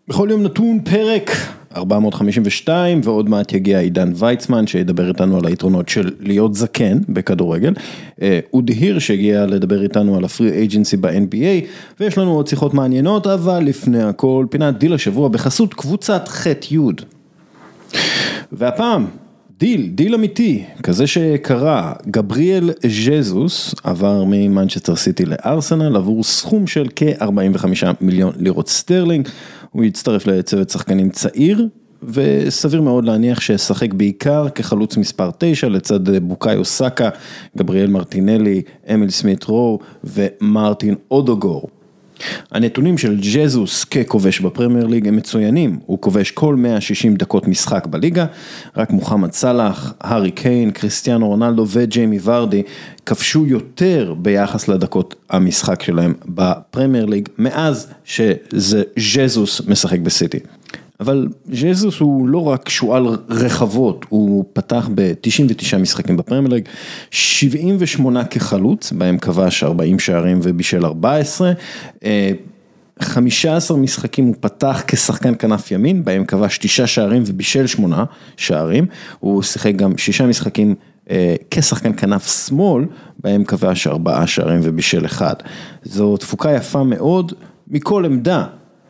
בכל יום נתון פרק 452, ועוד מעט יגיע עידן ויצמן שידבר איתנו על היתרונות של להיות זקן בכדורגל. אודי הירש שהגיע לדבר איתנו על הפרי אייג'נסי ב-NBA, ויש לנו עוד שיחות מעניינות, אבל לפני הכל פינת דיל השבוע בחסות קבוצת ח' י'. והפעם דיל אמיתי, כזה שקרה, גבריאל ז'זוס עבר ממנצ'סטר סיטי לארסנל עבור סכום של כ-45 מיליון לירות סטרלינג. הוא יצטרף לצוות שחקנים צעיר, וסביר מאוד להניח ששחק בעיקר כחלוץ מספר 9, לצד בוקאיו סאקה, גבריאל מרטינלי, אמיל סמית רו ומרטין אודוגור. הנתונים של ז'זוס ככובש בפרמייר ליג הם מצוינים, הוא כובש כל 160 דקות משחק בליגה, רק מוחמד סלאח, הארי קיין, קריסטיאנו רונלדו וג'יימי ורדי כבשו יותר ביחס לדקות המשחק שלהם בפרמייר ליג, מאז שזה ז'זוס משחק בסיטי. אבל ז'זוס הוא לא רק שועל רחבות, הוא פתח ב-99 משחקים בפרמייר ליג, 78 כחלוץ, בהם כבש 40 שערים ובישל 14, 15 משחקים הוא פתח כשחקן כנף ימין, בהם כבש 9 שערים ובישל 8 שערים, הוא שיחק גם 6 משחקים כשחקן כנף שמאל, בהם כבש 4 שערים ובישל 1. זו תפוקה יפה מאוד מכל עמדה.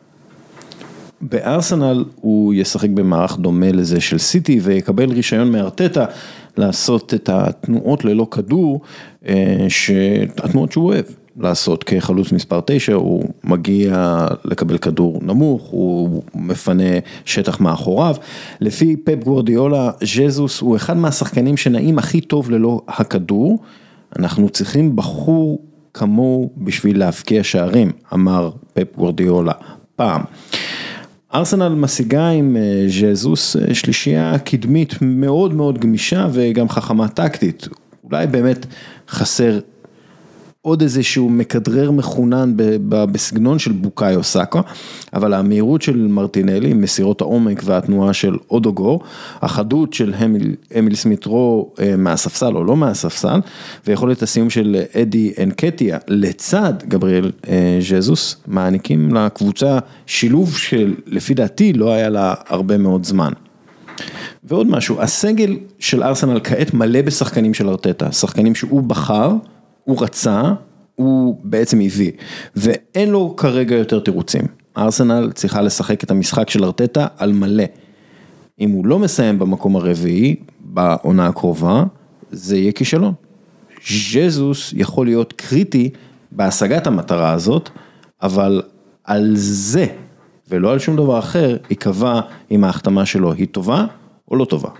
בארסנל הוא ישחק במערך דומה לזה של סיטי, ויקבל רישיון מארטטה לעשות את התנועות ללא כדור, התנועות שהוא אוהב לעשות כחלוץ מספר 9, הוא מגיע לקבל כדור נמוך, הוא מפנה שטח מאחוריו. לפי פפ גוארדיולה, ז'זוס הוא אחד מהשחקנים שנעים הכי טוב ללא הכדור, אנחנו צריכים בחור כמוהו בשביל להבקיע שערים, אמר פפ גוארדיולה פעם. ארסנל משיגה עם ז'זוס שלישייה קדמית מאוד מאוד גמישה וגם חכמה טקטית. אולי באמת חסר עוד איזשהו מקדרר מחונן בסגנון של בוקאיו סאקה, אבל המהירות של מרטינלי, מסירות העומק והתנועה של אודוגור, החדות של אמיל סמית רו מהספסל או לא מהספסל, ויכולת הסיום של אדי אנקטיה לצד גבריאל ז'זוס, מעניקים לקבוצה שילוב של לפי דעתי לא היה לה הרבה מאוד זמן. ועוד משהו, הסגל של ארסנל כעת מלא בשחקנים של ארטטה, שחקנים שהוא בחר, הוא רצה, הוא בעצם הביא, ואין לו כרגע יותר תירוצים. ארסנל צריכה לשחק את המשחק של ארטטה על מלא. אם הוא לא מסיים במקום הרביעי, בעונה הקרובה, זה יהיה כישלון. ז'זוס יכול להיות קריטי בהשגת המטרה הזאת, אבל על זה, ולא על שום דבר אחר, יקבע אם ההחתמה שלו היא טובה או לא טובה.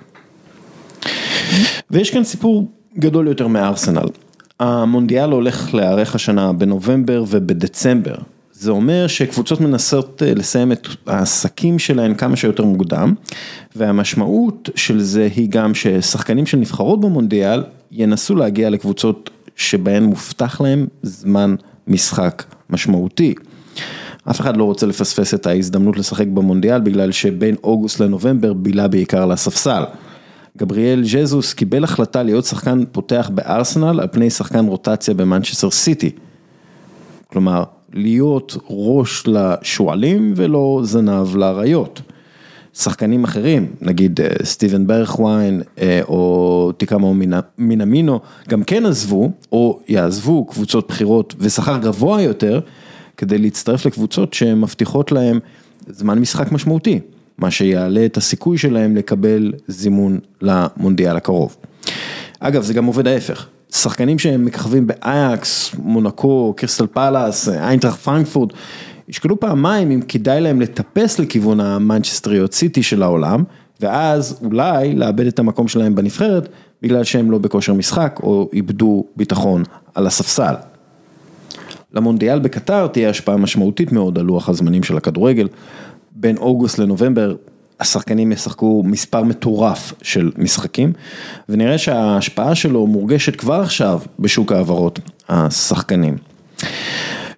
ויש כאן סיפור גדול יותר מארסנל. המונדיאל הולך להיערך השנה בנובמבר ובדצמבר. זה אומר שקבוצות מנסות לסיים את העסקים שלהן כמה שיותר מוקדם, והמשמעות של זה היא גם ששחקנים של נבחרות במונדיאל ינסו להגיע לקבוצות שבהן מובטח להם זמן משחק משמעותי. אף אחד לא רוצה לפספס את ההזדמנות לשחק במונדיאל, בגלל שבין אוגוסט לנובמבר בילה בעיקר לספסל. גבריאל ז'זוס קיבל החלטה להיות שחקן פותח בארסנל על פני שחקן רוטציה במנצ'סטר סיטי. כלומר, להיות ראש לשועלים ולא זנב לאריות. שחקנים אחרים, נגיד סטיבן ברכווין או טיקאמו מינאמינו, גם כן עזבו או יעזבו קבוצות בחירות ושכר גבוה יותר, כדי להצטרף לקבוצות שמבטיחות להם זמן משחק משמעותי. מה שיעלה את הסיכוי שלהם לקבל זימון למונדיאל הקרוב. אגב, זה גם עובד ההפך. שחקנים שהם מככבים באייקס, מונקו, קריסטל פלאס, איינטראכט פרנקפורט, ישקלו פעמיים אם כדאי להם לטפס לכיוון המנצ'סטריות סיטי של העולם, ואז אולי לאבד את המקום שלהם בנבחרת, בגלל שהם לא בכושר משחק, או איבדו ביטחון על הספסל. למונדיאל בקטר תהיה השפעה משמעותית מאוד על לוח הזמנים של הכדורגל, בין אוגוסט לנובמבר, השחקנים ישחקו מספר מטורף של משחקים, ונראה שההשפעה שלו מורגשת כבר עכשיו בשוק העברות השחקנים.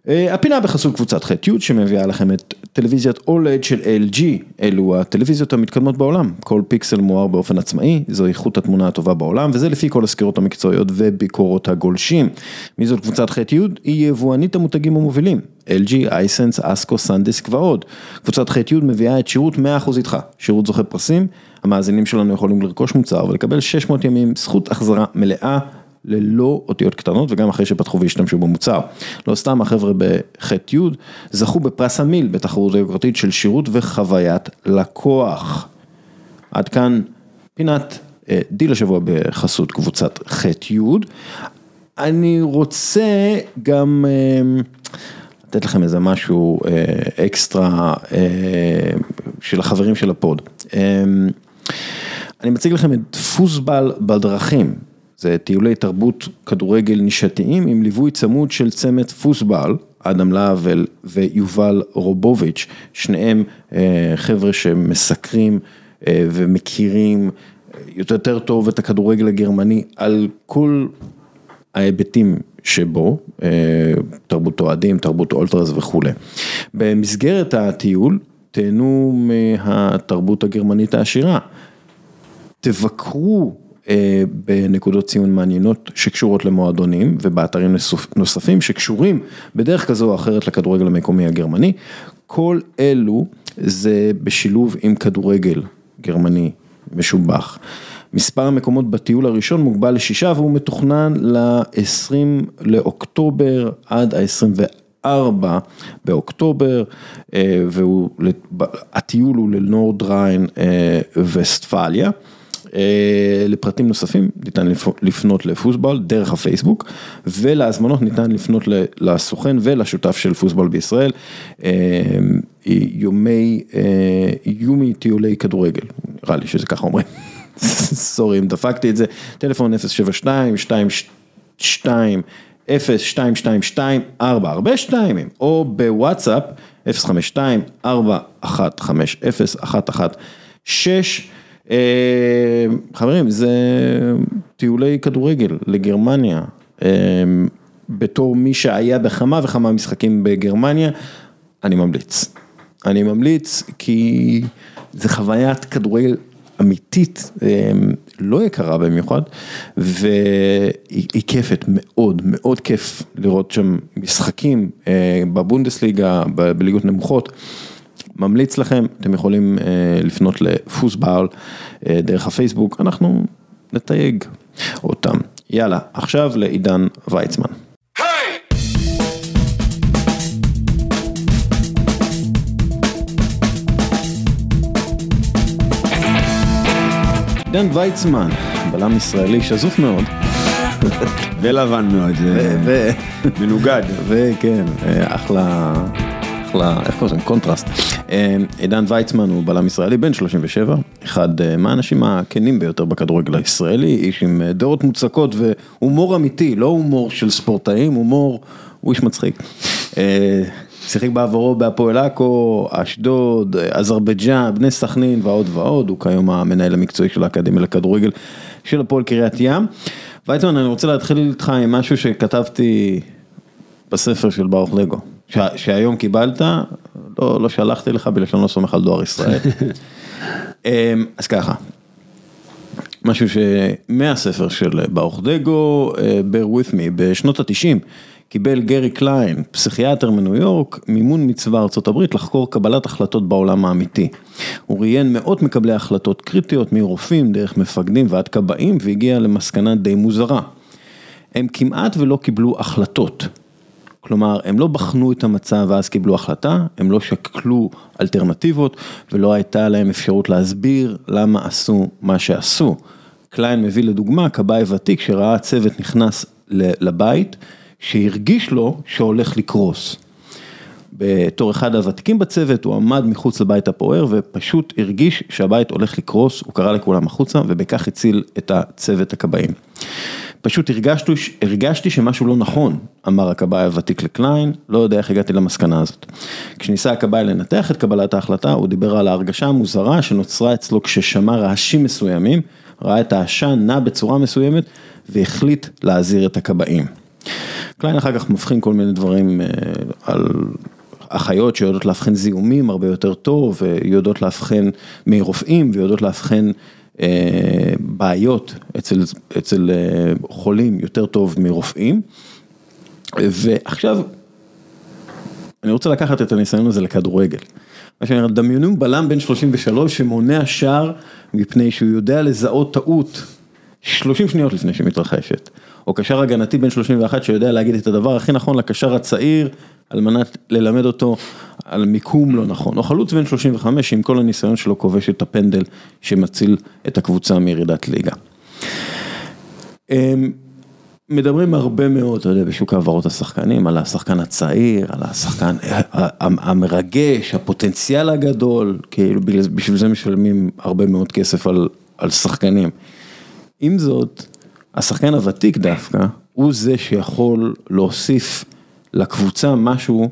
הפינה בחסות קבוצת ח'-י' שמביאה לכם את טלוויזיית OLED של LG, אלו הטלוויזיות המתקדמות בעולם, כל פיקסל מואר באופן עצמאי, זו איכות התמונה הטובה בעולם, וזה לפי כל הסקירות המקצועיות וביקורות הגולשים. מי זאת קבוצת ח'-י'? היא יבואנית המותגים המובילים, LG, iSense, ASCO, SanDisk ועוד. קבוצת ח'-י' מביאה את שירות 100% איתך, שירות זוכה פרסים, המאזינים שלנו יכולים לרכוש מוצר ולקבל 600 ימים זכות החזרה מלאה, ללא אותיות קטנות, וגם אחרי שפתחו והשתמשו במוצר. לא סתם החבר'ה בח'-י' זכו בפרס המיל, בתחרות היוקרתית של שירות וחוויית לקוח. עד כאן פינת דיל השבוע בחסות קבוצת ח'-י'. אני רוצה גם לתת לכם איזה משהו אקסטרה של החברים של הפוד. אני מציג לכם את פוסבל בדרכים. זה טיולי תרבות כדורגל נישתיים עם ליווי צמוד של צמד פוסבל, אדם להבל ויובל רובוביץ', שניהם חבר'ה שמסקרים ומכירים יותר טוב את הכדורגל הגרמני על כל ההיבטים שבו, תרבות אוהדים, תרבות אולטרס וכו'. במסגרת הטיול תהנו מהתרבות הגרמנית העשירה, תבקרו בנקודות ציון מעניינות שקשורות למועדונים ובאתרים נוספים שקשורים בדרך כזו או אחרת לכדורגל המקומי הגרמני. כל אלו זה בשילוב עם כדורגל גרמני משובח. מספר המקומות בטיול הראשון מוגבל ל6 והוא מתוכנן ל-20 לאוקטובר עד ה-24 באוקטובר, והטיול הוא לנורד ריין וסטפליה. לפרטים נוספים ניתן לפנות לפוסבל דרך הפייסבוק, ולהזמנות ניתן לפנות לסוכן ולשותף של פוסבל בישראל, יומי טיולי כדורגל, נראה לי שזה ככה אומרים, סורי אם דפקתי את זה, טלפון 072-22-0222-442, או בוואטסאפ 052-4150-116, חברים, זה טיולי כדורגל לגרמניה, בתור מי שהיה בכמה וכמה משחקים בגרמניה, אני ממליץ כי זה חוויית כדורגל אמיתית, לא יקרה במיוחד, והיא כיפת מאוד, מאוד כיף לראות שם משחקים בבונדסליגה, בליגות נמוכות, ממליץ לכם, אתם יכולים לפנות לפוסבל דרך הפייסבוק, אנחנו נתייג אותם. יאללה, עכשיו לעידן ויצמן. עידן ויצמן, בלם ישראלי שזוף מאוד. ולבן מאוד, מנוגד. וכן, אחלה, איך קוראים? קונטרסט. עידן ויצמן הוא בלם ישראלי בן 37, אחד מהאנשים הכנים ביותר בכדורגל הישראלי, איש עם דעות מוצקות והומור אמיתי, לא הומור של ספורטאים, הוא איש מצחיק. שיחק בעברו בהפועל עכו, אשדוד, אזרבייג'ן, בני סכנין ועוד ועוד, הוא כיום המנהל המקצועי של האקדמיה לכדורגל של הפועל קריית ים. ויצמן, אני רוצה להתחיל איתך עם משהו שכתבתי בספר של ברוך לגו. שהיום קיבלת, לא שלחתי לך בגלל שאני לא סומך על דואר ישראל. אז ככה, משהו מהספר של ברוך לגו, bear with me, בשנות ה-90, קיבל גרי קליין, פסיכיאטר מניו יורק, מימון מצבא ארצות הברית לחקור קבלת החלטות בעולם האמיתי. הוא ראיין מאות מקבלי החלטות קריטיות מרופאים, דרך מפקדים ועד קבעים, והגיע למסקנה די מוזרה. הם כמעט ולא קיבלו החלטות. כלומר, הם לא בחנו את המצב ואז קיבלו החלטה, הם לא שקלו אלטרנטיבות, ולא הייתה להם אפשרות להסביר למה עשו מה שעשו. קליין מביא לדוגמה, קבעי ותיק שראה צוות נכנס לבית, שהרגיש לו שהולך לקרוס. בתור אחד הוותיקים בצוות, הוא עמד מחוץ לבית הפוער, ופשוט הרגיש שהבית הולך לקרוס, הוא קרא לכולם החוצה, ובכך הציל את הצוות הקבעים. פשוט הרגשתי שמשהו לא נכון, אמר הקבעי הוותיק לקליין, לא יודע איך הגעתי למסקנה הזאת. כשניסה הקבעי לנתח את קבלת ההחלטה, הוא דיבר על ההרגשה המוזרה שנוצרה אצלו כששמע רעשים מסוימים, ראה את העשן נע בצורה מסוימת, והחליט להזהיר את הקבעים. קליין אחר כך מבחין כל מיני דברים על אחיות שיודעות להבחין זיהומים הרבה יותר טוב, ויודעות להבחין מרופאים, ויודעות להבחין בעיות אצל חולים יותר טוב מרופאים. ועכשיו, אני רוצה לקחת את הניסיון הזה לכדורגל. מה שאני אומר, דמיינו בלם בן 33 שמונע שער מפני שהוא יודע לזהות טעות 30 שניות לפני שמתרחשת. או קשר הגנתי בן 31 שיודע להגיד את הדבר הכי נכון לקשר הצעיר, על מנת ללמד אותו על מיקום לא נכון. או חלוץ בן 35 עם כל הניסיון שלו כובש את הפנדל שמציל את הקבוצה מירידת ליגה. מדברים הרבה מאוד, אתה יודע, בשוק העברות השחקנים, על השחקן הצעיר, על השחקן המרגש, הפוטנציאל הגדול, כאילו בשביל זה משלמים הרבה מאוד כסף על שחקנים. עם זאת, השחקן הוותיק דווקא, הוא זה שיכול להוסיף לקבוצה משהו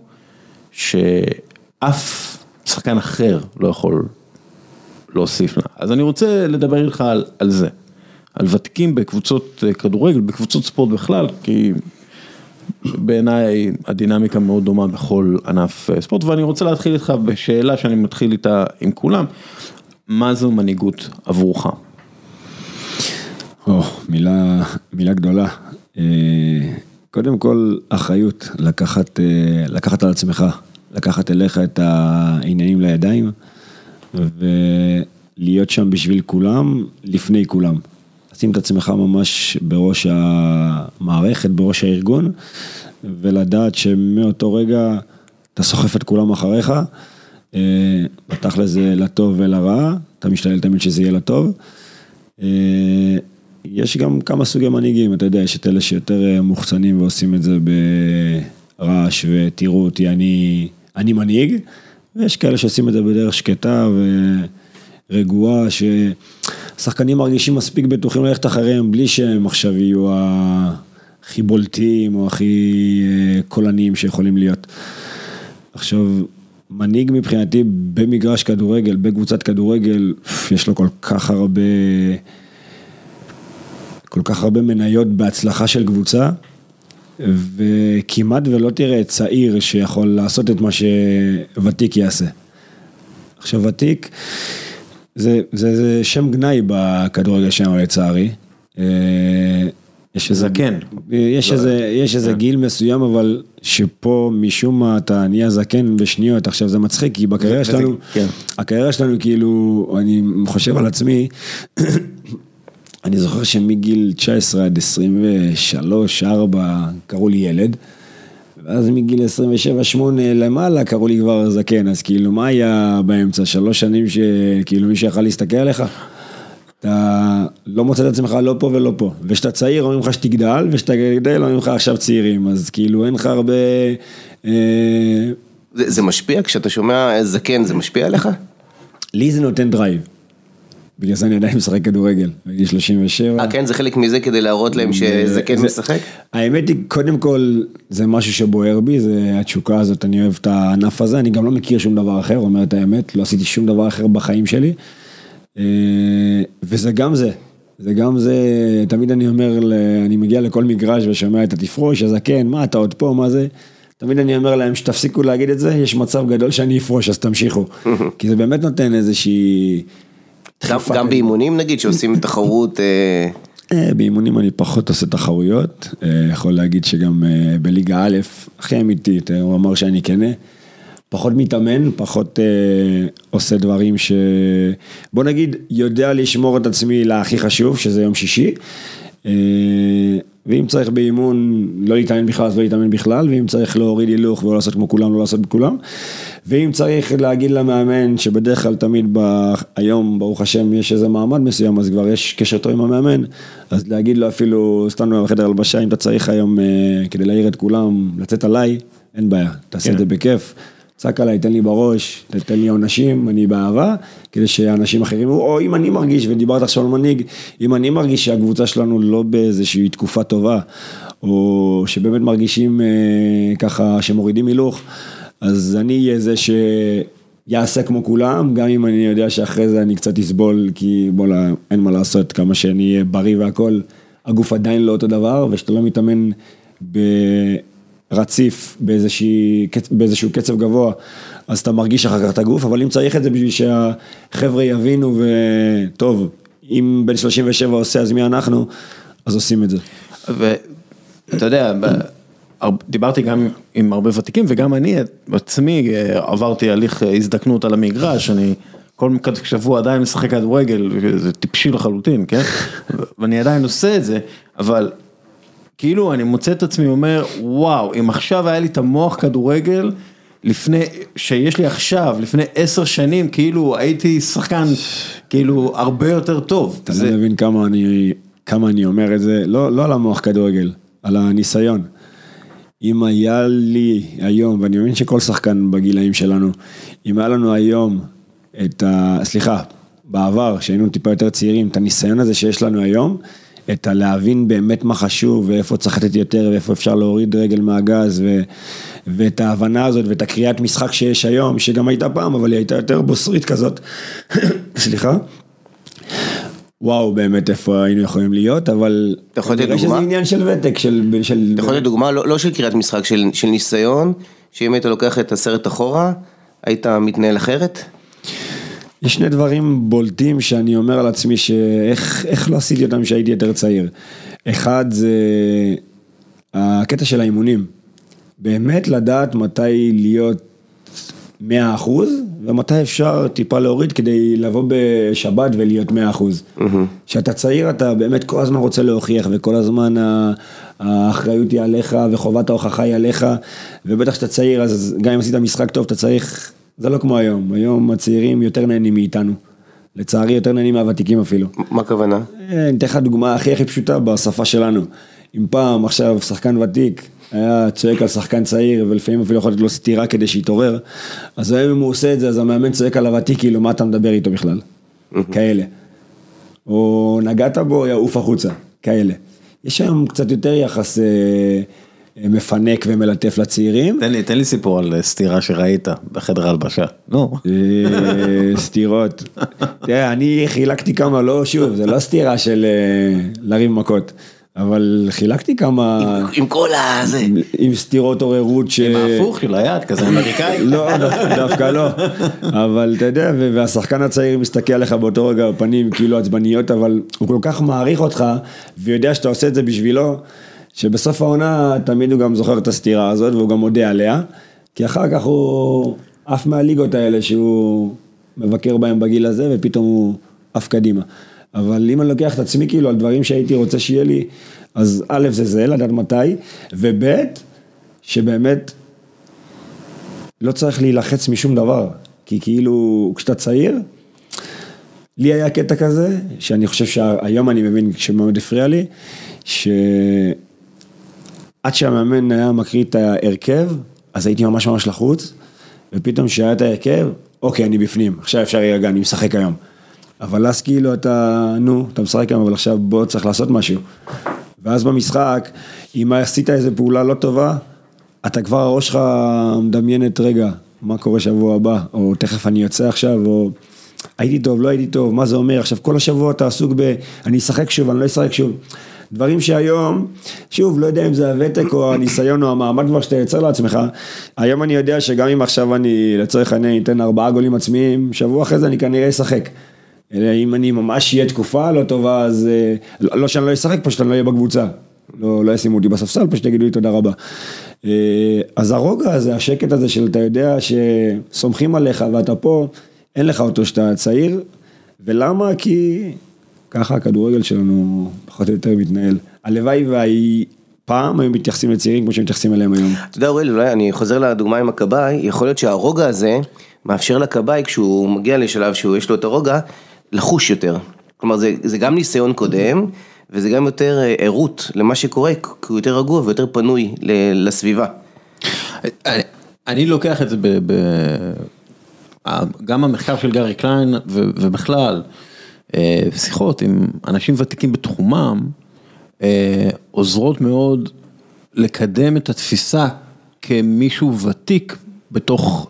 שאף שחקן אחר לא יכול להוסיף לה. אז אני רוצה לדבר איתך על זה. על ותיקים בקבוצות כדורגל, בקבוצות ספורט בכלל, כי בעיניי הדינמיקה מאוד דומה בכל ענף ספורט, ואני רוצה להתחיל איתך בשאלה שאני מתחיל איתה עם כולם, מה זו מנהיגות עבורך? מילה גדולה. קודם כל, אחריות, לקחת על עצמך, לקחת אליך את העניינים לידיים, ולהיות שם בשביל כולם, לפני כולם. לשים את עצמך ממש בראש המערכת, בראש הארגון, ולדעת שמאותו רגע אתה סוחף את כולם אחריך, פתח לזה לטוב ולרע, אתה משתדל תמיד שזה יהיה לטוב. יש גם כמה סוגי מנהיגים, אתה יודע, יש את אלה שיותר מוחצנים ועושים את זה ברעש, ותראו אותי, אני מנהיג, ויש כאלה שעושים את זה בדרך שקטה ורגועה, ששחקנים מרגישים מספיק בטוחים ללכת אחריהם, בלי שהם עכשיו יהיו הכי בולטים, או הכי קולניים שיכולים להיות. עכשיו, מנהיג מבחינתי במגרש כדורגל, בקבוצת כדורגל, יש לו כל כך הרבה מניות בהצלחה של קבוצה, וכמעט ולא תראה צעיר שיכול לעשות את מה שוותיק יעשה. עכשיו ותיק, זה שם גנאי בכדורגל שלנו לצערי. זקן. יש איזה גיל מסוים, אבל שפה משום מה אתה נהיה זקן בשניות. עכשיו זה מצחיק, כי הקריירה שלנו כאילו, אני חושב על עצמי, אני זוכר שמגיל 19 עד 23-4 קראו לי ילד, ואז מגיל 27-8 למעלה קראו לי כבר זקן, אז כאילו מה היה באמצע? 3 שנים שכאילו מי שיכל להסתכל עליך? אתה לא מוצא את עצמך לא פה ולא פה, ושאתה צעיר אומרים לך שתגדל, ושאתה גדל אומרים לך עכשיו צעירים, אז כאילו אין לך הרבה... זה משפיע? כשאתה שומע זקן זה משפיע עליך? לי זה נותן דרייב. בגלל זה אני עדיין משחק כדורגל, בגיל 37. כן, זה חלק מזה כדי להראות להם שזקן משחק? האמת היא, קודם כל, זה משהו שבוער בי, זה התשוקה הזאת, אני אוהב את הענף הזה, אני גם לא מכיר שום דבר אחר, אומר את האמת, לא עשיתי שום דבר אחר בחיים שלי, וזה גם זה, תמיד אני אומר, אני מגיע לכל מגרש ושומע את התפרוש, הזקן, מה אתה עוד פה, מה זה? תמיד אני אומר להם שתפסיקו להגיד את זה, יש מצב גדול שאני אפרוש, אז תמשיכו, כי זה באמת נותן איזושהי... גם באימונים נגיד שעושים תחרות? באימונים אני פחות עושה תחרויות, יכול להגיד שגם בליגה א', הכי אמיתית, הוא אמר שאני כנה, פחות מתאמן, פחות עושה דברים בוא נגיד, יודע לשמור את עצמי להכי חשוב, שזה יום שישי, ואם צריך באימון לא להתאמן בכלל, אז לא להתאמן בכלל, ואם צריך להוריד הילוך ולא לעשות כמו כולם, לא לעשות בכולם, ואם צריך להגיד למאמן, שבדרך כלל תמיד היום, ברוך השם, יש איזה מעמד מסוים, אז כבר יש קשר טוב עם המאמן, אז להגיד לו אפילו, סתנו בחדר הלבשה, אם אתה צריך היום, כדי להעיר את כולם, לצאת עליי, אין בעיה, תעשה את זה בכיף, צק עליי, תן לי בראש, תן לי עונשים, אני באהבה, כדי שאנשים אחרים, או אם אני מרגיש, ודיברת עכשיו על מנהיג, אם אני מרגיש שהקבוצה שלנו לא באיזושהי תקופה טובה, או שבאמת מרגישים ככה שמורידים הילוך, אז אני אהיה זה שיעשה כמו כולם, גם אם אני יודע שאחרי זה אני קצת אסבול, כי בואלה, אין מה לעשות, כמה שאני אהיה בריא והכל, הגוף עדיין לא אותו דבר, ושאתה לא מתאמן ברציף, באיזשהו קצב גבוה, אז אתה מרגיש אחר כך את הגוף, אבל אם צריך את זה בשביל שהחבר'ה יבינו, וטוב, אם בן 37 עושה, אז מי אנחנו, אז עושים את זה. ואתה יודע, דיברתי גם עם הרבה ותיקים, וגם אני בעצמי עברתי הליך הזדקנות על המגרש, אני כל שבוע עדיין משחק כדורגל, זה טיפשי לחלוטין, כן? ואני עדיין עושה את זה, אבל כאילו אני מוצא את עצמי אומר, וואו, אם עכשיו היה לי את המוח כדורגל, שיש לי עכשיו, לפני 10 שנים, כאילו הייתי שחקן, כאילו הרבה יותר טוב. אתה לא מבין כמה אני אומר את זה, לא על המוח כדורגל, על הניסיון. אם היה לי היום, ואני מבין שכל שחקן בגילאים שלנו, אם היה לנו היום בעבר, שהיינו טיפה יותר צעירים, את הניסיון הזה שיש לנו היום, את הלהבין באמת מה חשוב, ואיפה צריך לתת יותר, ואיפה אפשר להוריד רגל מהגז, ואת ההבנה הזאת, ואת הקריאת משחק שיש היום, שגם הייתה פעם, אבל היא הייתה יותר בוסרית כזאת, סליחה, וואו, באמת איפה היינו יכולים להיות, אבל יש איזה עניין של ותק, אתה יכול לתת דוגמה, לא של קריאת משחק, של ניסיון, שאם היית לוקח את הסרט אחורה, היית מתנהל אחרת? יש שני דברים בולטים שאני אומר על עצמי, שאיך לא עשיתי אותם שהייתי יותר צעיר. אחד זה הקטע של האימונים. באמת לדעת מתי להיות 100%, ומתי אפשר טיפה להוריד כדי לבוא בשבת ולהיות 100%. כשאתה צעיר אתה באמת כל הזמן רוצה להוכיח, וכל הזמן האחריות היא עליך, וחובת ההוכחה היא עליך, ובטח שאתה צעיר, אז גם אם עשית משחק טוב, אתה צריך, זה לא כמו היום. היום הצעירים יותר נהנים מאיתנו. לצערי יותר נהנים מהוותיקים אפילו. מה הכוונה? אני אתן לך דוגמה הכי פשוטה בשפה שלנו. אם פעם עכשיו שחקן ותיק היה צועק על שחקן צעיר, ולפעמים אפילו יכול לתת לו סתירה כדי שיתעורר, אז היום אם הוא עושה את זה, אז המאמן צועק על הוותיק, כאילו מה אתה מדבר איתו בכלל? כאלה. או נגעת בו, יעוף החוצה. כאלה. יש היום קצת יותר יחס מפנק ומלטף לצעירים. תן לי סיפור על סתירה שראית בחדר הלבשה. לא. סתירות. תראה, אני חילקתי כמה, לא שוב, זה לא סתירה של לריב מכות. אבל חילקתי כמה... עם כל הזה. עם סתירות עוררות ש... עם ההפוך של היד, כזה אמריקאי. לא, דווקא לא. אבל אתה יודע, והשחקן הצעיר מסתכל עליך באותו רגע בפנים, כאילו עצבניות, אבל הוא כל כך מעריך אותך, ויודע שאתה עושה את זה בשבילו, שבסוף העונה תמיד הוא גם זוכר את הסתירה הזאת, והוא גם מודה עליה, כי אחר כך הוא עף מהליגות האלה, שהוא מבקר בהם בגיל הזה, ופתאום הוא עף קדימה. אבל אם אני לוקח את עצמי כאילו על דברים שהייתי רוצה שיהיה לי, אז א' זה, לדעת מתי, וב' שבאמת לא צריך להילחץ משום דבר, כי כאילו כשאתה צעיר, לי היה קטע כזה, שאני חושב שהיום אני מבין שמאוד הפריע לי, שעד שהמאמן היה מקריא את ההרכב, אז הייתי ממש לחוץ, ופתאום שהיה את ההרכב, אוקיי, אני בפנים, עכשיו אפשר להירגע, אני משחק היום. אבל אז כאילו אתה משחק היום, אבל עכשיו בוא צריך לעשות משהו. ואז במשחק, אם עשית איזו פעולה לא טובה, אתה כבר הראש שלך מדמיינת רגע, מה קורה שבוע הבא, או תכף אני יוצא עכשיו, או הייתי טוב, לא הייתי טוב, מה זה אומר? עכשיו כל השבוע אתה עסוק אני אשחק שוב, אני לא אשחק שוב. דברים שהיום, שוב, לא יודע אם זה הוותק או הניסיון או המעמד כבר שאתה יוצר לעצמך, היום אני יודע שגם אם עכשיו אני לצורך אני אתן 4 גולים עצמיים, שבוע אחרי זה אני כנראה אשחק. אם אני ממש אהיה תקופה לא טובה, אז לא שאני לא אשחק, פשוט אני לא אהיה בקבוצה. לא ישימו אותי בספסל, פשוט יגידו לי תודה רבה. אז הרוגע הזה, השקט הזה של אתה יודע שסומכים עליך ואתה פה, אין לך אותו שאתה צעיר, ולמה? כי ככה הכדורגל שלנו פחות או יותר מתנהל. הלוואי פעם היו מתייחסים לצעירים כמו שהם מתייחסים אליהם היום. אתה יודע אוריאל, אולי אני חוזר לדוגמה עם הקבאי, יכול להיות שהרוגע הזה מאפשר לקבאי, כשהוא מגיע לשלב שיש לו את הרוגע, לחוש יותר. כלומר, זה גם ניסיון קודם, וזה גם יותר ערות למה שקורה, כי הוא יותר רגוע ויותר פנוי לסביבה. אני לוקח את זה גם המחקר של גארי קליין, ובכלל, שיחות עם אנשים ותיקים בתחומם, עוזרות מאוד לקדם את התפיסה כמישהו ותיק בתוך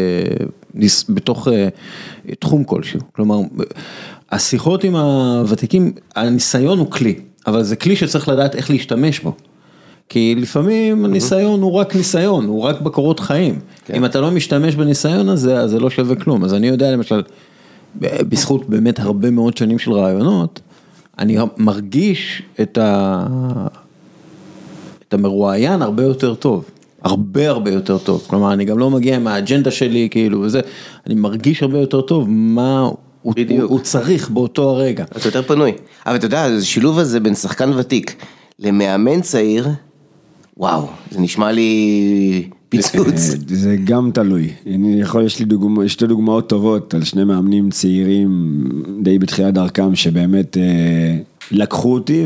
תחום כלשהו. כלומר, השיחות עם הוותיקים, הניסיון הוא כלי, אבל זה כלי שצריך לדעת איך להשתמש בו. כי לפעמים הניסיון הוא רק ניסיון, הוא רק בקורות חיים. אם אתה לא משתמש בניסיון הזה, אז זה לא שווה כלום. אז אני יודע למשל, בזכות באמת הרבה מאוד שנים של רעיונות, אני מרגיש את המרואיין הרבה יותר טוב. הרבה יותר טוב. כלומר, אני גם לא מגיע עם האג'נדה שלי, כאילו, וזה, אני מרגיש הרבה יותר טוב מה הוא צריך באותו הרגע. אתה יותר פנוי. אבל אתה יודע, השילוב הזה בין שחקן ותיק למאמן צעיר, וואו, זה נשמע לי פיצוץ. זה גם תלוי. יש לי שתי דוגמאות טובות על שני מאמנים צעירים די בתחילת דרכם, שבאמת לקחו אותי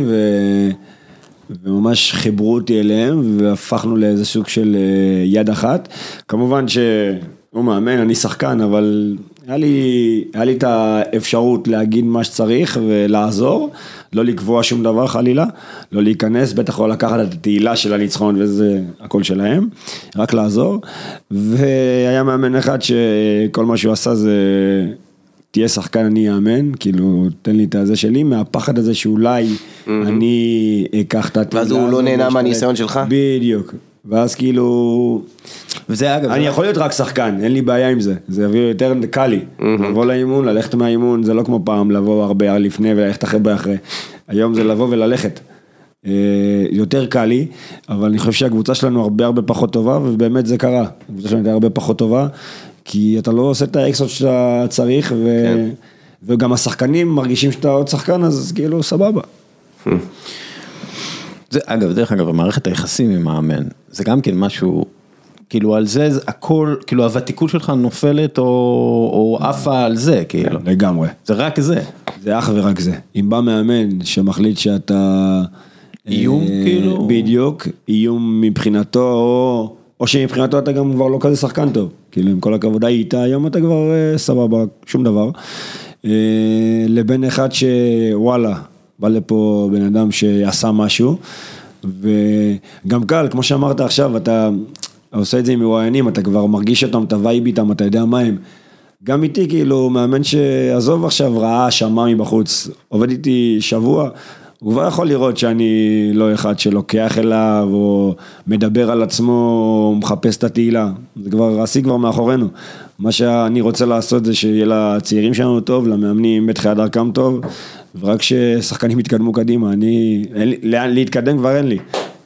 וממש חיברו אותי אליהם, והפכנו לאיזה סוג של יד אחת. כמובן שהוא מאמן, אני שחקן, אבל היה לי את האפשרות להגיד מה שצריך ולעזור, לא לקבוע שום דבר חלילה, לא להיכנס, בטח לא לקחת את התהילה של הניצחון וזה הכל שלהם, רק לעזור. והיה מאמן אחד שכל מה שהוא עשה זה תהיה שחקן אני אאמן, כאילו תן לי את הזה שלי, מהפחד הזה שאולי אני אקח את התהילה. ואז הוא לא נהנה מהניסיון שלך? בדיוק. ואז כאילו, וזה אגב, אני יכול להיות רק שחקן, אין לי בעיה עם זה, זה יביא יותר קל לי, לבוא לאימון, ללכת מהאימון, זה לא כמו פעם לבוא הרבה לפני וללכת אחרי, היום זה לבוא וללכת, יותר קל לי, אבל אני חושב שהקבוצה שלנו הרבה פחות טובה, ובאמת זה קרה, הקבוצה שלנו הרבה פחות טובה, כי אתה לא עושה את האקסות שאתה צריך, וגם השחקנים מרגישים שאתה עוד שחקן, אז כאילו סבבה. זה, אגב, דרך אגב, המערכת היחסים עם מאמן, זה גם כן משהו, כאילו על זה, הכל, כאילו הוותיקות שלך נופלת או עפה על זה, כאילו. לגמרי. זה רק זה. זה אך ורק זה. אם בא מאמן שמחליט שאתה איום, כאילו? בדיוק, איום מבחינתו, או שמבחינתו אתה גם כבר לא כזה שחקן טוב. כאילו, עם כל הכבוד איתה, היום אתה כבר סבבה, שום דבר. לבין אחד שוואלה, בא לפה בן אדם שעשה משהו, וגם קל, כמו שאמרת עכשיו, אתה עושה את זה עם מרואיינים, אתה כבר מרגיש אותם, אתה וייב איתם, אתה יודע מה הם. גם איתי, כאילו, מאמן שעזוב עכשיו רעה, שמע מבחוץ, עובד איתי שבוע, הוא כבר יכול לראות שאני לא אחד שלוקח אליו, או מדבר על עצמו, או מחפש את התהילה. זה כבר, עשי כבר מאחורינו. מה שאני רוצה לעשות זה שיהיה לצעירים שלנו טוב, למאמנים בתחילת דרכם טוב, ורק ששחקנים יתקדמו קדימה, לאן להתקדם כבר אין לי.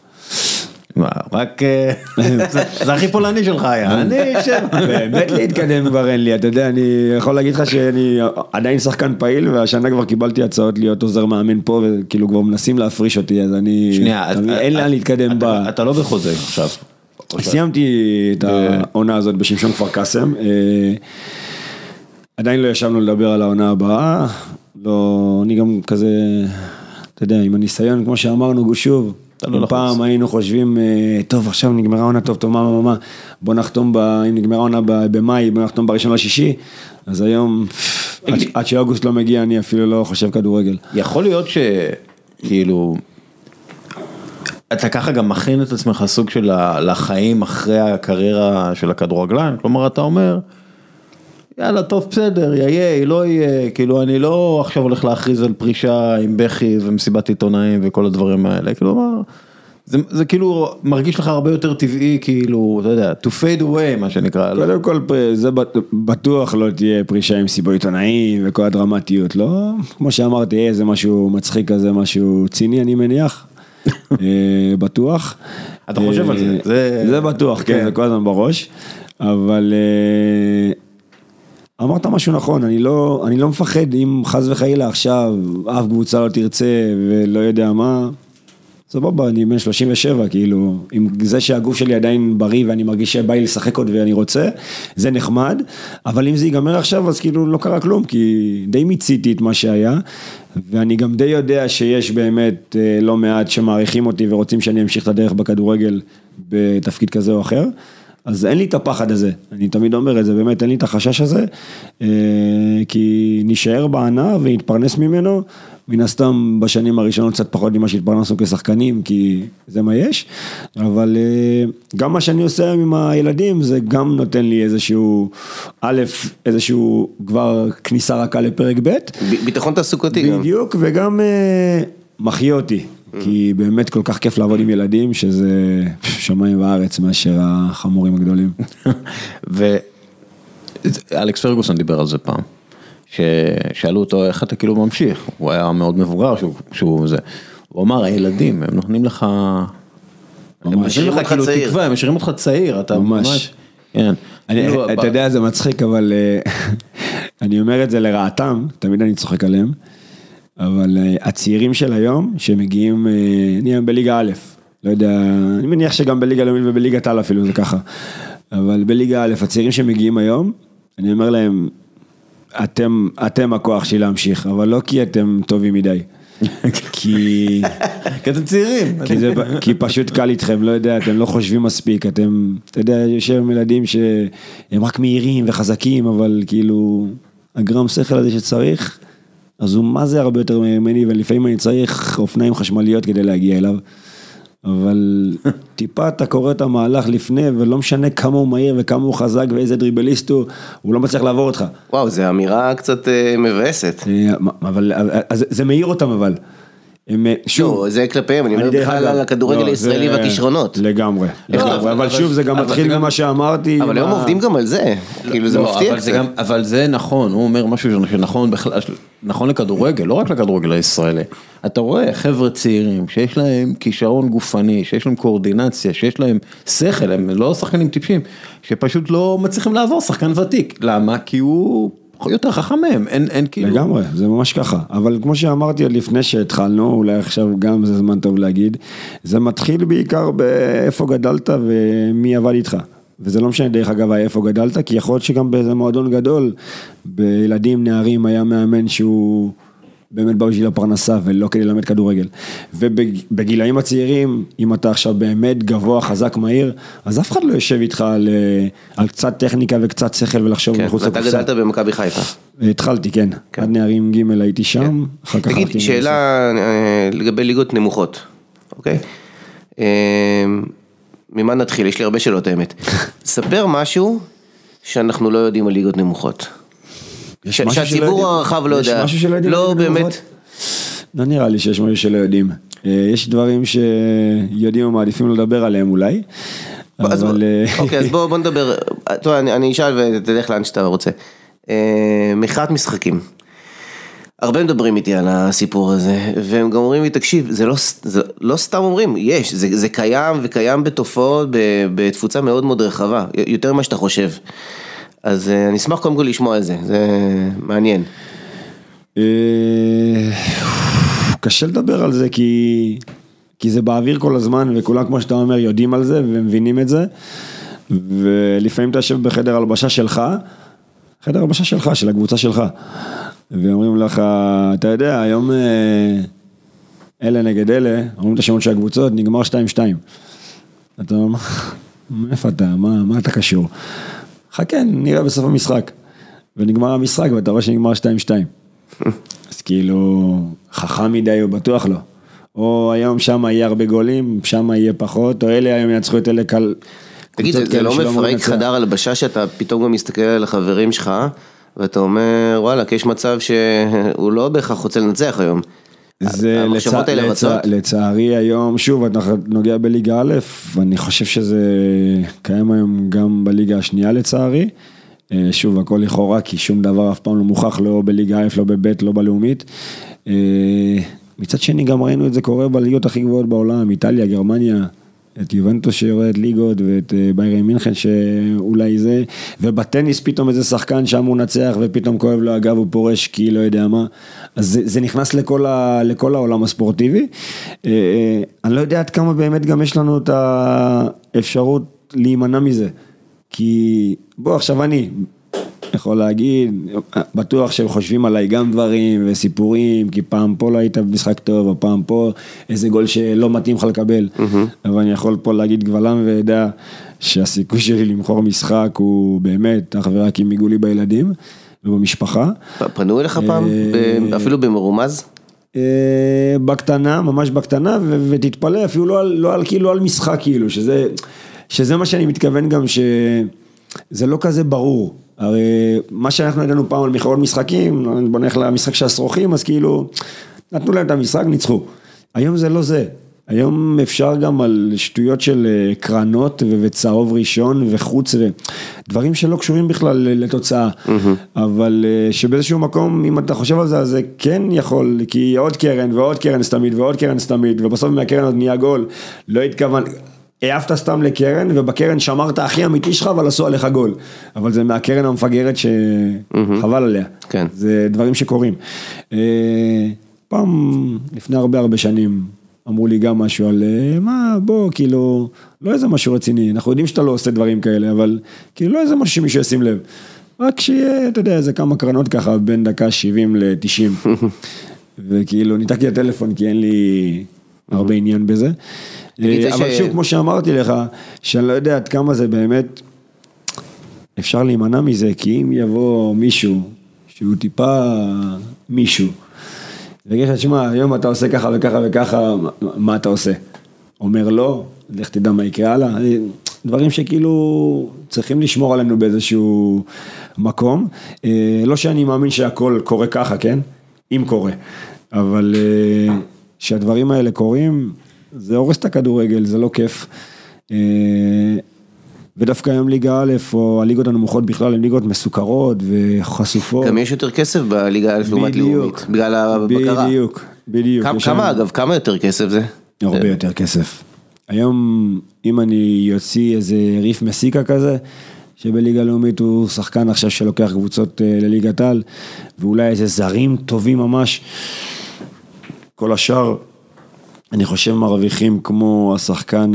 רק, זה הכי פולני שלך היה, באמת להתקדם כבר אין לי, אתה יודע, אני יכול להגיד לך שאני עדיין שחקן פעיל, והשנה כבר קיבלתי הצעות להיות עוזר מאמן פה, וכאילו כבר מנסים להפריש אותי, אז אין לאן להתקדם בה. אתה לא בחוזה עכשיו. סיימתי את העונה הזאת בשמשון כפר קאסם, עדיין לא ישבנו לדבר על העונה הבאה, לא, אני גם כזה, אתה יודע, עם הניסיון, כמו שאמרנו, גושוב, פעם היינו חושבים, טוב, עכשיו נגמרה עונה, טוב, מה, בוא נחתום, אם נגמרה עונה במאי, בוא נחתום בראשון לשישי, אז היום, עד שאוגוסט לא מגיע, אני אפילו לא חושב כדורגל. יכול להיות שכאילו, אתה ככה גם מכין את עצמך סוג של לחיים אחרי הקריירה של הכדורגלן, כלומר אתה אומר, יאללה, טוב, בסדר, יהיה, לא יהיה, כאילו אני לא עכשיו הולך להכריז על פרישה עם בכי ומסיבת עיתונאים וכל הדברים האלה, כאילו, זה כאילו מרגיש לך הרבה יותר טבעי, כאילו, אתה יודע, to fade away, מה שנקרא. קודם כל, זה בטוח לא תהיה פרישה עם סיבות עיתונאים וכל הדרמטיות, לא? כמו שאמרתי, זה משהו מצחיק כזה, משהו ציני, אני מניח, בטוח. אתה חושב על זה? זה בטוח, כן, זה כל הזמן בראש, אבל אמרת משהו נכון, אני לא מפחד אם חס וחלילה עכשיו אף קבוצה לא תרצה ולא יודע מה, סבבה, אני בן 37, כאילו, עם זה שהגוף שלי עדיין בריא ואני מרגיש שבא לי לשחק עוד ואני רוצה, זה נחמד, אבל אם זה ייגמר עכשיו אז כאילו לא קרה כלום, כי די מיציתי את מה שהיה, ואני גם די יודע שיש באמת לא מעט שמעריכים אותי ורוצים שאני אמשיך את הדרך בכדורגל בתפקיד כזה או אחר, אז אין לי את הפחד הזה, אני תמיד אומר את זה, באמת אין לי את החשש הזה, כי נשאר בענה ונתפרנס ממנו, מן הסתם בשנים הראשונות קצת פחות ממה שהתפרנסנו כשחקנים, כי זה מה יש, אבל גם מה שאני עושה עם הילדים, זה גם נותן לי איזשהו, איזשהו כבר כניסה רכה לפרק ב', ביטחון תעסוקתי גם. בדיוק, וגם מחיה אותי, כי באמת כל כך כיף לעבוד עם ילדים, שזה שמיים וארץ מאשר החמורים הגדולים. ואלכס פרגוסון דיבר על זה פעם, ששאלו אותו איך אתה כאילו ממשיך, הוא היה מאוד מבוגר שהוא זה, הוא אמר הילדים הם נותנים לך, הם משאירים אותך כאילו תקווה, הם משאירים אותך צעיר, אתה ממש, כן. אתה יודע זה מצחיק אבל אני אומר את זה לרעתם, תמיד אני צוחק עליהם, אבל הצעירים של היום שמגיעים, אני היום בליגה א', לא יודע, אני מניח שגם בליגה לאומית ובליגת על אפילו זה ככה, אבל בליגה א', הצעירים שמגיעים היום, אני אומר להם, אתם הכוח שלי להמשיך, אבל לא כי אתם טובים מדי. כי אתם צעירים. כי פשוט קל איתכם, לא יודע, אתם לא חושבים מספיק, אתה יודע, יושב ילדים שהם רק מהירים וחזקים, אבל כאילו, הגרם שכל הזה שצריך, אז הוא מה זה הרבה יותר ממני, ולפעמים אני צריך אופניים חשמליות כדי להגיע אליו. אבל טיפה אתה קורא את המהלך לפני, ולא משנה כמה הוא מהיר וכמה הוא חזק ואיזה דריבליסט הוא לא מצליח לעבור אותך. וואו, זו אמירה קצת מבאסת. אבל, זה מהיר אותם אבל. שוב, זה כלפיהם, אני אומר בכלל על הכדורגל הישראלי והכישרונות. לגמרי, אבל שוב זה גם מתחיל ממה שאמרתי. אבל היום עובדים גם על זה, כאילו זה מפתיע קצת. אבל זה נכון, הוא אומר משהו שנכון בכלל, נכון לכדורגל, לא רק לכדורגל הישראלי. אתה רואה חבר'ה צעירים שיש להם כישרון גופני, שיש להם קואורדינציה, שיש להם שכל, הם לא שחקנים טיפשים, שפשוט לא מצליחים לעבור שחקן ותיק. למה? כי הוא יותר חכם מהם, אין כאילו. לגמרי, זה ממש ככה. אבל כמו שאמרתי עוד לפני שהתחלנו, אולי עכשיו גם זה זמן טוב להגיד, זה מתחיל בעיקר באיפה גדלת ומי עבד איתך. וזה לא משנה דרך אגב איפה גדלת, כי יכול להיות שגם באיזה מועדון גדול, בילדים נערים היה מאמן שהוא באמת בא בשביל הפרנסה ולא כדי ללמד כדורגל. ובגילאים הצעירים, אם אתה עכשיו באמת גבוה, חזק, מהיר, אז אף אחד לא יושב איתך על קצת טכניקה וקצת שכל ולחשוב מחוץ לקופסה. אתה גדלת במכבי חיפה. התחלתי, כן. עד נערים ג' הייתי שם. תגיד, שאלה לגבי ליגות נמוכות, אוקיי? ממה נתחיל? יש לי הרבה שאלות האמת. ספר משהו שאנחנו לא יודעים על ליגות נמוכות. שהציבור הרחב לא יודע. לא באמת. לא נראה לי שיש משהו שלא יודעים. יש דברים שיודעים או מעדיפים לדבר עליהם אולי. אוקיי, אז בוא נדבר. טוב, אני אשאל ותלך לאן שאתה רוצה. מכירת משחקים. הרבה מדברים איתי על הסיפור הזה, והם גם אומרים לי, תקשיב, זה לא סתם אומרים, יש, זה קיים וקיים בתופעות, בתפוצה מאוד מאוד רחבה, יותר ממה שאתה חושב. אז אני אשמח קודם כל לשמוע על זה, זה מעניין. קשה לדבר על זה, כי זה באוויר כל הזמן, וכולם כמו שאתה אומר יודעים על זה, ומבינים את זה, ולפעמים אתה יושב בחדר הלבשה שלך, חדר הלבשה שלך, של הקבוצה שלך, ואומרים לך, אתה יודע, היום אלה נגד אלה, אומרים את השמות של הקבוצות, נגמר 2-2. אתה אומר, מאיפה אתה, מה אתה קשור? חכה, נראה בסוף המשחק. ונגמר המשחק, ואתה רואה שנגמר 2-2. אז כאילו, חכם מדי הוא בטוח לא. או היום שם יהיה הרבה גולים, שם יהיה פחות, או אלה היום ינצחו את אלה קל. תגיד, זה לא מפרק חדר הלבשה שאתה פתאום גם מסתכל על החברים שלך, ואתה אומר, וואלה, כי יש מצב שהוא לא בהכרח רוצה לנצח היום. זה לצערי היום, שוב, אתה נוגע בליגה א', ואני חושב שזה קיים היום גם בליגה השנייה לצערי. שוב, הכל לכאורה, כי שום דבר אף פעם לא מוכח, לא בליגה א', לא בבית, לא בלאומית. מצד שני, גם ראינו את זה קורה בליגות הכי גבוהות בעולם, איטליה, גרמניה, את יובנטוס שיורדת ליגות, ואת ביירן מינכן שאולי זה, ובטניס פתאום איזה שחקן שם הוא נצח, ופתאום כואב לו אגב הוא פורש, כי לא יודע מה, אז זה נכנס לכל העולם הספורטיבי. אני לא יודע עד כמה באמת גם יש לנו את האפשרות להימנע מזה, כי בוא עכשיו אני יכול להגיד, בטוח שהם חושבים עליי גם דברים וסיפורים, כי פעם פה לא היית במשחק טוב, או פעם פה איזה גול שלא מתאים לך לקבל, אבל אני יכול פה להגיד גבלם וידע שהסיכוי שלי למכור משחק הוא באמת אך ורק עם מיגולי בילדים ובמשפחה. פנו אליך פעם, אפילו במרומז? בקטנה, ממש בקטנה, ותתפלא אפילו לא על משחק כאילו, שזה מה שאני מתכוון גם שזה לא כזה ברור. הרי מה שאנחנו ידענו פעם על מכירות משחקים, בוא נלך למשחק של הסרוכים, אז כאילו נתנו להם את המשחק, ניצחו. היום זה לא זה. היום אפשר גם על שטויות של קרנות וצהוב ראשון וחוץ ודברים שלא קשורים בכלל לתוצאה, אבל שבאיזשהו מקום אם אתה חושב על זה, אז זה כן יכול, כי עוד קרן ועוד קרן סתמית ועוד קרן סתמית, ובסוף מהקרן עוד נהיה גול, לא התכוון, העפת סתם לקרן, ובקרן שמרת הכי אמיתי שלך, אבל עשו עליך גול, אבל זה מהקרן המפגרת שחבל עליה, כן. זה דברים שקורים. פעם, לפני הרבה שנים, אמרו לי גם משהו על, מה, בוא, כאילו, לא איזה משהו רציני, אנחנו יודעים שאתה לא עושה דברים כאלה, אבל כאילו לא איזה משהו שמישהו ישים לב, רק שיהיה, אתה יודע, איזה כמה קרנות ככה, בין דקה 70 ל-90, וכאילו, ניתקתי הטלפון, כי אין לי הרבה עניין בזה, אבל שוב, כמו שאמרתי לך, שאני לא יודע עד כמה זה באמת, אפשר להימנע מזה, כי אם יבוא מישהו, שהוא טיפה מישהו, ויגיד לך, תשמע, היום אתה עושה ככה וככה וככה, מה אתה עושה? אומר לא, לך תדע מה יקרה הלאה, דברים שכאילו צריכים לשמור עלינו באיזשהו מקום, לא שאני מאמין שהכל קורה ככה, כן? אם קורה, אבל שהדברים האלה קורים, זה הורס את הכדורגל, זה לא כיף, ודווקא היום ליגה א' או הליגות הנמוכות בכלל הן ליגות מסוכרות וחשופות. גם יש יותר כסף בליגה א' לעומת לאומית, בגלל הבקרה. בדיוק. כמה אגב, כמה יותר כסף זה? הרבה יותר כסף. היום אם אני יוציא איזה ריף מסיקה כזה, שבליגה לאומית הוא שחקן עכשיו שלוקח קבוצות לליגת על, ואולי איזה זרים טובים ממש, כל השאר, אני חושב מרוויחים כמו השחקן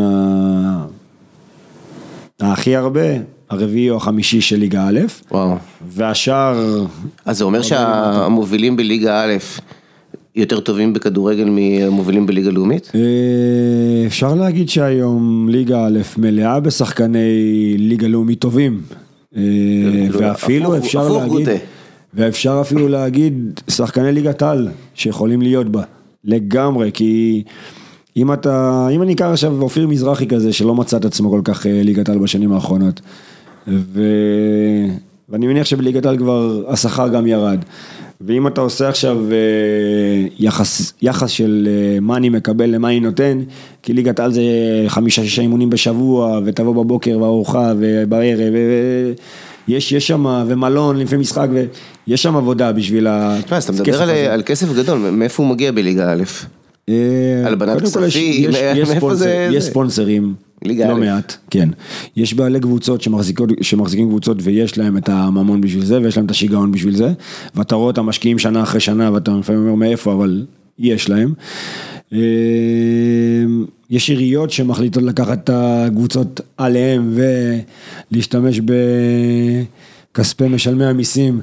הכי הרבה, הרביעי או החמישי של ליגה א', וואו. והשאר... אז זה אומר שהמובילים בליגה א' יותר טובים בכדורגל ממובילים בליגה לאומית? אפשר להגיד שהיום ליגה א' מלאה בשחקני ליגה לאומית טובים, ואפילו אפשר אפילו להגיד שחקני ליגת על שיכולים להיות בה, לגמרי, כי... אם אני אקח עכשיו אופיר מזרחי כזה, שלא מצא את עצמו כל כך ליגת על בשנים האחרונות, ואני מניח שבליגת על כבר השכר גם ירד, ואם אתה עושה עכשיו יחס של מה אני מקבל למה אני נותן, כי ליגת על זה 5-6 אימונים בשבוע, ותבוא בבוקר וארוחה ובערב, יש שם ומלון לפני משחק, ויש שם עבודה בשביל אז אתה מדבר על כסף גדול, מאיפה הוא מגיע בליגה א'? על בנת כספים, יש ספונסרים, לא מעט, כן. יש בעלי קבוצות שמחזיקים קבוצות ויש להם את הממון בשביל זה, ויש להם את השיגעון בשביל זה, ואתה רואה אותם משקיעים שנה אחרי שנה, ואתה לפעמים אומר מאיפה, אבל יש להם. יש עיריות שמחליטות לקחת את הקבוצות עליהם, ולהשתמש בכספי משלמי המיסים,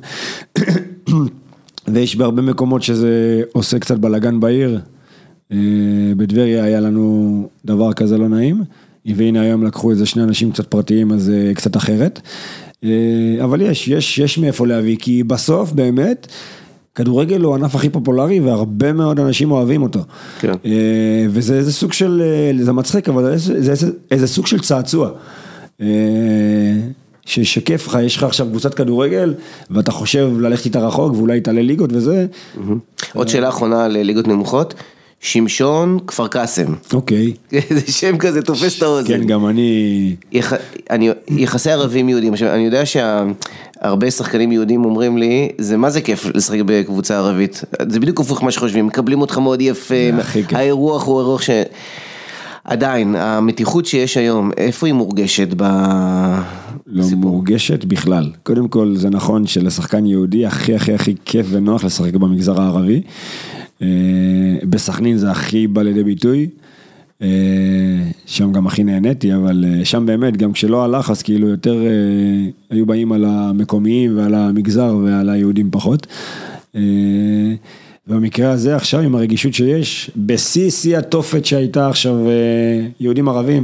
ויש בהרבה מקומות שזה עושה קצת בלגן בעיר, בדבריה היה לנו דבר כזה לא נעים, והנה היום לקחו איזה שני אנשים קצת פרטיים, אז קצת אחרת, אבל יש מאיפה להביא, כי בסוף באמת, כדורגל הוא הענף הכי פופולרי, והרבה מאוד אנשים אוהבים אותו, כן. וזה איזה סוג של, זה מצחיק, אבל זה איזה סוג של צעצוע, ששקף לך, יש לך עכשיו קבוצת כדורגל, ואתה חושב ללכת איתה רחוק, ואולי תעלה ליגות וזה. עוד שאלה אחרונה לליגות נמוכות, שמשון כפר קאסם. אוקיי. זה שם כזה תופס את האוזן. כן, גם אני... יחסי ערבים יהודים, אני יודע שהרבה שחקנים יהודים אומרים לי, זה מה זה כיף לשחק בקבוצה ערבית, זה בדיוק הפוך מה שחושבים, מקבלים אותך מאוד יפה, האירוח הוא אירוח עדיין, המתיחות שיש היום, איפה היא מורגשת לא מורגשת בכלל. קודם כל זה נכון שלשחקן יהודי הכי כיף ונוח לשחק במגזר הערבי. בסכנין זה הכי בא לידי ביטוי. שם גם הכי נהניתי, אבל שם באמת גם כשלא הלך אז כאילו יותר היו באים על המקומיים ועל המגזר ועל היהודים פחות. ובמקרה הזה עכשיו עם הרגישות שיש, בשיא התופת שהייתה עכשיו יהודים ערבים,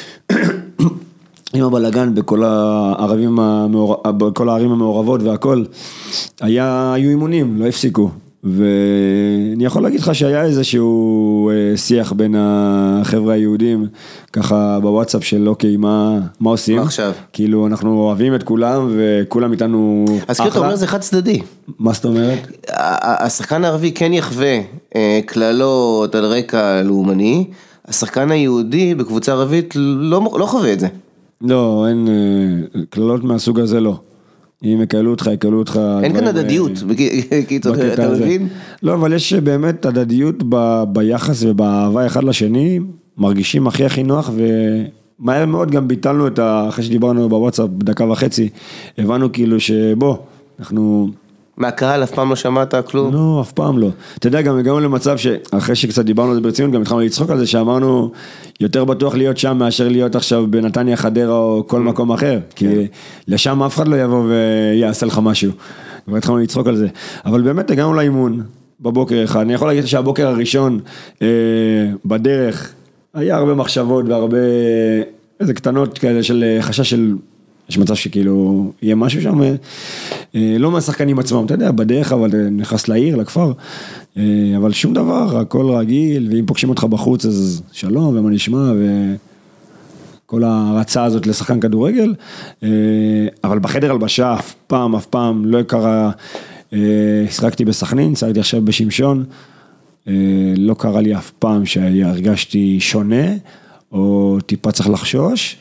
עם הבלגן בכל הערים המעורבות והכל, היו אימונים, לא הפסיקו. ואני יכול להגיד לך שהיה איזשהו שיח בין החבר'ה היהודים, ככה בוואטסאפ של אוקיי, מה עושים? מה עכשיו? כאילו אנחנו אוהבים את כולם וכולם איתנו אז כאילו אתה אומר זה חד צדדי. מה זאת אומרת? השחקן הערבי כן יחווה כללות על רקע לאומני, השחקן היהודי בקבוצה ערבית לא חווה את זה. לא, אין, כללות מהסוג הזה לא. אם יקלו אותך, יקלו אותך. אין כאן הדדיות, אתה מבין? לא, אבל יש באמת הדדיות ביחס ובאהבה אחד לשני, מרגישים הכי נוח, ומהר מאוד גם ביטלנו אחרי שדיברנו בוואטסאפ דקה וחצי, הבנו כאילו שבוא, אנחנו... מהקהל אף פעם לא שמעת כלום? לא, אף פעם לא. אתה יודע, גם הגענו למצב שאחרי שקצת דיברנו על זה ברצינות, גם התחלנו לצחוק על זה, שאמרנו, יותר בטוח להיות שם מאשר להיות עכשיו בנתניה, חדרה או כל מקום אחר, כי לשם אף אחד לא יבוא ויעשה לך משהו. והתחלנו לצחוק על זה. אבל באמת הגענו לאימון בבוקר אחד. אני יכול להגיד שהבוקר הראשון בדרך, היה הרבה מחשבות והרבה איזה קטנות כאלה של חשש של... יש מצב שכאילו יהיה משהו שם, לא מהשחקנים עצמם, אתה יודע, בדרך, אבל נכנס לעיר, לכפר, אבל שום דבר, הכל רגיל, ואם פוגשים אותך בחוץ, אז שלום, ומה נשמע, וכל הרצאה הזאת לשחקן כדורגל, אבל בחדר הלבשה, אף פעם, לא קרה, שחקתי בסכנין, שחקתי עכשיו בשמשון, לא קרה לי אף פעם שהרגשתי שונה, או טיפה צריך לחשוש,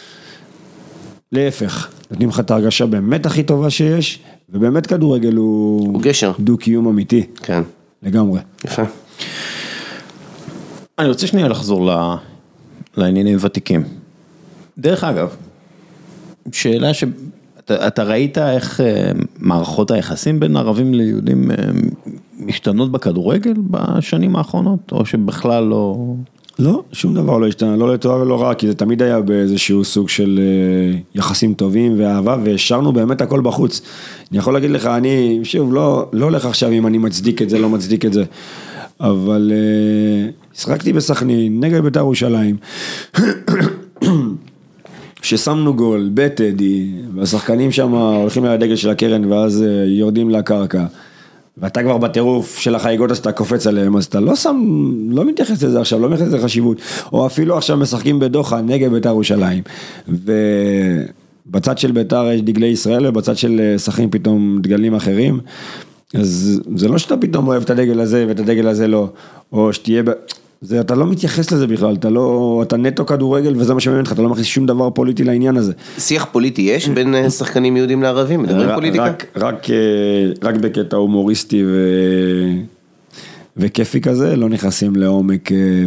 להפך, נותנים לך את ההרגשה באמת הכי טובה שיש, ובאמת כדורגל הוא גשר. דו-קיום אמיתי. כן. לגמרי. יפה. אני רוצה שנייה לחזור לעניינים ותיקים. דרך אגב, שאלה שאתה ראית איך מערכות היחסים בין ערבים ליהודים משתנות בכדורגל בשנים האחרונות, או שבכלל לא... לא, שום דבר לא השתנה, לא לטובה ולא רע, כי זה תמיד היה באיזשהו סוג של יחסים טובים ואהבה, והשארנו באמת הכל בחוץ. אני יכול להגיד לך, אני, שוב, לא הולך עכשיו אם אני מצדיק את זה, לא מצדיק את זה, אבל שחקתי בסכנין, נגד בית"ר ירושלים, ששמנו גול, בטדי, והשחקנים שם הולכים לדגל של הקרן, ואז יורדים לקרקע. ואתה כבר בטירוף של החייגות, אז אתה קופץ עליהם, אז אתה לא מתייחס לזה עכשיו, לא מתייחס לזה חשיבות, או אפילו עכשיו משחקים בדוחה נגד בית"ר ירושלים, ובצד של בית"ר יש דגלי ישראל, ובצד של שחקים פתאום דגלים אחרים, אז זה לא שאתה פתאום אוהב את הדגל הזה, ואת הדגל הזה לא, או שתהיה, אתה לא מתייחס לזה בכלל, אתה נטו כדורגל, וזה מה שמעניין לך, אתה לא מכניס שום דבר פוליטי לעניין הזה. שיח פוליטי יש בין שחקנים יהודים לערבים? מדברים פוליטיקה? רק בקטע הומוריסטי וכיפי כזה, לא נכנסים לעומק,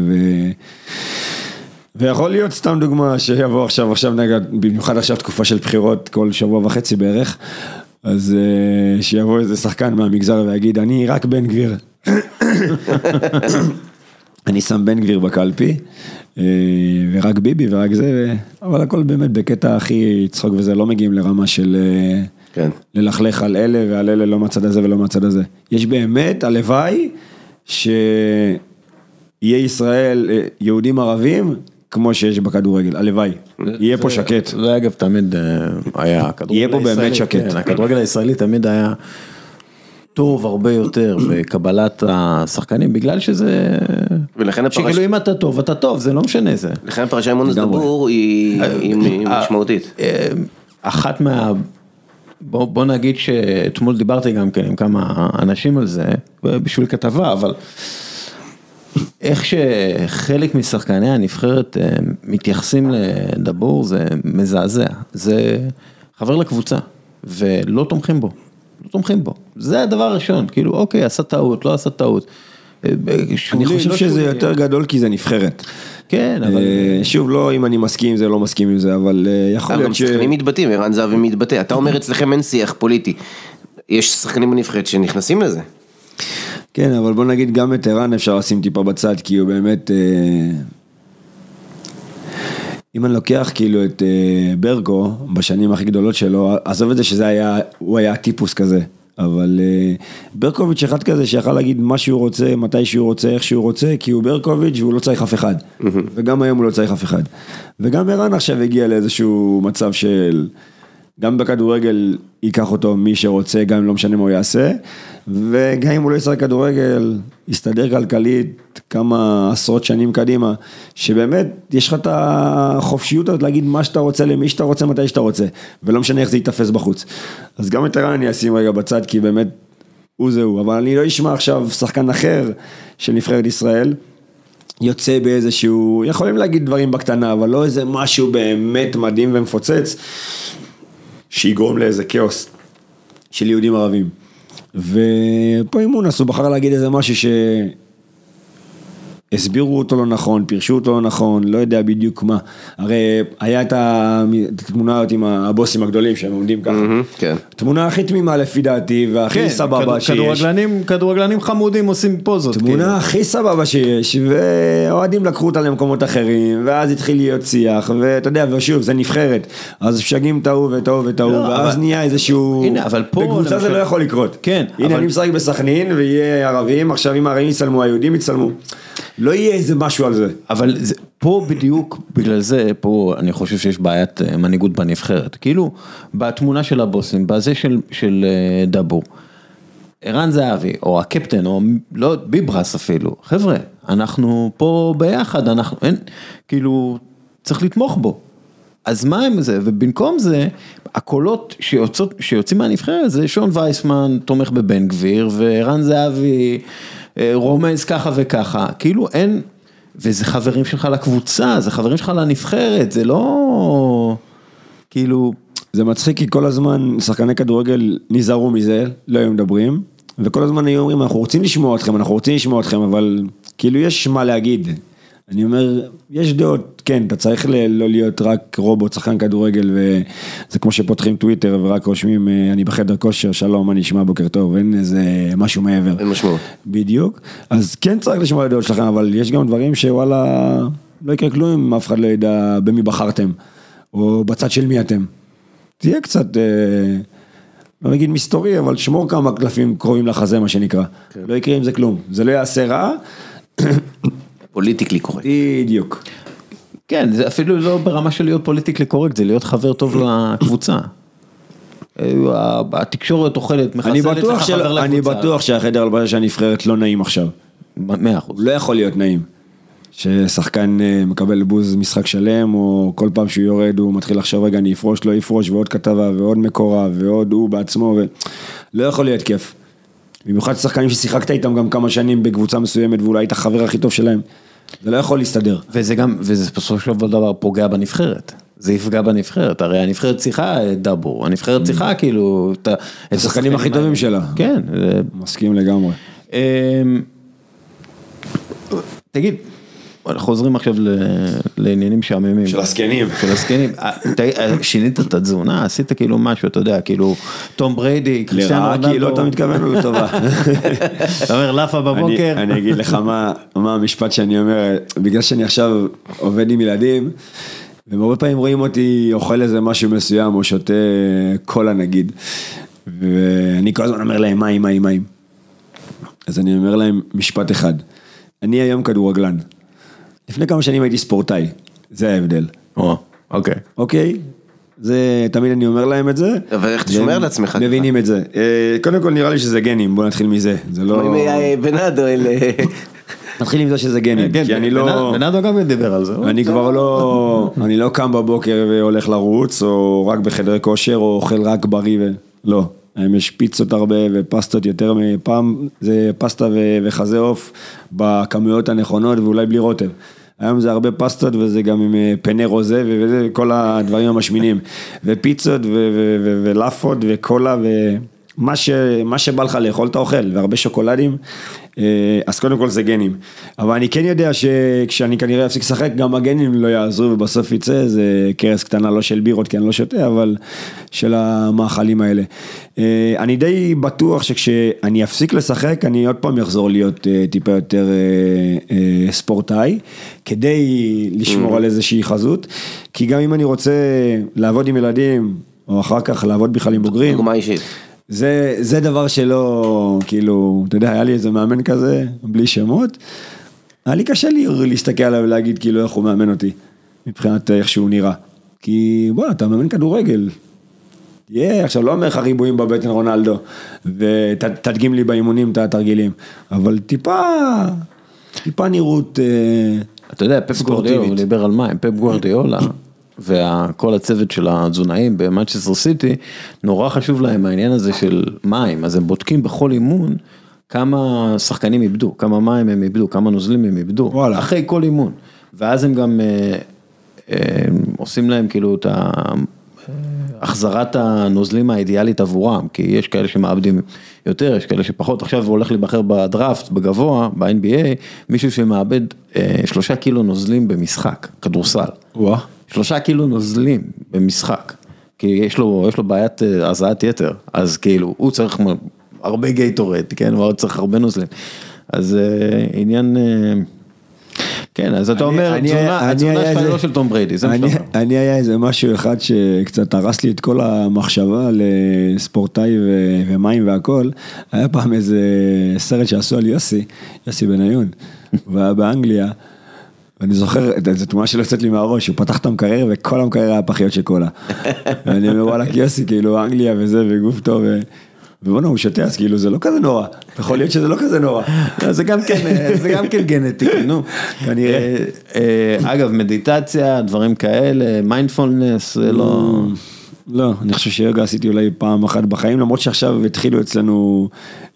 ויכול להיות סתם דוגמה, שיבוא עכשיו נגד, במיוחד עכשיו תקופה של בחירות, כל שבוע וחצי בערך, אז שיבוא איזה שחקן מהמגזר ויגיד, אני רק בן גביר. אני שם בן גביר בקלפי, ורק ביבי ורק זה, אבל הכל באמת בקטע הכי צחוק וזה, לא מגיעים לרמה של ללכלך על אלה ועל אלה, לא מהצד הזה ולא מהצד הזה. יש באמת, הלוואי, שיהיה ישראל, יהודים ערבים, כמו שיש בכדורגל, הלוואי, יהיה פה שקט. זה אגב תמיד היה, יהיה פה באמת שקט. הכדורגל הישראלי תמיד היה טוב הרבה יותר בקבלת השחקנים, בגלל שזה... שכאילו אם אתה טוב, זה לא משנה זה. לכן הפרשה עם אונס דבור היא משמעותית. אחת בוא נגיד שאתמול דיברתי גם כן עם כמה אנשים על זה, בשביל כתבה, אבל איך שחלק משחקני הנבחרת מתייחסים לדבור, זה מזעזע. זה חבר לקבוצה, ולא תומכים בו. לא תומכים בו. זה הדבר הראשון, כאילו, אוקיי, עשה טעות, לא עשה טעות. אני חושב שזה יותר גדול כי זה נבחרת. כן, אבל... שוב, לא אם אני מסכים עם זה, לא מסכים עם זה, אבל יכול להיות ש... גם שחקנים מתבטאים, ערן זהבי מתבטא. אתה אומר אצלכם אין שיח פוליטי. יש שחקנים בנבחרת שנכנסים לזה. כן, אבל בוא נגיד גם את ערן אפשר לשים טיפה בצד, כי הוא באמת... אם אני לוקח כאילו את ברקו, בשנים הכי גדולות שלו, עזוב את זה הוא היה טיפוס כזה, אבל ברקוביץ' אחד כזה שיכל להגיד מה שהוא רוצה, מתי שהוא רוצה, איך שהוא רוצה, כי הוא ברקוביץ' והוא לא צריך אף אחד, וגם היום הוא לא צריך אף אחד, וגם ערן עכשיו הגיע לאיזשהו מצב של, גם בכדורגל ייקח אותו מי שרוצה, גם אם לא משנה מה הוא יעשה, וגם אם הוא לא ישחק כדורגל, יסתדר כלכלית כמה עשרות שנים קדימה, שבאמת יש לך את החופשיות הזאת להגיד מה שאתה רוצה למי שאתה רוצה, מתי שאתה רוצה, ולא משנה איך זה יתאפס בחוץ. אז גם את ערן אני אשים רגע בצד, כי באמת הוא זהו, אבל אני לא אשמע עכשיו שחקן אחר של נבחרת ישראל, יוצא באיזשהו, יכולים להגיד דברים בקטנה, אבל לא איזה משהו באמת מדהים ומפוצץ, שיגרום לאיזה כאוס של יהודים ערבים. ופה אימונס, הוא בחר להגיד איזה משהו הסבירו אותו לא נכון, פירשו אותו לא נכון, לא יודע בדיוק מה. הרי היה את התמונה עם הבוסים הגדולים שהם עומדים ככה. כן. תמונה הכי תמימה לפי דעתי, והכי סבבה שיש. כדורגלנים חמודים עושים פוזות. תמונה הכי סבבה שיש, ואוהדים לקחו אותה למקומות אחרים, ואז התחיל להיות שיח, ואתה יודע, ושוב, זה נבחרת. אז שגים טעו וטעו וטעו, ואז נהיה איזשהו... הנה, אבל פה... בקבוצה זה לא יכול לקרות. כן. הנה, אני משחק בסכנין, ויהיה ערבים, עכשיו אם הערבים יצלמו, היהודים יצלמו. לא יהיה איזה משהו על זה. אבל זה, פה בדיוק, בגלל זה, פה אני חושב שיש בעיית מנהיגות בנבחרת. כאילו, בתמונה של הבוסים, בזה של דבור, ערן זהבי, או הקפטן, או לא, ביברס אפילו, חבר'ה, אנחנו פה ביחד, אנחנו, אין, כאילו, צריך לתמוך בו. אז מה הם זה? ובמקום זה, הקולות שיוצאים מהנבחרת, זה שון וייסמן תומך בבן גביר, וערן זהבי רומז ככה וככה, כאילו אין, וזה חברים שלך לקבוצה, זה חברים שלך לנבחרת, זה לא, כאילו... זה מצחיק כי כל הזמן שחקני כדורגל נזהרו מזה, לא היו מדברים, וכל הזמן היו אומרים, אנחנו רוצים לשמוע אתכם, אבל כאילו יש מה להגיד. אני אומר, יש דעות, כן, אתה צריך לא להיות רק רובוט, שחקן כדורגל, וזה כמו שפותחים טוויטר ורק רושמים, אני בחדר כושר, שלום, אני אשמע בוקר טוב, אין איזה משהו מעבר. אין משמעות. בדיוק, אז כן צריך לשמוע לדעות שלכם, אבל יש גם דברים שוואלה, לא יקרה כלום אם אף אחד לא ידע במי בחרתם, או בצד של מי אתם. תהיה קצת, לא נגיד מסתורי, אבל שמור כמה קלפים קרובים לחזה, מה שנקרא. לא יקרה עם זה כלום, זה לא יעשה רע, פוליטיקלי קורקט. בדיוק. כן, זה אפילו לא ברמה של להיות פוליטיקלי קורקט, זה להיות חבר טוב לקבוצה. התקשורת אוכלת, מחסלת לך חבר לקבוצה. אני בטוח שהחדר הלבשה שהנבחרת לא נעים עכשיו. 100%. לא יכול להיות נעים. ששחקן מקבל בוז משחק שלם, או כל פעם שהוא יורד הוא מתחיל לחשוב רגע, אני אפרוש, לא אפרוש, ועוד כתבה, ועוד מקורה, ועוד הוא בעצמו, לא יכול להיות כיף. במיוחד שחקנים ששיחקת איתם גם כמה שנים בקבוצה מסוימת, ואולי היית החבר הכי טוב שלהם. זה לא יכול להסתדר. וזה בסופו של דבר פוגע בנבחרת. זה יפגע בנבחרת. הרי הנבחרת צריכה דבור. הנבחרת צריכה כאילו... את השחקנים הכי טובים שלה. כן. מסכים לגמרי. תגיד, חוזרים עכשיו לעניינים שעממים. של הסקנים. של הסקנים. שינית את התזונה, עשית כאילו משהו, אתה יודע, כאילו, תום בריידי, לרעה, כי לא אתה מתכוון לטובה. אתה אומר, לאפה בבוקר. אני אגיד לך מה המשפט שאני אומר, בגלל שאני עכשיו עובד עם ילדים, והרבה פעמים רואים אותי אוכל איזה משהו מסוים, או שותה קולה נגיד, ואני כל הזמן אומר להם, מים. אז אני אומר להם משפט אחד, אני היום כדורגלן. לפני כמה שנים הייתי ספורטאי, זה ההבדל. אוקיי? זה, תמיד אני אומר להם את זה. אבל איך אתה שומר לעצמך? מבינים את זה. קודם כל נראה לי שזה גנים, בוא נתחיל מזה. זה לא... בנאדו אלה... נתחיל עם זה שזה גנים, כי אני לא... בנאדו גם דיבר על זה. אני כבר לא... אני לא קם בבוקר והולך לרוץ, או רק בחדר כושר, או אוכל רק בריא לא. יש פיצות הרבה ופסטות יותר מפעם, זה פסטה וחזה עוף בכמויות הנכונות ואולי בלי רוטב. היום זה הרבה פסטות וזה גם עם פני רוזה וזה כל הדברים המשמינים. ופיצות ולאפות וקולה ומה שבא לך לאכול אתה אוכל והרבה שוקולדים. אז קודם כל זה גנים. אבל אני כן יודע שכשאני כנראה אפסיק לשחק גם הגנים לא יעזרו ובסוף יצא זה קרס קטנה לא של בירות כי אני לא שותה אבל של המאכלים האלה. אני די בטוח שכשאני אפסיק לשחק אני עוד פעם יחזור להיות טיפה יותר ספורטאי כדי לשמור על איזושהי חזות כי גם אם אני רוצה לעבוד עם ילדים או אחר כך לעבוד בכלל עם בוגרים. דוגמה אישית. זה דבר שלא, כאילו, אתה יודע, היה לי איזה מאמן כזה, בלי שמות, היה לי קשה לי להסתכל עליו ולהגיד כאילו איך הוא מאמן אותי, מבחינת איך שהוא נראה. כי בוא, אתה מאמן כדורגל, עכשיו לא אומר לך ריבועים בבטן רונלדו, ותדגים לי באימונים את התרגילים, אבל טיפה נראות אתה יודע, פפ גוארדיולה, הוא דיבר על מים, פפ גוארדיולה, וכל הצוות של התזונאים במנצ'סטר סיטי, נורא חשוב להם העניין הזה של מים, אז הם בודקים בכל אימון, כמה שחקנים איבדו, כמה מים הם איבדו, כמה נוזלים הם איבדו, אחרי כל אימון, ואז הם גם עושים להם כאילו את החזרת הנוזלים האידיאלית עבורם, כי יש כאלה שמאבדים יותר, יש כאלה שפחות, עכשיו הוא הולך להיבחר בדראפט, בגבוה, ב-NBA, מישהו שמאבד 3 קילו נוזלים במשחק, כדורסל. 3 קילו נוזלים במשחק, כי יש לו בעיית הזעת יתר, אז כאילו, הוא צריך הרבה גייטורד, כן, הוא צריך הרבה נוזלים. אז עניין... כן, אז אתה אומר, התזונה שלך לא של תום בריידי, זה מה שאתה אומר. אני היה איזה משהו אחד שקצת הרס לי את כל המחשבה לספורטאי ומים והכל, היה פעם איזה סרט שעשו על יוסי בניון, הוא היה באנגליה, ואני זוכר, זו תמונה שלא יוצאת לי מהראש, הוא פתח את המקרר וכל המקרר היה פחיות של קולה. ואני אומר, וואלה, יוסי, כאילו, אנגליה וזה, וגוף טוב, ובואו הוא שותה, אז כאילו זה לא כזה נורא, יכול להיות שזה לא כזה נורא. זה גם כן גנטי, נו. כנראה. אגב, מדיטציה, דברים כאלה, מיינדפולנס, זה לא... לא, אני חושב שיוגה עשיתי אולי פעם אחת בחיים, למרות שעכשיו התחילו אצלנו,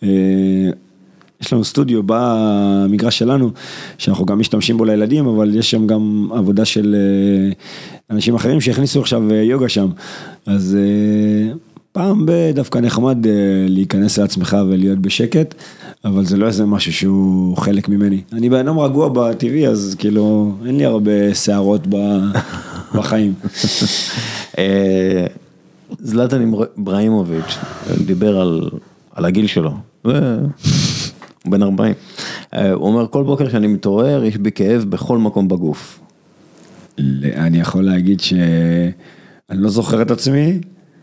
יש לנו סטודיו במגרש שלנו, שאנחנו גם משתמשים בו לילדים, אבל יש שם גם עבודה של אנשים אחרים שהכניסו עכשיו יוגה שם, אז... פעם דווקא נחמד להיכנס לעצמך ולהיות בשקט, אבל זה לא איזה משהו שהוא חלק ממני. אני באדם רגוע בטבעי, אז כאילו אין לי הרבה שערות בחיים. זלטן איברהימוביץ' דיבר על הגיל שלו, הוא בן 40. הוא אומר, כל בוקר שאני מתעורר, יש בי כאב בכל מקום בגוף. אני יכול להגיד שאני לא זוכר את עצמי,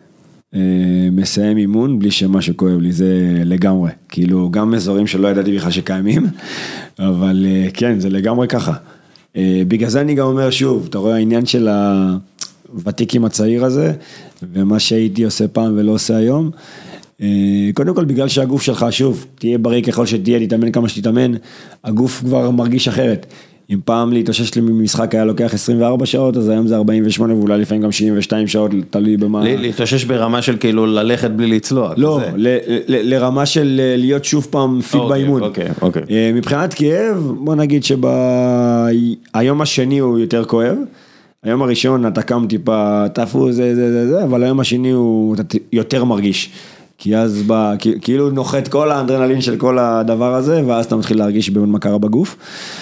מסיים אימון בלי שמשהו כואב לי, זה לגמרי, כאילו גם אזורים שלא ידעתי בכלל שקיימים, אבל כן, זה לגמרי ככה. בגלל זה אני גם אומר שוב, אתה רואה העניין של הוותיק עם הצעיר הזה, ומה שהייתי עושה פעם ולא עושה היום, קודם כל בגלל שהגוף שלך, שוב, תהיה בריא ככל שתהיה, תתאמן כמה שתתאמן, הגוף כבר מרגיש אחרת. אם פעם להתאושש לי ממשחק היה לוקח 24 שעות, אז היום זה 48 ואולי לפעמים גם 72 שעות, תלוי במה... להתאושש ברמה של כאילו ללכת בלי לצלוע. לא, לרמה של להיות שוב פעם פיט באימון. אוקיי. מבחינת כאב, בוא נגיד שהיום השני הוא יותר כואב, היום הראשון אתה קם טיפה, תפו זה, אבל היום השני הוא יותר מרגיש. כי אז כאילו נוחת כל האנדרנלין של כל הדבר הזה, ואז אתה מתחיל להרגיש באמת מה קרה בגוף.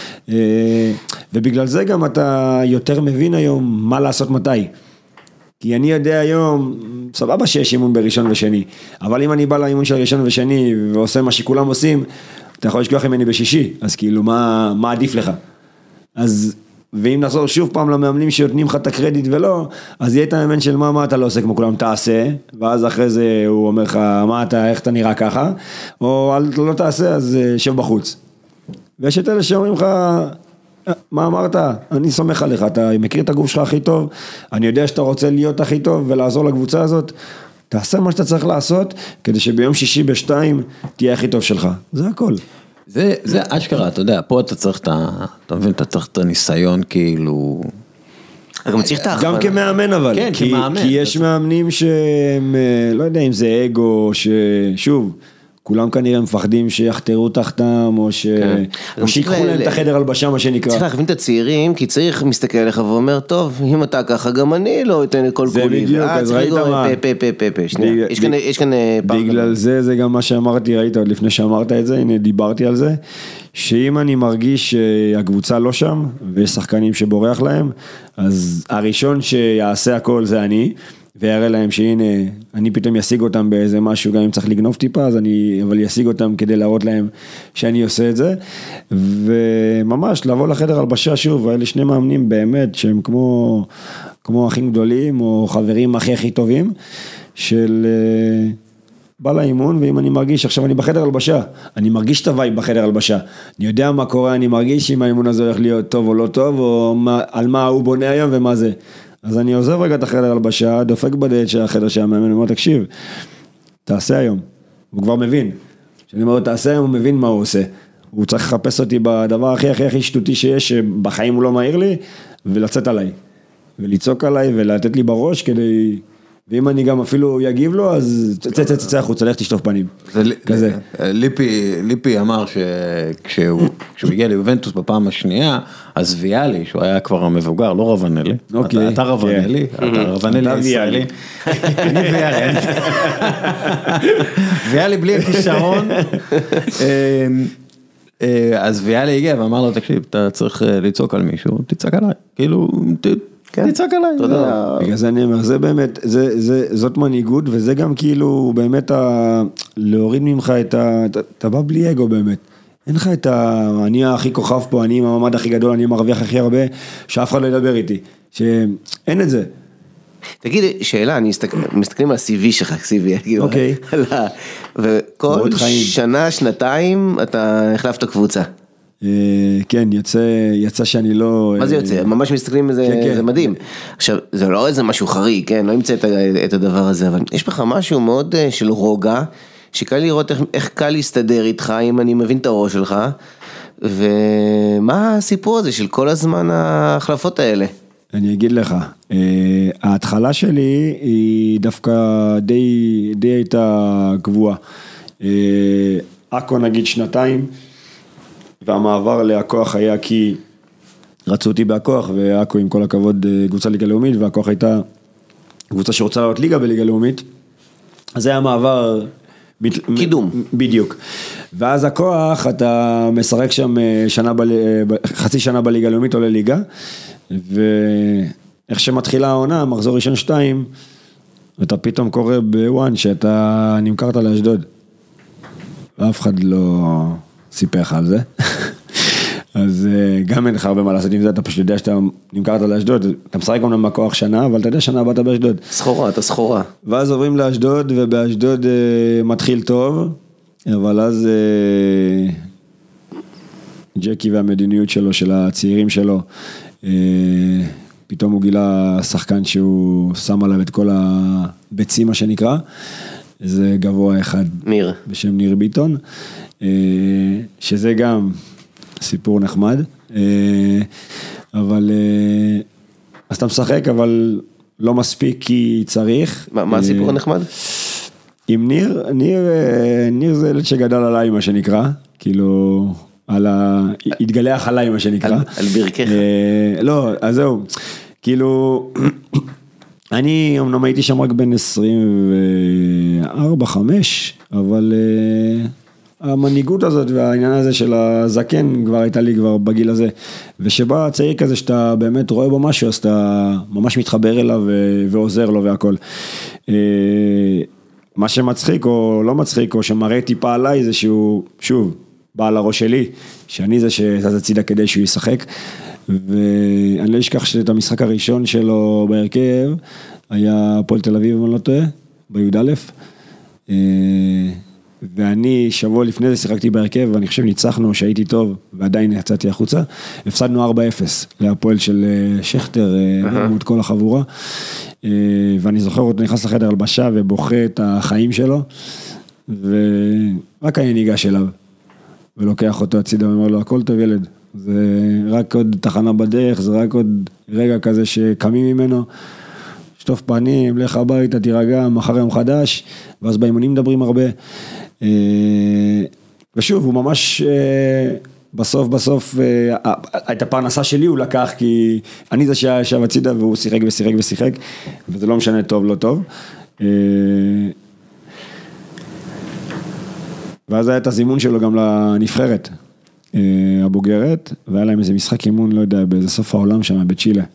ובגלל זה גם אתה יותר מבין היום מה לעשות מתי. כי אני יודע היום, סבבה שיש אימון בראשון ושני, אבל אם אני בא לאימון של ראשון ושני ועושה מה שכולם עושים, אתה יכול לשכוח ממני בשישי, אז כאילו מה עדיף לך? אז, ואם נחזור שוב פעם למאמנים שנותנים לך את הקרדיט ולא, אז יהיה את האמן של מה אתה לא עושה כמו כולם תעשה, ואז אחרי זה הוא אומר לך איך אתה נראה ככה, או לא תעשה אז שב בחוץ. ויש את אלה שאומרים לך, מה אמרת? אני סומך עליך, אתה מכיר את הגוף שלך הכי טוב, אני יודע שאתה רוצה להיות הכי טוב ולעזור לקבוצה הזאת, תעשה מה שאתה צריך לעשות, כדי שביום שישי ב2 תהיה הכי טוב שלך, זה הכל. זה אשכרה, אתה יודע, פה אתה צריך אתה מבין, אתה צריך את הניסיון כאילו... גם כמאמן אבל, כן, כמאמן. כי יש מאמנים שהם, לא יודע אם זה אגו, ששוב, כולם כנראה מפחדים שיחתרו תחתם, או שיקחו להם את החדר הלבשה, מה שנקרא. צריך להכווין את הצעירים, כי צריך מסתכל עליך ואומר, טוב, אם אתה ככה, גם אני לא אתן את כל כולי. זה בדיוק, אז ראית מה? שנייה, יש כאן פעם. בגלל זה גם מה שאמרתי, ראית עוד לפני שאמרת את זה, הנה דיברתי על זה, שאם אני מרגיש שהקבוצה לא שם, ויש שחקנים שבורח להם, אז הראשון שיעשה הכל זה אני, ויראה להם שהנה, אני פתאום ישיג אותם באיזה משהו, גם אם צריך לגנוב טיפה, אבל ישיג אותם כדי להראות להם שאני עושה את זה, וממש לבוא לחדר הלבשה שוב, ואלה שני מאמנים באמת, שהם כמו אחים גדולים, או חברים הכי טובים, של בא לאימון, ואם אני מרגיש, עכשיו אני בחדר הלבשה, אני מרגיש את הווייב בחדר הלבשה, אני יודע מה קורה, אני מרגיש אם האימון הזה הולך להיות טוב או לא טוב, או על מה הוא בונה היום ומה זה. אז אני עוזב רגע את החדר הלבשה, דופק בדלת של החדר שהמאמן, אומר, תקשיב, תעשה היום. הוא כבר מבין. כשאני אומר, תעשה היום, הוא מבין מה הוא עושה. הוא צריך לחפש אותי בדבר הכי שטותי שיש, שבחיים הוא לא מהיר לי, ולצאת עליי. ולצעוק עליי ולתת לי בראש כדי, ואם אני גם אפילו יגיב לו, אז צא החוצה, לך תשטוף פנים. כזה. ליפי אמר שכשהוא הגיע ליובנטוס בפעם השנייה, אז ויאלי, שהוא היה כבר המבוגר, לא רבנלי. אתה רבנלי, אתה רבנלי הישראלי. אני ויאלי. ויאלי בלי הכישרון. אז ויאלי הגיע ואמר לו, תקשיב, אתה צריך לצעוק על מישהו, תצעק עליי. כאילו, תצעק עליי. תודה. בגלל זה אני אומר, זה באמת, זאת מנהיגות, וזה גם כאילו באמת להוריד ממך אתה בא בלי אגו באמת. אין לך אני הכי כוכב פה, אני עם המעמד הכי גדול, אני מרוויח הכי הרבה, שאף אחד לא ידבר איתי. שאין את זה. תגיד, שאלה, מסתכלים על ה-CV שלך, CV, אוקיי. וכל שנה, שנתיים, אתה החלפת קבוצה. כן, יצא שאני לא... מה זה יוצא? ממש מסתכלים על זה, זה מדהים. עכשיו, זה לא איזה משהו חריג, כן? לא ימצא את הדבר הזה, אבל יש לך משהו מאוד של רוגע, שקל לראות איך קל להסתדר איתך, אם אני מבין את הראש שלך, ומה הסיפור הזה של כל הזמן ההחלפות האלה? אני אגיד לך, ההתחלה שלי היא דווקא די הייתה קבועה. אקו נגיד שנתיים, והמעבר להכוח היה כי רצו אותי בהכוח, ואקו עם כל הכבוד קבוצה ליגה לאומית, והכוח הייתה קבוצה שרוצה לעלות ליגה בליגה לאומית, אז זה היה מעבר... קידום. בדיוק. ואז הכוח, אתה משחק שם חצי שנה בליגה לאומית, עולה ליגה, ואיך שמתחילה העונה, מחזור ראשון 2, אתה פתאום קורא בוואן שאתה נמכרת לאשדוד. ואף אחד לא סיפר לך על זה. אז גם אין לך הרבה מה לעשות עם זה, אתה פשוט יודע שאתה נמכרת לאשדוד, אתה משחק גם מהכוח שנה, אבל אתה יודע שנה באת באשדוד. סחורה, אתה סחורה. ואז עוברים לאשדוד, ובאשדוד מתחיל טוב, אבל אז ג'קי והמדיניות שלו, של הצעירים שלו, פתאום הוא גילה שחקן שהוא שם עליו את כל הביצים, מה שנקרא, זה גבוה אחד. ניר. בשם ניר ביטון, שזה גם סיפור נחמד, אבל, אז אתה משחק, אבל לא מספיק כי צריך. מה הסיפור הנחמד? עם ניר זה ילד שגדל עליי, מה שנקרא, כאילו, התגלח עליי, מה שנקרא. על ברכך. לא, אז זהו, כאילו, אני אמנם הייתי שם רק בין 24-5, אבל המנהיגות הזאת והעניין הזה של הזקן כבר הייתה לי כבר בגיל הזה, ושבא צעיר כזה שאתה באמת רואה בו משהו, אז אתה ממש מתחבר אליו ועוזר לו והכל. מה שמצחיק או לא מצחיק, או שמראה טיפה עליי, זה שהוא, שוב, בא על הראש שלי, שאני זה שזז הצידה כדי שהוא ישחק, ואני לא אשכח שאת המשחק הראשון שלו בהרכב, היה הפועל תל אביב, אם אני לא טועה, בי"א, ואני שבוע לפני זה שיחקתי בהרכב, ואני חושב ניצחנו שהייתי טוב, ועדיין יצאתי החוצה, הפסדנו 4-0 להפועל של שכטר, את כל החבורה, ואני זוכר אותו נכנס לחדר הלבשה, ובוכה את החיים שלו, ורק אני ניגש אליו, ולוקח אותו הצידה, ואומר לו, הכל טוב ילד, זה רק עוד תחנה בדרך, זה רק עוד רגע כזה שקמים ממנו, שטוף פנים, לך הביתה, תירגע, מחר יום חדש, ואז באימונים מדברים הרבה, ושוב, הוא ממש בסוף, את הפרנסה שלי הוא לקח, כי אני זה שישב הצידה, והוא שיחק ושיחק, וזה לא משנה טוב, לא טוב, ואז היה את הזימון שלו גם לנבחרת, הבוגרת, והיה להם איזה משחק אימון, לא יודע, באיזה סוף העולם שם, בצ'ילה.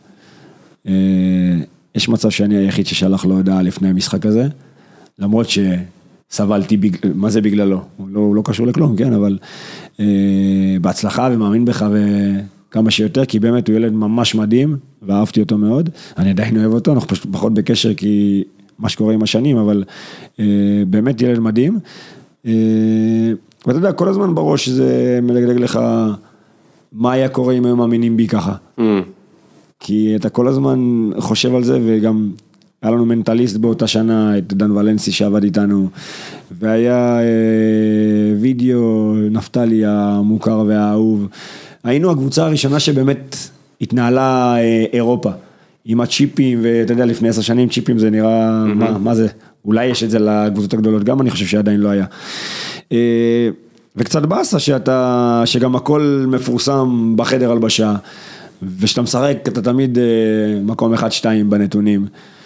יש מצב שאני היחיד ששלח לו הודעה לפני המשחק הזה, למרות שסבלתי, מה זה בגללו? הוא לא קשור לכלום, כן, אבל בהצלחה ומאמין בך וכמה שיותר, כי באמת הוא ילד ממש מדהים, ואהבתי אותו מאוד, אני עדיין אוהב אותו, אנחנו פחות בקשר, כי מה שקורה עם השנים, אבל באמת ילד מדהים, ואתה יודע, כל הזמן בראש שזה מלגלג לך, מה היה קורה אם הם מאמינים בי ככה. כי אתה כל הזמן חושב על זה, וגם היה לנו מנטליסט באותה שנה, את דן ולנסי שעבד איתנו, והיה וידאו, נפתלי המוכר והאהוב. היינו הקבוצה הראשונה שבאמת התנהלה אירופה, עם הצ'יפים, ואתה יודע, לפני 10 שנים צ'יפים זה נראה, מה זה? אולי יש את זה לקבוצות הגדולות, גם אני חושב שעדיין לא היה. וקצת באסה שגם הכל מפורסם בחדר הלבשה, ושאתה משחק, אתה תמיד מקום 1-2 בנתונים,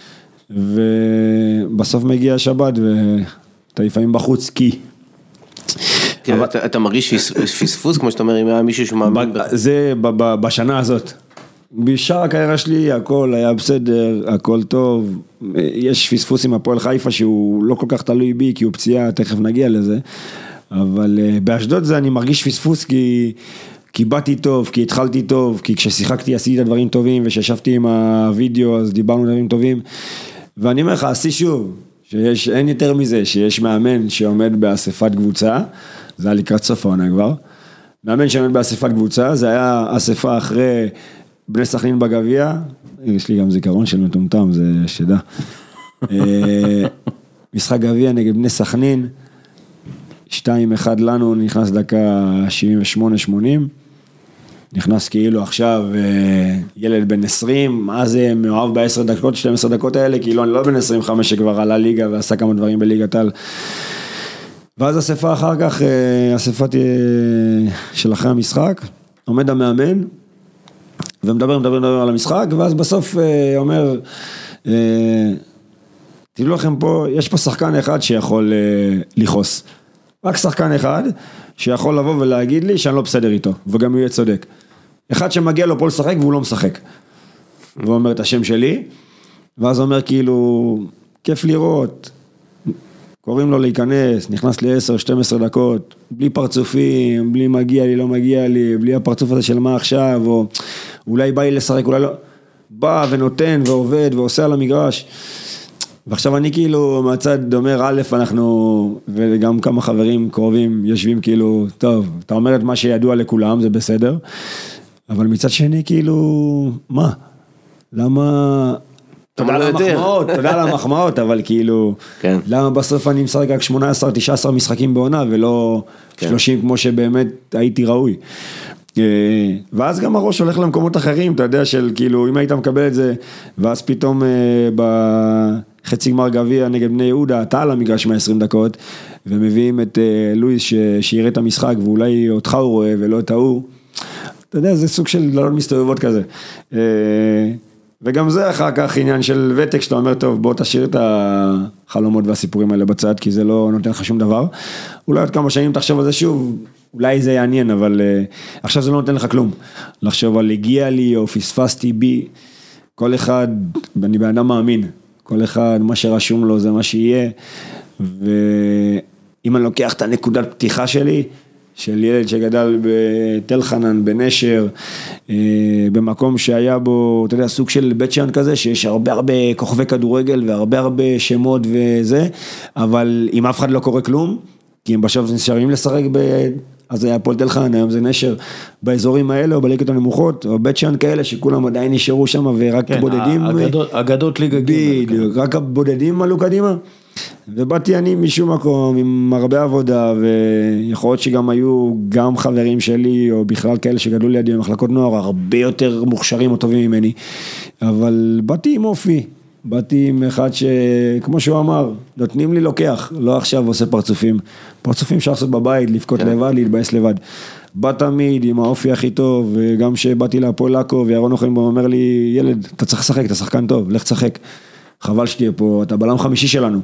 ובסוף מגיע השבת, ואתה לפעמים בחוץ, כי... אתה מרגיש פספוס, כמו שאתה אומר, אם היה מישהו שמאמין? זה בשנה הזאת. בשאר הקריירה שלי, הכל היה בסדר, הכל טוב, יש פספוס עם הפועל חיפה, שהוא לא כל כך תלוי בי, כי הוא פציעה, תכף נגיע לזה, אבל באשדוד זה אני מרגיש פספוס, כי באתי טוב, כי התחלתי טוב, כי כששיחקתי עשיתי את הדברים טובים, וכשישבתי עם הוידאו, אז דיברנו דברים טובים, ואני אומר לך, עשי שוב, אין יותר מזה, שיש מאמן שעומד באספת קבוצה, זה היה לקראת סוף העונה כבר, מאמן שעומד באספת קבוצה, זה היה אספה אחרי בני סכנין בגביע, יש לי גם זיכרון של מטומטם, זה שדע, משחק גביע נגד בני סכנין, 2-1 לנו, נכנס דקה 78-80, נכנס כאילו עכשיו ילד בן 20, מה זה מאוהב ב10 דקות, 12 דקות האלה, כאילו אני לא בן 25 שכבר עלה ליגה ועשה כמה דברים בליגת העל. ואז אספה אחר כך, אספה של אחרי המשחק, עומד המאמן, ומדבר על המשחק, ואז בסוף אומר, תראו לכם פה, יש פה שחקן אחד שיכול לחוס. רק שחקן אחד שיכול לבוא ולהגיד לי שאני לא בסדר איתו, וגם הוא יהיה צודק. אחד שמגיע לו פה לשחק והוא לא משחק. והוא אומר את השם שלי, ואז אומר כאילו, כיף לראות, קוראים לו להיכנס, נכנס ל10-12 דקות, בלי פרצופים, בלי מגיע לי, לא מגיע לי, בלי הפרצוף הזה של מה עכשיו, או אולי בא לי לשחק, אולי לא, בא ונותן ועובד ועושה על המגרש. ועכשיו אני כאילו מהצד אומר, א', אנחנו, וגם כמה חברים קרובים יושבים כאילו, טוב, אתה אומר את מה שידוע לכולם, זה בסדר, אבל מצד שני כאילו, מה? למה... תודה על המחמאות, אבל כאילו, למה בסוף אני משחק רק 18-19 משחקים בעונה, ולא 30 כמו שבאמת הייתי ראוי. ואז גם הראש הולך למקומות אחרים, אתה יודע, של כאילו, אם היית מקבל את זה, ואז פתאום בחצי גמר גביע נגד בני יהודה, אתה על המגרש 120 דקות, ומביאים את לואיס שיראה את המשחק, ואולי אותך הוא רואה ולא את ההוא, אתה יודע, זה סוג של דללות מסתובבות כזה. וגם זה אחר כך עניין של ותק, שאתה אומר, טוב, בוא תשאיר את החלומות והסיפורים האלה בצד, כי זה לא נותן לך שום דבר. אולי עוד כמה שנים תחשוב על זה שוב, אולי זה יעניין, אבל עכשיו זה לא נותן לך כלום. לחשוב על הגיע לי או פספסתי בי, כל אחד, אני בן אדם מאמין, כל אחד, מה שרשום לו זה מה שיהיה, ואם אני לוקח את הנקודת פתיחה שלי, של ילד שגדל בתל חנן, בנשר, במקום שהיה בו, אתה יודע, סוג של בית שאן כזה, שיש הרבה כוכבי כדורגל, והרבה שמות וזה, אבל אם אף אחד לא קורה כלום, כי הם בשביל נשארים לשחק אז היה פועל תל חנן, היום זה נשר, באזורים האלה, או בליגות הנמוכות, או בית שאן כאלה, שכולם עדיין נשארו שם, ורק בודדים, אגדות ליגה ג' רק הבודדים עלו קדימה, ובאתי אני משום מקום עם הרבה עבודה, ויכול להיות שגם היו גם חברים שלי, או בכלל כאלה שגדלו לידי במחלקות נוער, הרבה יותר מוכשרים או טובים ממני, אבל באתי עם אופי, באתי עם אחד שכמו שהוא אמר, נותנים לי לוקח, לא עכשיו עושה פרצופים אפשר לעשות בבית, לפקות לבד, להתבאס לבד, בא תמיד עם האופי הכי טוב, וגם שבאתי להפועל עכו, וירון אוחיון אומר לי, ילד, אתה צריך לשחק, אתה שחקן טוב, לך תשחק, חבל שתהיה פה, אתה בלם חמישי שלנו,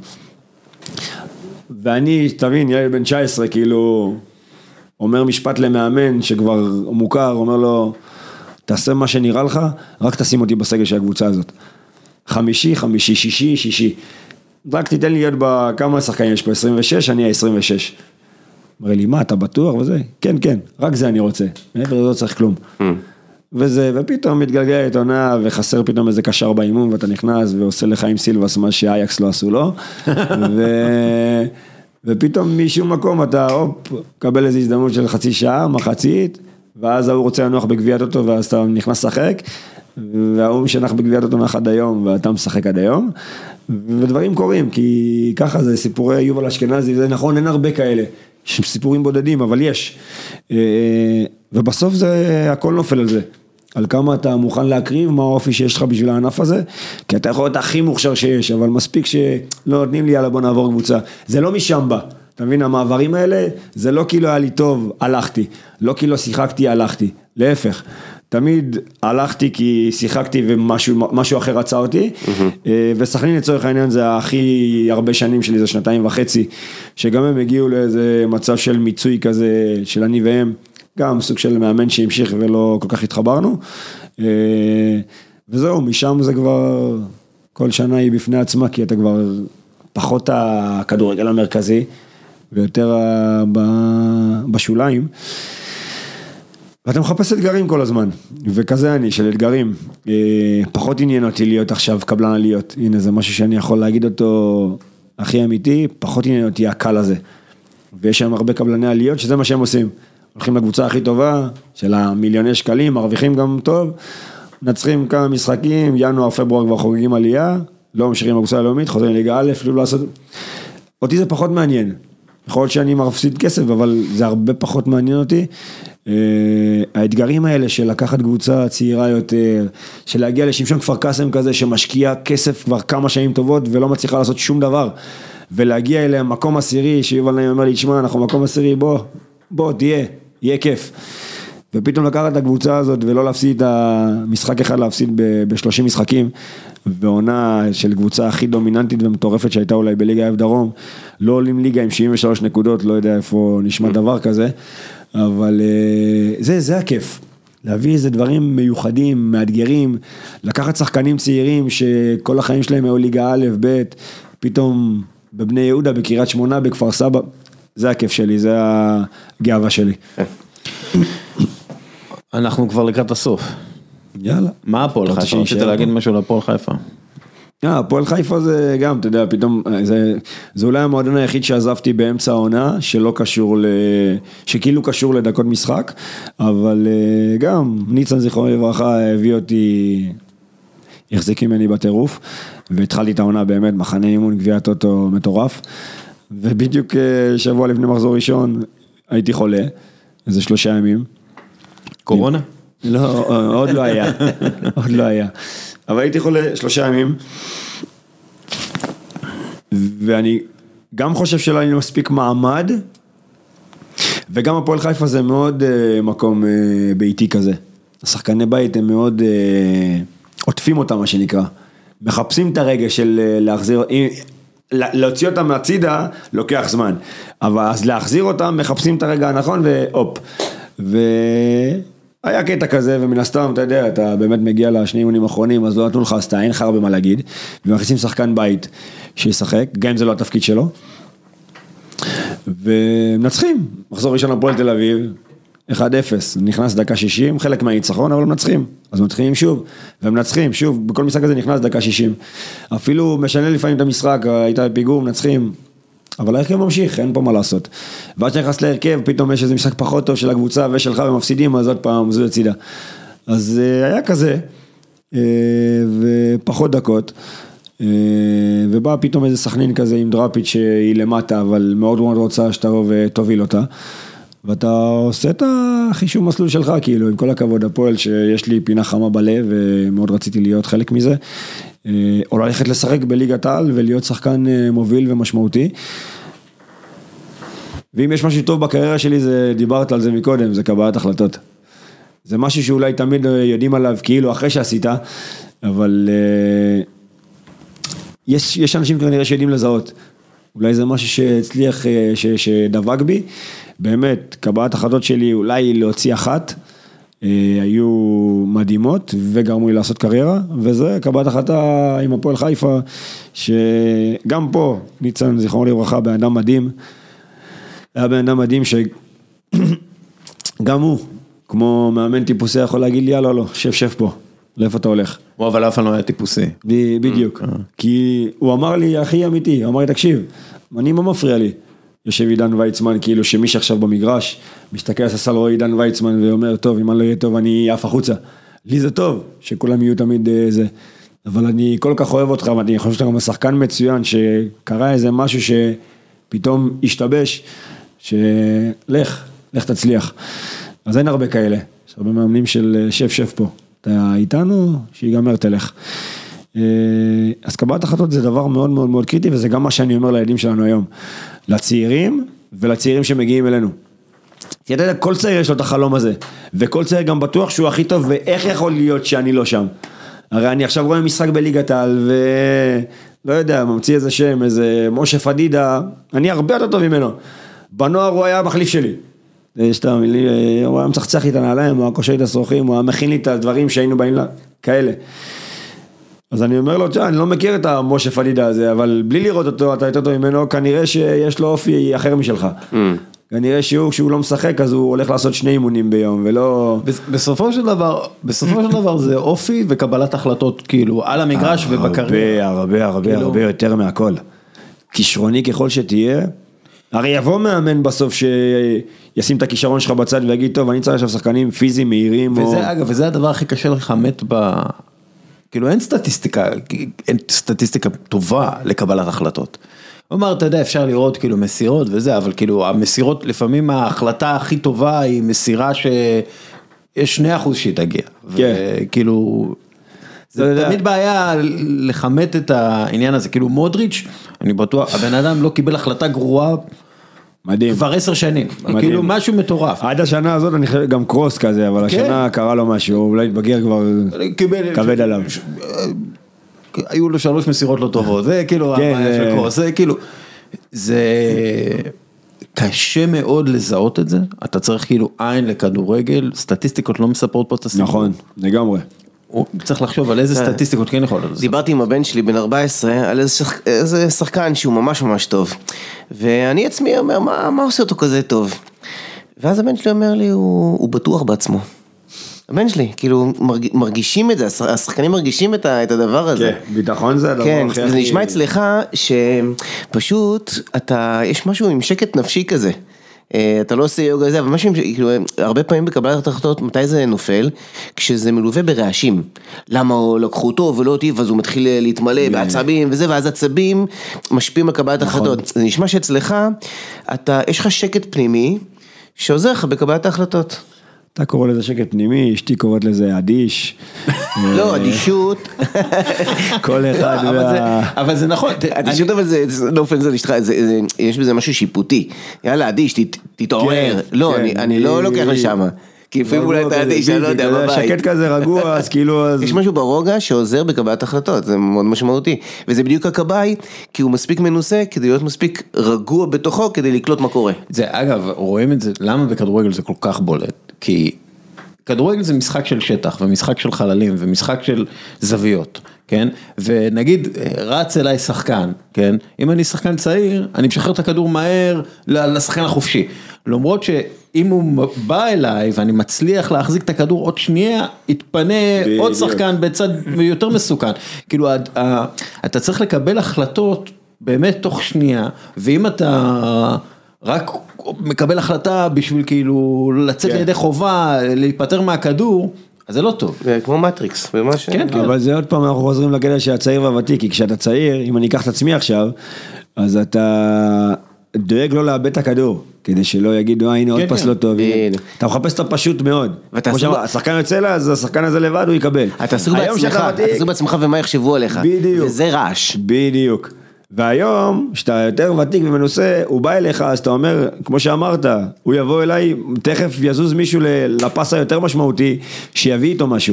ואני, תבין, ילד בן 19, כאילו, אומר משפט למאמן, שכבר מוכר, אומר לו, תעשה מה שנראה לך, רק תשים אותי בסגל של הקבוצה הזאת, חמישי, שישי, רק תיתן לי להיות בכמה שחקנים יש פה, 26, אני 26. אמר לי, מה, אתה בטוח וזה? כן, רק זה אני רוצה, מעבר לזה לא צריך כלום. וזה, ופתאום מתגלגלת עונה, וחסר פתאום איזה קשר באימון, ואתה נכנס ועושה לך עם סילבס, מה שאייקס לא עשו לו, ופתאום משום מקום אתה, קבל איזו הזדמנות של חצי שעה, מחצית, ואז הוא רוצה לנוח בגביעת אותו, ואז אתה נכנס לשחק, והוא שנח בגביעת אותו עד היום, ואתה משחק עד היום, ודברים קורים, כי ככה זה סיפורי יובל אשכנזי, זה נכון, אין הרבה כאלה, סיפורים בודדים, אבל יש, ובסוף זה הכל נופל על זה, על כמה אתה מוכן להקריב, מה האופי שיש לך בשביל הענף הזה, כי אתה יכול להיות הכי מוכשר שיש, אבל מספיק שלא נותנים לי, יאללה בוא נעבור קבוצה, זה לא משם בא, אתה מבין, המעברים האלה, זה לא כאילו היה לי טוב, הלכתי, לא כאילו שיחקתי, הלכתי, להפך, תמיד הלכתי כי שיחקתי ומשהו אחר רצה אותי, וסכנין לצורך העניין זה הכי הרבה שנים שלי, זה 2.5 שנים, שגם הם הגיעו לאיזה מצב של מיצוי כזה, של אני והם, גם סוג של מאמן שהמשיך ולא כל כך התחברנו, וזהו, משם זה כבר, כל שנה היא בפני עצמה, כי אתה כבר פחות הכדורגל המרכזי, ויותר בשוליים, ואתה מחפש אתגרים כל הזמן, וכזה אני, של אתגרים, פחות עניין אותי להיות עכשיו קבלן עליות, הנה זה משהו שאני יכול להגיד אותו הכי אמיתי, פחות עניין אותי הקל הזה, ויש שם הרבה קבלני עליות, שזה מה שהם עושים, הולכים לקבוצה הכי טובה, של המיליוני שקלים, מרוויחים גם טוב, נצחים כמה משחקים, ינואר, פברואר כבר חוגגים עלייה, לא ממשיכים בקבוצה הלאומית, חוזרים ליגה א', לא לעשות, אותי זה פחות מעניין, יכול להיות שאני מפסיד כסף, אבל זה הרבה פחות מעניין אותי, האתגרים האלה של לקחת קבוצה צעירה יותר, של להגיע לשמשון כפר קאסם כזה, שמשקיע כסף כבר כמה שנים טובות, ולא מצליחה לעשות שום דבר, ולהגיע אליהם מקום עשירי, שיובל נעים אומר לי, תשמע, אנחנו מקום עשירי, בוא, יהיה כיף. ופתאום לקחת את הקבוצה הזאת, ולא להפסיד את המשחק אחד, להפסיד ב-30 משחקים, ועונה של קבוצה הכי דומיננטית ומטורפת, שהייתה אולי בליגה F דרום, לא עולים ליגה עם 73 נקודות, לא יודע איפה נשמע דבר כזה, אבל זה הכיף. להביא איזה דברים מיוחדים, מאתגרים, לקחת שחקנים צעירים, שכל החיים שלהם היו ליגה א', ב', פתאום בבני יהודה, בקריית שמונה, בכפר סבא, זה הכיף שלי, זה הגאווה שלי. אנחנו כבר לקראת הסוף. יאללה. מה הפועל חיפה? רצית להגיד משהו לפועל חיפה? הפועל חיפה זה גם, אתה יודע, פתאום, זה אולי המועדון היחיד שעזבתי באמצע העונה, שכאילו קשור לדקות משחק, אבל גם, ניצן זיכרונו לברכה הביא אותי, החזיק ממני בטירוף, והתחלתי את העונה באמת, מחנה אימון, גביע טוטו מטורף, ובדיוק שבוע לפני מחזור ראשון, הייתי חולה, איזה 3 ימים. קורונה? לא, עוד לא היה, אבל הייתי חולה 3 ימים, ואני גם חושב שלא היה לי מספיק מעמד, וגם הפועל חיפה זה מאוד מקום ביתי כזה, השחקני בית הם מאוד עוטפים אותם מה שנקרא, מחפשים את הרגע של להחזיר, להוציא אותם מהצידה לוקח זמן, אבל אז להחזיר אותם מחפשים את הרגע הנכון והופ, היה קטע כזה, ומן הסתם, אתה יודע, אתה באמת מגיע לשני אימונים האחרונים, אז לא נתנו לך, אז אתה אין לך הרבה מה להגיד, ומכניסים שחקן בית שישחק, גם אם זה לא התפקיד שלו, ומנצחים, מחזור ראשון הפועל תל אביב, 1-0, נכנס דקה 60, חלק מהניצחון, אבל מנצחים, אז מתחילים שוב, ומנצחים, שוב, בכל משחק הזה נכנס דקה 60, אפילו משנה לפעמים את המשחק, הייתה פיגור, מנצחים, אבל ההרכב ממשיך, אין פה מה לעשות. ועד שנכנס להרכב, פתאום יש איזה משחק פחות טוב של הקבוצה ושלך ומפסידים, אז עוד פעם זו הצידה. אז היה כזה, ופחות דקות, ובא פתאום איזה סכנין כזה עם דראפיץ' שהיא למטה, אבל מאוד מאוד רוצה שתבוא ותוביל אותה. ואתה עושה את החישוב מסלול שלך, כאילו, עם כל הכבוד הפועל שיש לי פינה חמה בלב, ומאוד רציתי להיות חלק מזה. או ללכת לשחק בליגת העל ולהיות שחקן מוביל ומשמעותי. ואם יש משהו טוב בקריירה שלי, דיברת על זה מקודם, זה קבלת החלטות. זה משהו שאולי תמיד יודעים עליו, כאילו אחרי שעשית, אבל יש אנשים כנראה שיודעים לזהות. אולי זה משהו שהצליח, שדבק בי. באמת, קבלת החלטות שלי אולי להוציא אחת, היו מדהימות וגרמו לי לעשות קריירה, וזה קבלת החלטה עם הפועל חיפה, שגם פה ניצן זיכרונו לברכה בן אדם מדהים, היה בן אדם מדהים שגם הוא, כמו מאמן טיפוסי יכול להגיד לי, יאללה לא, שב פה, לאיפה אתה הולך? הוא אבל אף לא היה טיפוסי. בדיוק, כי הוא אמר לי הכי אמיתי, הוא אמר לי תקשיב, אני מה מפריע לי? יושב עידן ויצמן, כאילו שמי שעכשיו במגרש, מסתכל על הסל רואה עידן ויצמן ואומר, טוב, אם אני לא יהיה טוב, אני אף החוצה. לי זה טוב, שכולם יהיו תמיד זה. אבל אני כל כך אוהב אותך, ואני חושב שאתה גם שחקן מצוין, שקרה איזה משהו שפתאום השתבש, לך תצליח. אז אין הרבה כאלה. הרבה מאמנים של שף פה, אתה איתנו, שיגמר תלך. אז קבלת החלטות זה דבר מאוד מאוד מאוד קריטי, וזה גם מה שאני אומר לילדים שלנו היום, לצעירים ולצעירים שמגיעים אלינו. כי אתה יודע, כל צעיר יש לו את החלום הזה, וכל צעיר גם בטוח שהוא הכי טוב, ואיך יכול להיות שאני לא שם? הרי אני עכשיו רואה משחק בליגת העל, ולא יודע, ממציא איזה שם, איזה משה פדידה, אני הרבה יותר טוב ממנו. בנוער הוא היה המחליף שלי. יש את המילים, הוא היה מצחצח לי את הנעליים, הוא היה קושר לי את השרוכים, הוא היה מכין לי את הדברים שהיינו באים לה, כאלה. אז אני אומר לו, אני לא מכיר את המשה פדידה הזה, אבל בלי לראות אותו, אתה יותר טוב ממנו, כנראה שיש לו אופי אחר משלך. כנראה שהוא לא משחק, אז הוא הולך לעשות 2 אימונים ביום, ולא... בסופו של דבר זה אופי וקבלת החלטות, כאילו, על המגרש ובקריירה. הרבה יותר מהכל. כישרוני ככל שתהיה, הרי יבוא מאמן בסוף שישים את הכישרון שלך בצד ויגיד, טוב, אני צריך עכשיו שחקנים פיזיים, מהירים. וזה הדבר הכי קשה לכמת כאילו, אין סטטיסטיקה טובה לקבלת החלטות. אומר, אתה יודע, אפשר לראות כאילו מסירות וזה, אבל כאילו המסירות, לפעמים ההחלטה הכי טובה היא מסירה שיש 2% שהיא תגיע. וכאילו, זה תמיד בעיה לחמת את העניין הזה. כאילו מודריץ', אני בטוח, הבן אדם לא קיבל החלטה גרועה, מדהים. כבר 10 שנים. כאילו משהו מטורף. עד השנה הזאת אני חושב גם קרוס כזה, אבל השנה קרה לו משהו, אולי התבגר כבר כבד עליו. היו לו 3 מסירות לא טובות, זה כאילו, זה כאילו, זה קשה מאוד לזהות את זה, אתה צריך כאילו עין לכדורגל, סטטיסטיקות לא מספרות פה את הסיפור. נכון, לגמרי. הוא צריך לחשוב על איזה סטטיסטיקות כן יכול לזה. דיברתי עם הבן שלי בן 14 על איזה שחקן שהוא ממש ממש טוב, ואני עצמי אומר, מה עושה אותו כזה טוב? ואז הבן שלי אומר לי, הוא בטוח בעצמו. הבן שלי, כאילו, מרגישים את זה, השחקנים מרגישים את הדבר הזה. כן, ביטחון זה הדבר כן, הכי... וזה נשמע אצלך שפשוט יש משהו עם שקט נפשי כזה. אתה לא עושה יוגה זה, אבל משהו, כאילו, הרבה פעמים בקבלת החלטות, מתי זה נופל? כשזה מלווה ברעשים. למה לקחו אותו ולא אותי, ואז הוא מתחיל להתמלא בעצבים וזה, ואז עצבים משפיעים על קבלת החלטות. זה נשמע שאצלך, יש לך שקט פנימי, שעוזר לך בקבלת ההחלטות. אתה קורא לזה שקט פנימי, אשתי קוראת לזה אדיש. לא, אדישות. כל אחד אבל זה נכון. אדישות, אבל זה, לא אופן זה, יש בזה משהו שיפוטי. יאללה, אדיש, תתעורר. לא, אני לא לוקח לשם. כי לפעמים אולי אתה אדיש, אני לא יודע, בבית. שקט כזה רגוע, אז כאילו... יש משהו ברוגע שעוזר בקבלת החלטות, זה מאוד משמעותי. וזה בדיוק הכבאי, כי הוא מספיק מנוסה, כדי להיות מספיק רגוע בתוכו, כדי לקלוט מה קורה. זה, אגב, רואים את זה, למה בכדורגל זה כל כך בולט? כי כדורגל זה משחק של שטח, ומשחק של חללים, ומשחק של זוויות, כן? ונגיד, רץ אליי שחקן, כן? אם אני שחקן צעיר, אני משחרר את הכדור מהר לשחקן החופשי. למרות שאם הוא בא אליי, ואני מצליח להחזיק את הכדור עוד שנייה, יתפנה עוד שחקן בצד יותר מסוכן. כאילו, אתה צריך לקבל החלטות באמת תוך שנייה, ואם אתה רק מקבל החלטה בשביל כאילו לצאת לידי חובה, להיפטר מהכדור, אז זה לא טוב. זה כמו מטריקס. כן, אבל זה עוד פעם אנחנו חוזרים לגדל שהצעיר והוותיק, כי כשאתה צעיר, אם אני אקח את עצמי עכשיו, אז אתה דואג לא לאבד את הכדור, כדי שלא יגידו, הנה עוד פס לא טוב. אתה מחפש את הפשוט מאוד. השחקן יוצא לה, אז השחקן הזה לבד הוא יקבל. אתה עסוק בעצמך ומה יחשבו עליך. בדיוק. וזה רעש. בדיוק. והיום, שאתה יותר ותיק ומנוסה, הוא בא אליך, אז אתה אומר, כמו שאמרת, הוא יבוא אליי, תכף יזוז מישהו לפס היותר משמעותי, שיביא איתו משהו.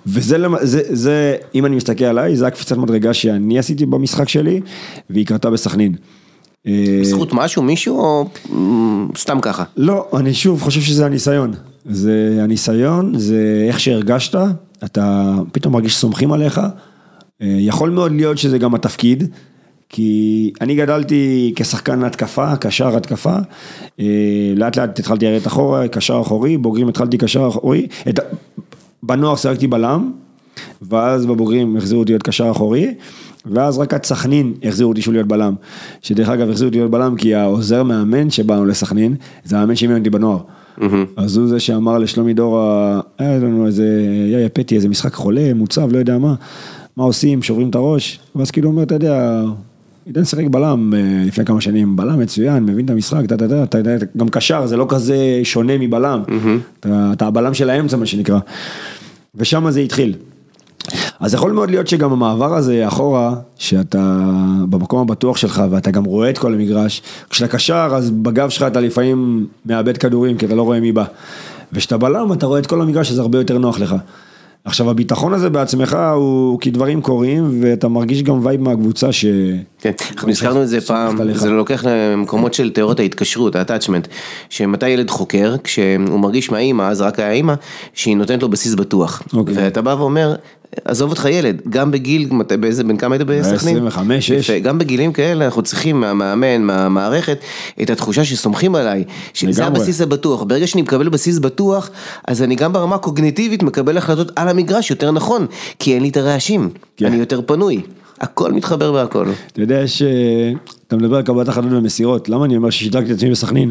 וזה, אם אני מסתכל עליי, זה הקפיצת מדרגה שאני עשיתי במשחק שלי, והיא קרתה בסכנין. בזכות משהו, מישהו, או סתם ככה? לא, אני שוב חושב שזה הניסיון. זה הניסיון, זה איך שהרגשת, אתה פתאום מרגיש סומכים עליך, יכול מאוד להיות שזה גם התפקיד, כי אני גדלתי כשחקן התקפה, קשר התקפה, לאט לאט התחלתי לרדת אחורה, קשר אחורי, בוגרים התחלתי קשר אחורי, בנוער שיחקתי בלם, ואז בבוגרים החזירו אותי להיות קשר אחורי, ואז רק עד סכנין החזירו אותי שוב להיות בלם, שדרך אגב החזירו אותי להיות בלם, כי העוזר מאמן שבאנו לסכנין, זה המאמן שאימן אותי בנוער, אז הוא זה שאמר לשלומי דורה, היה לנו איזה, יא פטי, איזה משחק חולה, מוצב, לא יודע מה עושים, שוברים את הראש, ואז כאילו אומר, אתה יודע, עידן שיחק בלם לפני כמה שנים, בלם מצוין, מבין את המשחק, אתה גם קשר, זה לא כזה שונה מבלם, אתה הבלם של האמצע מה שנקרא, ושם זה התחיל. אז יכול מאוד להיות שגם המעבר הזה אחורה, שאתה במקום הבטוח שלך, ואתה גם רואה את כל המגרש, כשאתה קשר, אז בגב שלך אתה לפעמים מאבד כדורים, כי אתה לא רואה מי בא. וכשאתה בלם, אתה רואה את כל המגרש, אז הרבה יותר נוח לך. עכשיו, הביטחון הזה בעצמך הוא כי דברים קורים, ואתה מרגיש גם וייב מהקבוצה ש... כן, אנחנו הזכרנו את זה פעם, זה לוקח למקומות של תיאוריות ההתקשרות, ה-attachment, שמתי ילד חוקר, כשהוא מרגיש מהאימא, אז רק האימא, שהיא נותנת לו בסיס בטוח. ואתה בא ואומר, עזוב אותך ילד, גם בגיל, בין כמה היית בסכנין? 25, 6. גם בגילים כאלה אנחנו צריכים מהמאמן, מהמערכת, את התחושה שסומכים עליי, שזה הבסיס הבטוח. ברגע שאני מקבל בסיס בטוח, אז אני גם ברמה קוגניטיבית מקבל החלטות על המגרש יותר נכון, כי אין לי את הרעשים, אני יותר פנוי. הכל מתחבר בהכל. אתה יודע שאתה מדבר על קבלת החלטות במסירות, למה אני אומר ששידקתי את עצמי בסכנין?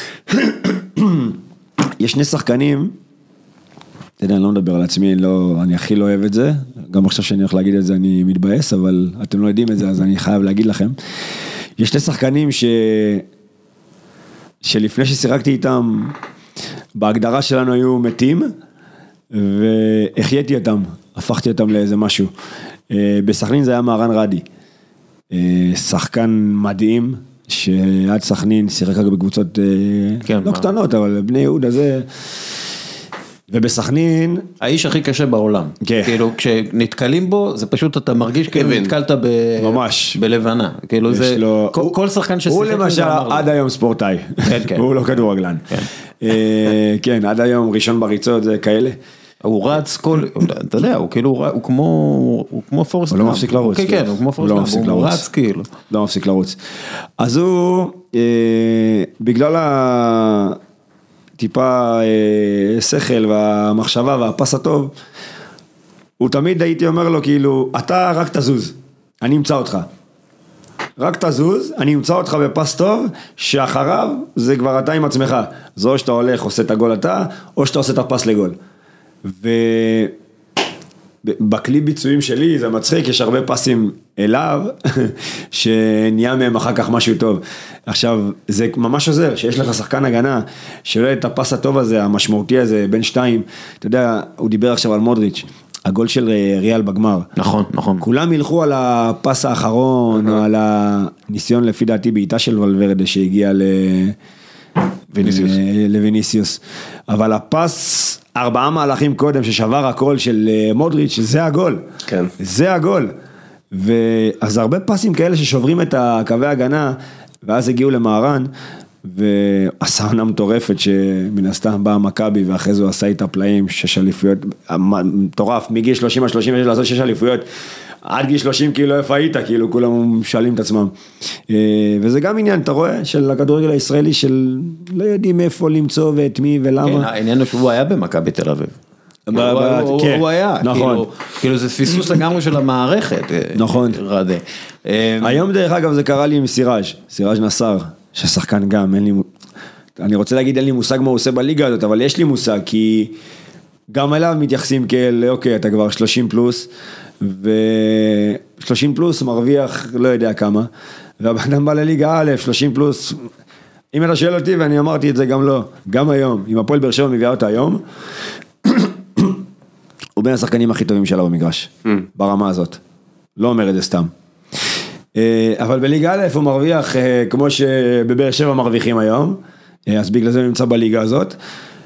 יש שני שחקנים, אתה יודע, אני לא מדבר על עצמי, אני הכי לא אוהב את זה, גם עכשיו שאני הולך להגיד את זה אני מתבאס, אבל אתם לא יודעים את זה, אז אני חייב להגיד לכם. יש שני שחקנים שלפני ששיחקתי איתם, בהגדרה שלנו היו מתים, והחייתי אותם, הפכתי אותם לאיזה משהו. בסכנין זה היה מהרן רדי, שחקן מדהים, שעד סכנין שיחק בקבוצות לא קטנות, אבל בני יהודה זה... ובסכנין... האיש הכי קשה בעולם. כאילו, כשנתקלים בו, זה פשוט אתה מרגיש כאילו נתקלת בלבנה. כאילו זה... כל שחקן ששיחק... הוא למשל עד היום ספורטאי. הוא לא כדורגלן. כן, עד היום ראשון בריצות, זה כאלה. הוא רץ כל... אתה יודע, הוא כאילו... הוא כמו פורסט. הוא לא מפסיק לרוץ. כן, כן, הוא כמו פורסט. הוא רץ כאילו. לא מפסיק לרוץ. אז הוא... בגלל טיפה שכל והמחשבה והפס הטוב, הוא תמיד הייתי אומר לו כאילו, אתה רק תזוז, אני אמצא אותך. רק תזוז, אני אמצא אותך בפס טוב, שאחריו זה כבר אתה עם עצמך. זה או שאתה הולך, עושה את הגול אתה, או שאתה עושה את הפס לגול. ובכלי ביצועים שלי זה מצחיק, יש הרבה פסים אליו, שנהיה מהם אחר כך משהו טוב. עכשיו, זה ממש עוזר, שיש לך שחקן הגנה, שלא את הפס הטוב הזה, המשמעותי הזה, בין שתיים, אתה יודע, הוא דיבר עכשיו על מודריץ', הגול של ריאל בגמר. נכון, נכון. כולם ילכו על הפס האחרון, או על הניסיון לפי דעתי בעיטה של ולוורדה, שהגיע לויניסיוס. אבל הפס, 4 מהלכים קודם, ששבר הקול של מודריץ', זה הגול. כן. זה הגול. ואז הרבה פסים כאלה ששוברים את הקווי ההגנה, ואז הגיעו למהרן, ועשה עונה מטורפת שמן הסתם באה מכבי, ואחרי זה הוא עשה איתה פלאים, 6 אליפויות, מטורף, מגיל 30 עד 36 לעשות 6 אליפויות, עד גיל 30 כאילו איפה היית, כאילו כולם שואלים את עצמם. וזה גם עניין, אתה רואה, של הכדורגל הישראלי, של לא יודעים איפה למצוא ואת מי ולמה. כן, העניין הוא שהוא היה במכבי תל אביב. הוא היה, כאילו זה פיסוס לגמרי של המערכת. נכון. רדה. היום דרך אגב זה קרה לי עם סיראז' נסאר, ששחקן גם, אני רוצה להגיד אין לי מושג מה הוא עושה בליגה הזאת, אבל יש לי מושג, כי גם אליו מתייחסים כאל, אוקיי, אתה כבר 30 פלוס, ו30 פלוס מרוויח לא יודע כמה, והבן בא לליגה א', 30 פלוס, אם אתה שואל אותי, ואני אמרתי את זה גם לא, גם היום, אם הפועל באר שבע מביאה אותה היום, הוא בין השחקנים הכי טובים שלה במגרש, ברמה הזאת, לא אומר את זה סתם. אבל בליגה א' הוא מרוויח כמו שבבאר שבע מרוויחים היום, אז בגלל זה הוא נמצא בליגה הזאת,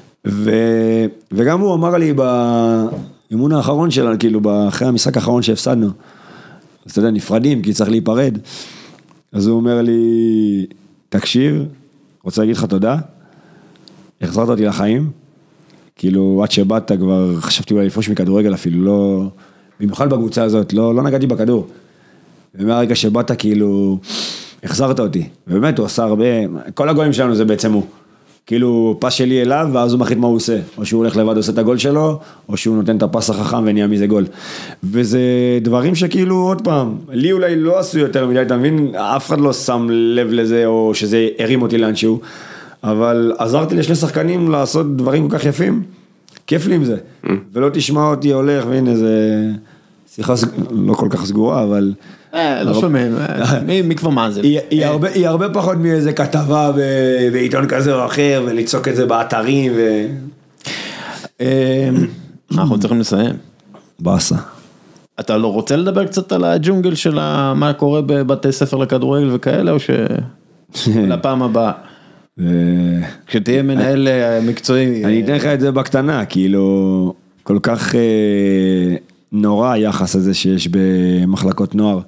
וגם הוא אמר לי באימון האחרון שלנו, כאילו אחרי המשחק האחרון שהפסדנו, אז אתה יודע, נפרדים כי צריך להיפרד, אז הוא אומר לי, תקשיב, רוצה להגיד לך תודה, החזרת אותי לחיים, כאילו עד שבאת כבר חשבתי אולי לפרוש מכדורגל אפילו, לא, במיוחד בקבוצה הזאת, לא נגעתי בכדור, ומהרגע שבאת כאילו, החזרת אותי, ובאמת הוא עשה הרבה, כל הגולים שלנו זה בעצם הוא, כאילו פס שלי אליו, ואז הוא מחליט מה הוא עושה, או שהוא הולך לבד עושה את הגול שלו, או שהוא נותן את הפס החכם ונהיה מזה גול, וזה דברים שכאילו עוד פעם, לי אולי לא עשו יותר מדי, אתה מבין, אף אחד לא שם לב לזה, או שזה הרים אותי לאנשהו, אבל עזרתי לשני שחקנים לעשות דברים כל כך יפים, כיף לי עם זה, ולא תשמע אותי הולך, והנה זה שיחה לא כל כך סגורה, אבל לא שומעים, מי כבר מה זה? היא הרבה פחות מאיזה כתבה בעיתון כזה או אחר, ולצעוק את זה באתרים. אנחנו צריכים לסיים. באסה. אתה לא רוצה לדבר קצת על הג'ונגל של מה קורה בבתי ספר לכדורגל וכאלה, או שלפעם הבאה? כשתהיה מנהל מקצועי. אני אתן לך את זה בקטנה, כאילו, כל כך נורא היחס הזה שיש במחלקות נוער.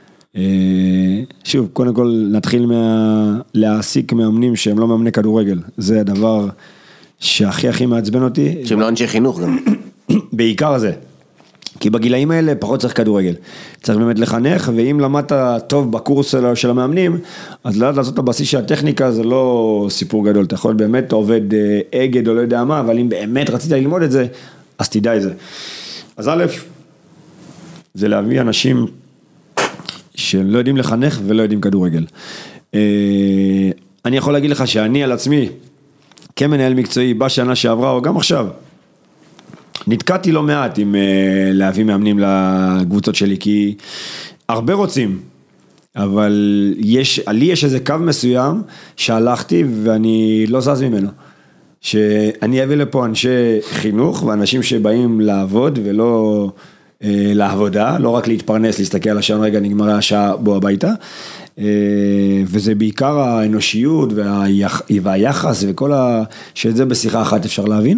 שוב, קודם כל נתחיל להעסיק מאמנים שהם לא מאמני כדורגל. זה הדבר שהכי מעצבן אותי. שהם לא אנשי חינוך גם. בעיקר זה. כי בגילאים האלה פחות צריך כדורגל. צריך באמת לחנך, ואם למדת טוב בקורס של המאמנים, אז לדעת לעשות את הבסיס של הטכניקה, זה לא סיפור גדול. אתה יכול באמת, אתה עובד אגד או לא יודע מה, אבל אם באמת רצית ללמוד את זה, אז תדע את זה. אז א', זה להביא אנשים שלא יודעים לחנך ולא יודעים כדורגל. אני יכול להגיד לך שאני על עצמי, כמנהל מקצועי בשנה שעברה, או גם עכשיו, נתקעתי לא מעט עם להביא מאמנים לקבוצות שלי, כי הרבה רוצים, אבל לי יש איזה קו מסוים שהלכתי ואני לא זז ממנו. שאני אביא לפה אנשי חינוך ואנשים שבאים לעבוד ולא לעבודה, לא רק להתפרנס, להסתכל על השעון, רגע נגמרה השעה בוא הביתה, וזה בעיקר האנושיות והיחס וכל שאת זה בשיחה אחת אפשר להבין.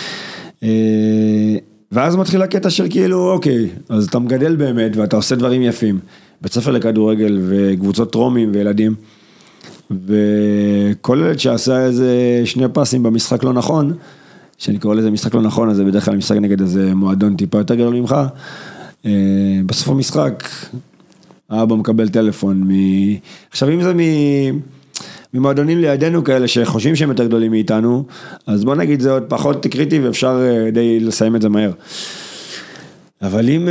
ואז מתחיל הקטע של כאילו, אוקיי, אז אתה מגדל באמת ואתה עושה דברים יפים, בית ספר לכדורגל וקבוצות טרומים וילדים, וכל ילד שעשה איזה 2 פסים במשחק לא נכון, שאני קורא לזה משחק לא נכון, אז זה בדרך כלל משחק נגד איזה מועדון טיפה יותר גדול ממך, בסוף המשחק, האבא מקבל טלפון, עכשיו אם זה ממועדונים לידינו כאלה שחושבים שהם יותר גדולים מאיתנו, אז בוא נגיד זה עוד פחות קריטי ואפשר די לסיים את זה מהר. אבל אם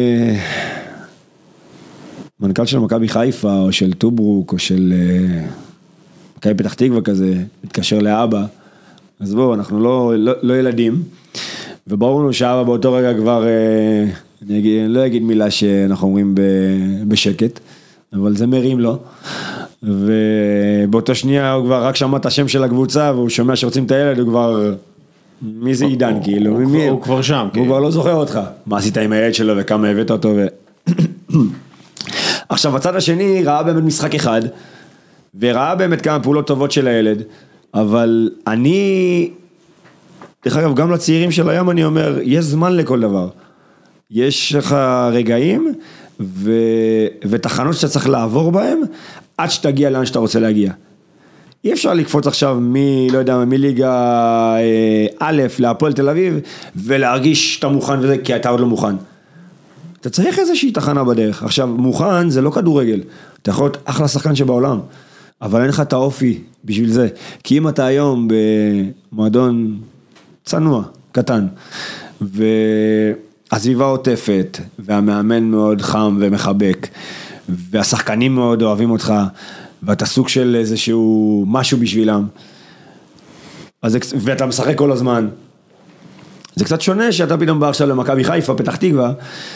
מנכ"ל של מכבי חיפה או של טוברוק או של מכבי פתח תקווה כזה, מתקשר לאבא, אז בואו, אנחנו לא ילדים, וברור לנו שאבא באותו רגע כבר, אני לא אגיד מילה שאנחנו אומרים בשקט, אבל זה מרים לו. ובאותו שנייה הוא כבר רק שמע את השם של הקבוצה, והוא שומע שרוצים את הילד, הוא כבר, מי זה עידן כאילו? הוא כבר שם. הוא כבר לא זוכר אותך. מה עשית עם הילד שלו וכמה הבאת אותו עכשיו, הצד השני ראה באמת משחק אחד, וראה באמת כמה פעולות טובות של הילד, אבל אני, דרך אגב, גם לצעירים של היום אני אומר, יש זמן לכל דבר. יש לך רגעים ותחנות שאתה צריך לעבור בהם, עד שתגיע לאן שאתה רוצה להגיע. אי אפשר לקפוץ עכשיו לא יודע, מליגה א' להפועל תל אביב, ולהרגיש שאתה מוכן וזה, כי אתה עוד לא מוכן. אתה צריך איזושהי תחנה בדרך. עכשיו, מוכן זה לא כדורגל. אתה יכול להיות אחלה שחקן שבעולם, אבל אין לך את האופי בשביל זה. כי אם אתה היום במועדון צנוע, קטן, והסביבה עוטפת, והמאמן מאוד חם ומחבק, והשחקנים מאוד אוהבים אותך, ואתה סוג של איזשהו משהו בשבילם, ואתה משחק כל הזמן. זה קצת שונה שאתה פתאום בא עכשיו למכבי חיפה, פתח תקווה,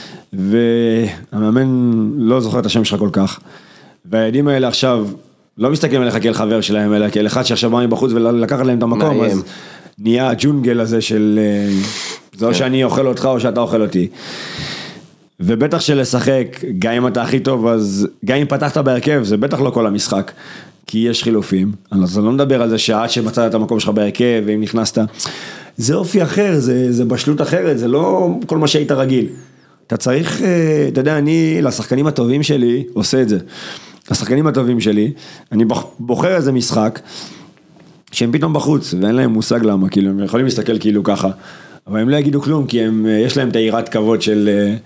והמאמן לא זוכר את השם שלך כל כך, והילדים האלה עכשיו לא מסתכלים עליך כאל חבר שלהם, אלא כאל אחד שעכשיו בא מבחוץ ולקחת להם את המקום, אז נהיה הג'ונגל הזה של זה או שאני אוכל אותך או שאתה אוכל אותי. ובטח שלשחק, גם אם אתה הכי טוב, אז גם אם פתחת בהרכב, זה בטח לא כל המשחק, כי יש חילופים. אז אני לא מדבר על זה שעד שמצאת את המקום שלך בהרכב, ואם נכנסת, זה אופי אחר, זה בשלות אחרת, זה לא כל מה שהיית רגיל. אתה צריך, אתה יודע, אני לשחקנים הטובים שלי עושה את זה. לשחקנים הטובים שלי, אני בוחר איזה משחק, שהם פתאום בחוץ, ואין להם מושג למה, כאילו, הם יכולים להסתכל כאילו ככה, אבל הם לא יגידו כלום, כי יש להם את היראת כבוד של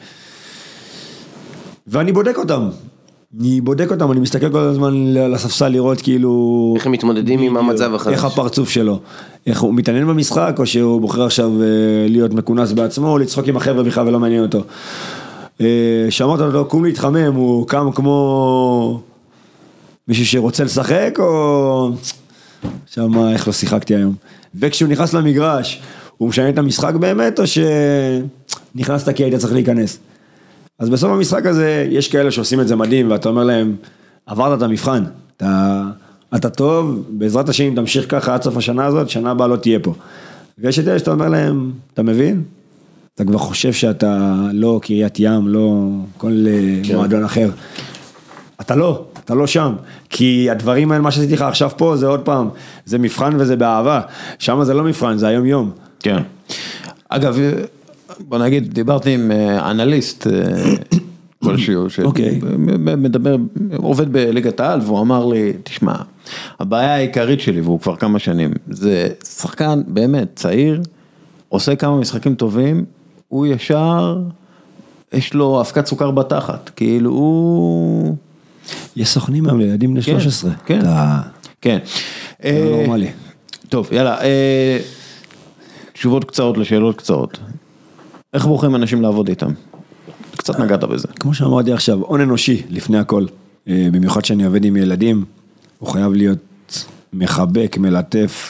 ואני בודק אותם, אני מסתכל כל הזמן לספסל לראות כאילו איך הם מתמודדים עם המצב החדש, איך הפרצוף שלו, איך הוא מתעניין במשחק, או שהוא בוחר עכשיו להיות מקונס בעצמו, או לצחוק עם החבר'ה בכלל ולא מעניין אותו. שמעת אותו, קום להתחמם, הוא קם כמו מישהו שרוצה לשחק, או שמה איך לא שיחקתי היום. וכשהוא נכנס למגרש, הוא משנה את המשחק באמת, או שנכנסת כי היית צריך להיכנס? אז בסוף המשחק הזה, יש כאלה שעושים את זה מדהים, ואתה אומר להם, עברת את המבחן, אתה טוב, בעזרת השם, תמשיך ככה עד סוף השנה הזאת, שנה הבאה לא תהיה פה. ויש את אלה שאתה אומר להם, אתה מבין? אתה כבר חושב שאתה לא קריית ים, לא כל מועדון אחר. אתה לא שם, כי הדברים האלה, מה שעשיתי לך עכשיו פה, זה עוד פעם, זה מבחן וזה באהבה, שם זה לא מבחן, זה היום יום. כן. אגב, בוא נגיד, דיברתי עם אנליסט כלשהו, שמדבר, עובד בליגת העל, והוא אמר לי, תשמע, הבעיה העיקרית שלי, והוא כבר כמה שנים, זה שחקן באמת צעיר, עושה כמה משחקים טובים, הוא ישר, יש לו הפקת סוכר בתחת, כאילו הוא... יש סוכנים היום לילדים בני 13. כן, כן. זה נורמלי. טוב, יאללה, תשובות קצרות לשאלות קצרות. איך בוחרים אנשים לעבוד איתם? קצת נגעת בזה. כמו שאמרתי עכשיו, הון אנושי לפני הכל. במיוחד שאני עובד עם ילדים, הוא חייב להיות מחבק, מלטף.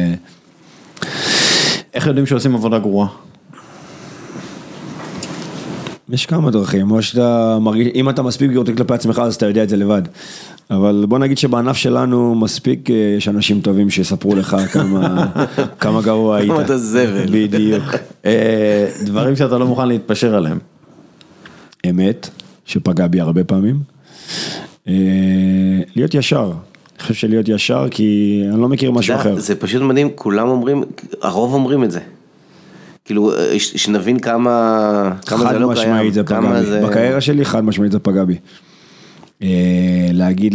איך יודעים שעושים עבודה גרועה? יש כמה דרכים, או שאתה מרגיש, אם אתה מספיק ביקורתי כלפי עצמך, אז אתה יודע את זה לבד. אבל בוא נגיד שבענף שלנו מספיק, יש אנשים טובים שיספרו לך כמה גרוע היית. כמה אתה זבל. בדיוק. דברים שאתה לא מוכן להתפשר עליהם. אמת, שפגע בי הרבה פעמים. להיות ישר. אני חושב שלהיות ישר, כי אני לא מכיר משהו אחר. זה פשוט מדהים, כולם אומרים, הרוב אומרים את זה. כאילו, שנבין כמה זה לא קיים. זה פגע בי. בקריירה שלי חד משמעית זה פגע בי. להגיד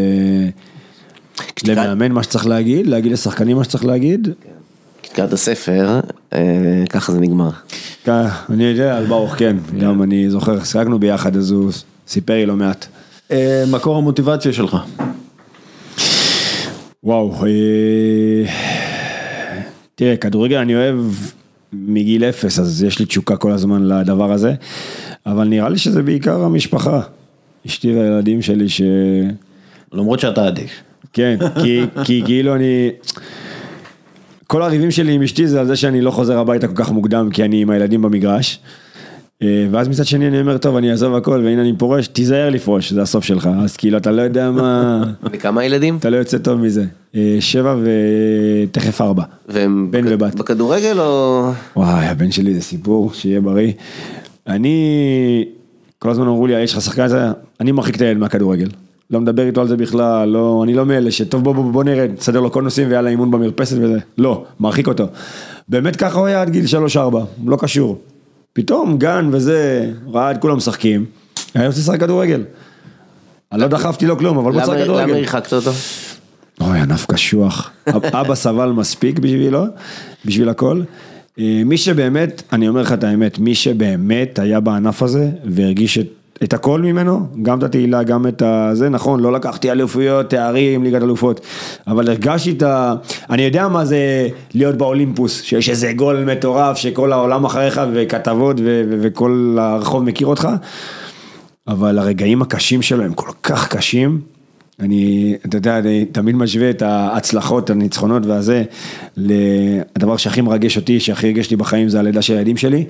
למאמן מה שצריך להגיד, להגיד לשחקנים מה שצריך להגיד. קראת הספר, ככה זה נגמר. אני יודע, על ברוך, כן. גם אני זוכר, שחקנו ביחד, אז הוא סיפר לי לא מעט. מקור המוטיבציה שלך. וואו. תראה, כדורגל אני אוהב מגיל 0, אז יש לי תשוקה כל הזמן לדבר הזה, אבל נראה לי שזה בעיקר המשפחה. אשתי והילדים שלי למרות שאתה עדיף. כן, כי כאילו אני... כל הריבים שלי עם אשתי זה על זה שאני לא חוזר הביתה כל כך מוקדם, כי אני עם הילדים במגרש. ואז מצד שני אני אומר, טוב, אני אעזוב הכל, והנה אני פורש, תיזהר לפרוש, זה הסוף שלך. אז כאילו, אתה לא יודע מה... וכמה ילדים? אתה לא יוצא טוב מזה. 7 ותכף 4. והם בן ובת. בכדורגל או... וואי, הבן שלי זה סיפור, שיהיה בריא. כל הזמן אמרו לי, יש לך שחקן הזה, אני מרחיק את הילד מהכדורגל. לא מדבר איתו על זה בכלל, לא, אני לא מאלה שטוב בוא נרד, סדר לו כל נושאים ויאללה אימון במרפסת וזה. לא, מרחיק אותו. באמת ככה הוא היה עד גיל 3-4, לא קשור. פתאום גן וזה, ראה את כולם משחקים, היה יוצא לשחק כדורגל. אני לא דחפתי לו כלום, אבל בוא לשחק כדורגל. למה הרחקת אותו? אוי, ענף קשוח. אבא סבל מספיק בשבילו, בשביל הכל. מי שבאמת, אני אומר לך את האמת, מי שבאמת היה בענף הזה, והרגיש את הכל ממנו, גם את התהילה, גם את זה, נכון, לא לקחתי אליפויות, תארים, ליגת אלופות, אבל הרגשתי אני יודע מה זה להיות באולימפוס, שיש איזה גול מטורף, שכל העולם אחריך, וכתבות, וכל הרחוב מכיר אותך, אבל הרגעים הקשים שלו, הם כל כך קשים, אתה יודע, אני תמיד משווה את ההצלחות, הניצחונות והזה, לדבר שהכי מרגש אותי, שהכי הרגש לי בחיים, זה הלידה של הילדים שלי,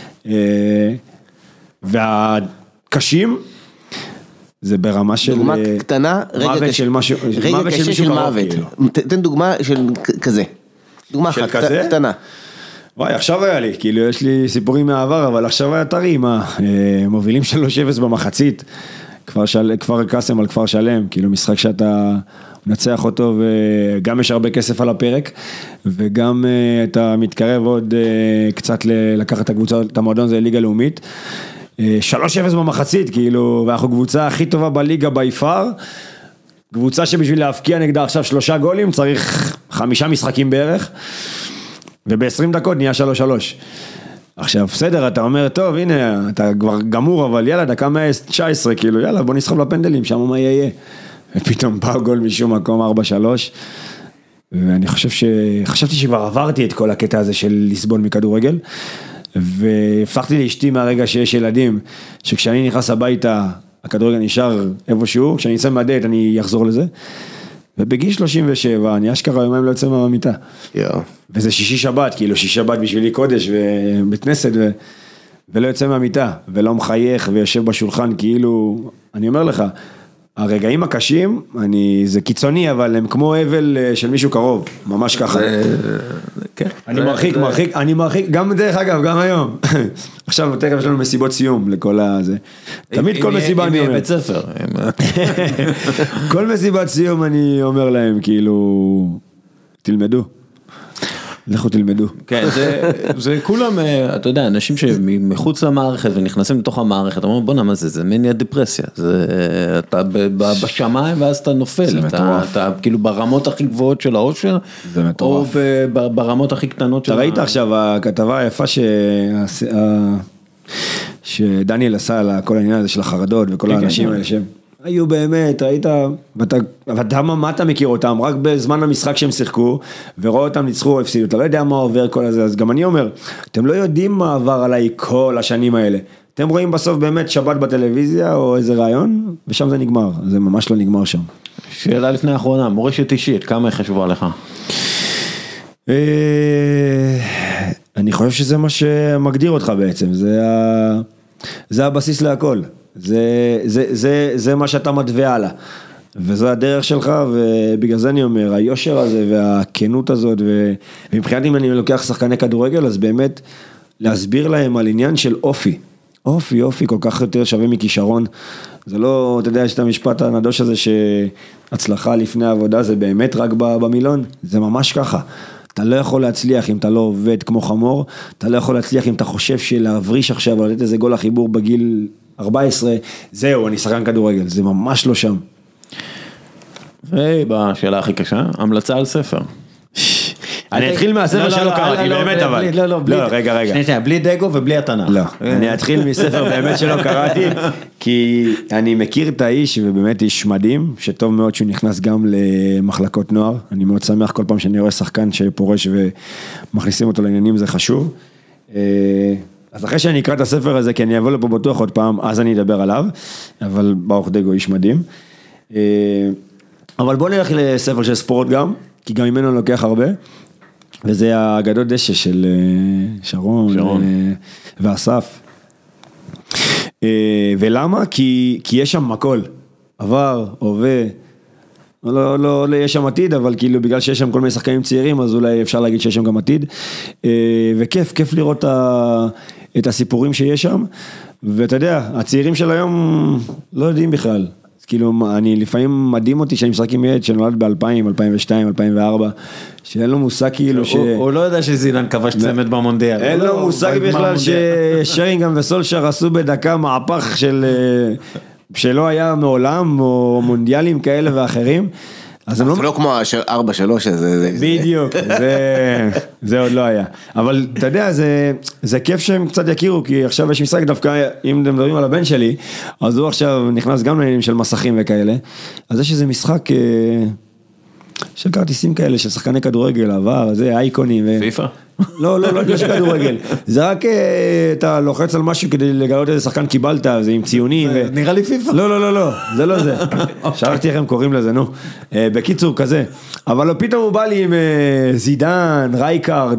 קשים, זה ברמה של... דוגמה קטנה, רגע קשה של מוות. תן דוגמה של כזה. דוגמה אחת קטנה. וואי, עכשיו היה לי, כאילו יש לי סיפורים מהעבר, אבל עכשיו היה טרי, מובילים 3-0 במחצית, כפר קאסם על כפר שלם, כאילו משחק שאתה מנצח אותו, וגם יש הרבה כסף על הפרק, וגם אתה מתקרב עוד קצת לקחת את הקבוצה, את המועדון, זה ליגה לאומית, 3-0 במחצית, כאילו, ואנחנו קבוצה הכי טובה בליגה ביפר, קבוצה שבשביל להפקיע נגדה עכשיו 3 גולים, צריך 5 משחקים בערך, וב-20 דקות נהיה 3-3. עכשיו, בסדר, אתה אומר, טוב, הנה, אתה כבר גמור, אבל יאללה, דקה 119, כאילו, יאללה, בוא נסחוב לפנדלים, שם מה יהיה. ופתאום בא גול משום מקום 4-3, ואני חשבתי שכבר עברתי את כל הקטע הזה של לסבול מכדורגל, והפכתי לאשתי מהרגע שיש ילדים, שכשאני נכנס הביתה, הכדורגל נשאר איפשהו, כשאני אצא מהדלת אני אחזור לזה, ובגיל 37, אני אשכרה יומיים לא יוצא מהמיטה. וזה שישי שבת, כאילו שישי שבת בשבילי קודש, ובית כנסת, ולא יוצא מהמיטה, ולא מחייך, ויושב בשולחן, כאילו, אני אומר לך, הרגעים הקשים, זה קיצוני, אבל הם כמו אבל של מישהו קרוב, ממש ככה. אני מרחיק, גם דרך אגב, גם היום. עכשיו, תכף יש לנו מסיבות סיום לכל הזה. תמיד כל מסיבה אני אומר. בית ספר. כל מסיבת סיום אני אומר להם, כאילו, תלמדו. לכו תלמדו. כן, זה כולם, אתה יודע, אנשים שמחוץ למערכת ונכנסים לתוך המערכת, אומרים בוא נמה זה מניה דיפרסיה, אתה בשמיים ואז אתה נופל, אתה כאילו ברמות הכי גבוהות של האושר, או ברמות הכי קטנות של... אתה ראית עכשיו הכתבה היפה שדניאל עשה על כל העניין הזה של החרדות וכל האנשים האלה שהם... היו באמת, ראית, ואתה מה אתה מכיר אותם, רק בזמן המשחק שהם שיחקו, ורואה אותם ניצחו או הפסידו, אתה לא יודע מה עובר כל הזה, אז גם אני אומר, אתם לא יודעים מה עבר עליי כל השנים האלה, אתם רואים בסוף באמת שבת בטלוויזיה, או איזה רעיון, ושם זה נגמר, זה ממש לא נגמר שם. שאלה לפני האחרונה, מורשת אישית, כמה היא חשובה לך? אני חושב שזה מה שמגדיר אותך בעצם, זה הבסיס להכל. זה מה שאתה מדווה עלה, וזו הדרך שלך, ובגלל זה אני אומר, היושר הזה והכנות הזאת, ומבחינת אם אני לוקח שחקני כדורגל, אז באמת להסביר להם על עניין של אופי, אופי כל כך יותר שווה מכישרון, זה לא, אתה יודע, יש את המשפט הנדוש הזה, שהצלחה לפני העבודה זה באמת רק במילון, זה ממש ככה, אתה לא יכול להצליח אם אתה לא עובד כמו חמור, אתה לא יכול להצליח אם אתה חושב שלהבריש עכשיו, או לתת איזה גול לחיבור בגיל 14, זהו, אני שחקן כדורגל, זה ממש לא שם. בשאלה הכי קשה, המלצה על ספר. אני אתחיל מהספר שלא קראתי, באמת אבל. לא, רגע. שנייה, בלי דגו ובלי התנ"ך. לא, אני אתחיל מספר באמת שלא קראתי, כי אני מכיר את האיש, ובאמת איש מדהים, שטוב מאוד שהוא נכנס גם למחלקות נוער, אני מאוד שמח כל פעם שאני רואה שחקן שפורש ומכניסים אותו לעניינים, זה חשוב. אז אחרי שאני אקרא את הספר הזה, כי אני אבוא לפה בטוח עוד פעם, אז אני אדבר עליו, אבל ברוך דגו איש מדהים. אבל בוא נלך לספר של ספורט גם, כי גם ממנו אני לוקח הרבה, וזה האגדות דשא של שרון ואסף. ולמה? כי יש שם הכל, עבר, הווה, לא יש שם עתיד, אבל כאילו בגלל שיש שם כל מיני שחקנים צעירים, אז אולי אפשר להגיד שיש שם גם עתיד, וכיף לראות את הסיפורים שיש שם, ואתה יודע, הצעירים של היום לא יודעים בכלל, כאילו אני לפעמים מדהים אותי שאני משחק עם ילד שנולד ב-2000, 2002, 2004, שאין לו מושג כאילו הוא לא יודע שזידן כבש צמד במונדיאל. אין לו מושג בכלל ששרינגהם וסולשר עשו בדקה מהפך שלא היה מעולם, או מונדיאלים כאלה ואחרים. זה לא כמו 4-3 הזה. בדיוק, זה עוד לא היה. אבל אתה יודע, זה כיף שהם קצת יכירו, כי עכשיו יש משחק דווקא, אם אתם מדברים על הבן שלי, אז הוא עכשיו נכנס גם לעניינים של מסכים וכאלה, אז יש איזה משחק של כרטיסים כאלה, של שחקני כדורגל, עבר, זה אייקונים. פיפה? לא של כדורגל, זה רק אתה לוחץ על משהו כדי לגלות איזה שחקן קיבלת, זה עם ציונים. נראה לי פיפה. לא, זה לא זה. שכחתי איך הם קוראים לזה, נו. בקיצור כזה. אבל פתאום הוא בא לי עם זידן, רייקארד,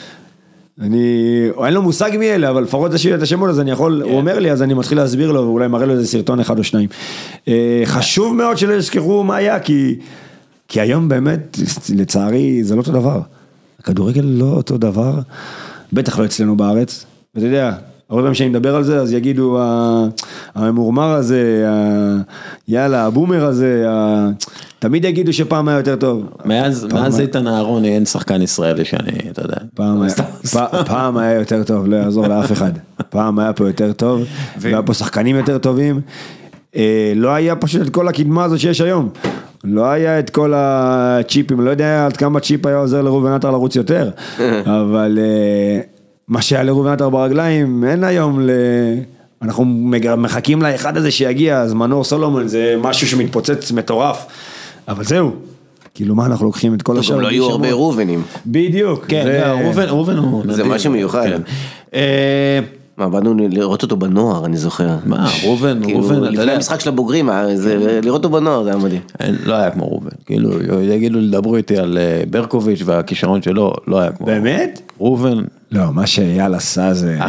אין לו מושג מי אלה, אבל לפחות זה שיהיה את השמות, אז אני יכול, הוא אומר לי, אז אני מתחיל להסביר לו, ואולי מראה לו איזה סרטון אחד או שניים. חשוב מאוד שלא יזכרו מה היה, כי היום באמת, לצערי, זה לא אותו דבר. הכדורגל לא אותו דבר, בטח לא אצלנו בארץ, ואתה יודע, הרבה פעמים שאני מדבר על זה, אז יגידו, המורמר הזה, יאללה, הבומר הזה, תמיד יגידו שפעם היה יותר טוב. מאז איתן אהרון אין שחקן ישראלי שאני, אתה יודע. פעם היה יותר טוב, לא יעזור לאף אחד. פעם היה פה יותר טוב, והיה פה שחקנים יותר טובים, לא היה פשוט את כל הקדמה הזאת שיש היום. לא היה את כל הצ'יפים, לא יודע עד כמה צ'יפ היה עוזר לראובן עטר לרוץ יותר, אבל מה שהיה לראובן עטר ברגליים, אין היום, אנחנו מחכים לאחד הזה שיגיע, אז מנור סולומון זה משהו שמתפוצץ מטורף, אבל זהו, כאילו מה אנחנו לוקחים את כל השאר? גם לא היו הרבה ראובנים. בדיוק. כן, ראובן הוא... זה משהו מיוחד. מה, באנו לראות אותו בנוער, אני זוכר. מה, ראובן, לפני המשחק של הבוגרים, לראות אותו בנוער, זה היה מדהים. לא היה כמו ראובן, כאילו, יגידו לדברו איתי על ברקוביץ' והכישרון שלו, לא היה כמו... באמת? ראובן... לא, מה שאייל עשה זה... אחי,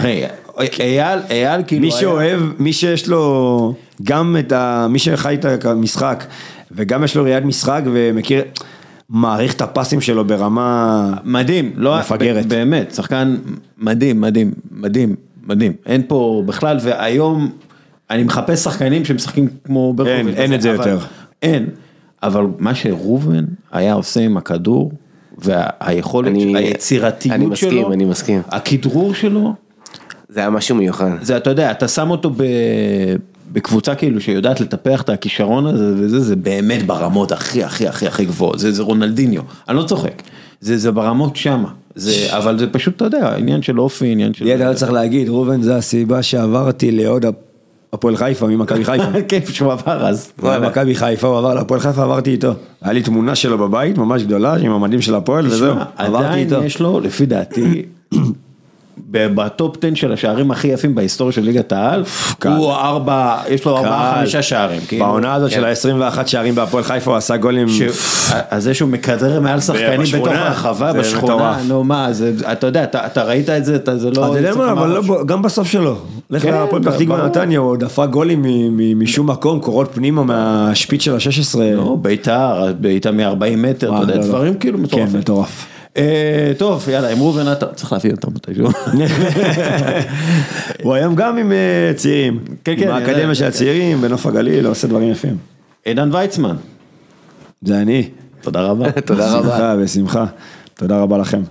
אייל כאילו... מי שאוהב, מי שיש לו גם מי שחי את המשחק, וגם יש לו ראיית משחק ומכיר, מעריך את הפסים שלו ברמה... מדהים, לא... מפגרת. באמת, שחקן מדהים, מדהים, מדהים, מדהים. אין פה בכלל, והיום אני מחפש שחקנים שמשחקים כמו ברקוביץ'. אין את זה יותר. אין, אבל מה שרובן היה עושה עם הכדור, והיכולת, היצירתיות שלו, אני מסכים. הכדרור שלו, זה היה משהו מיוחד. זה אתה יודע, אתה שם אותו בקבוצה כאילו שיודעת לטפח את הכישרון הזה, וזה זה באמת ברמות הכי גבוהות, זה רונלדיניו, אני לא צוחק, זה ברמות שמה, אבל זה פשוט, אתה יודע, עניין של אופי, עניין של... ידע, לא צריך להגיד, רובן זה הסיבה שעברתי לעוד הפועל חיפה, ממכבי חיפה. כיף שהוא עבר אז. מכבי חיפה, הוא עבר להפועל חיפה, עברתי איתו. היה לי תמונה שלו בבית, ממש גדולה, עם המדים של הפועל, וזהו, עברתי איתו. עדיין יש לו, לפי דעתי, בטופ 10 של השערים הכי יפים בהיסטוריה של ליגת העל, יש לו 4-5 שערים. בעונה הזאת של ה-21 שערים בהפועל חיפה, הוא עשה גולים... אז זה שהוא מקדר מעל שחקנים בתוך הרחבה, בשכונה, נו מה, אתה יודע, אתה ראית את זה, זה לא... אתה יודע מה, אבל גם בסוף שלו, לך להפועל פתח תקווה נתניה, הוא דפק גולים משום מקום, קורות פנימה מהשפיץ של ה-16. לא, ביתר מ-40 מטר, אתה יודע, דברים כאילו מטורפים. כן, מטורף. טוב, יאללה, עם רובן אתה, צריך להביא אותם מתישהו. הוא היום גם עם צעירים, עם האקדמיה של הצעירים, בנוף הגליל, עושה דברים יפים. עידן ויצמן. זה אני. תודה רבה. תודה רבה. בשמחה. תודה רבה לכם.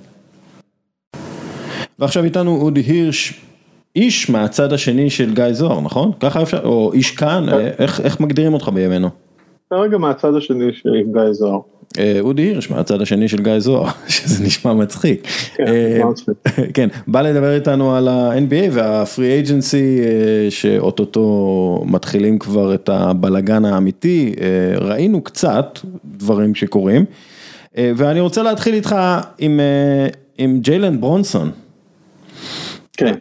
ועכשיו איתנו אודי הירש, איש מהצד השני של גיא זוהר, נכון? ככה אפשר, או איש כאן, איך מגדירים אותך בימינו? כרגע מהצד השני של גיא זוהר. אודי הירש מהצד השני של גיא זוהר, שזה נשמע מצחיק. כן, בא לדבר איתנו על ה-NBA וה-Free Agency, שאוטוטו מתחילים כבר את הבלגן האמיתי, ראינו קצת דברים שקורים, ואני רוצה להתחיל איתך עם ג'יילן ברונסון. כן.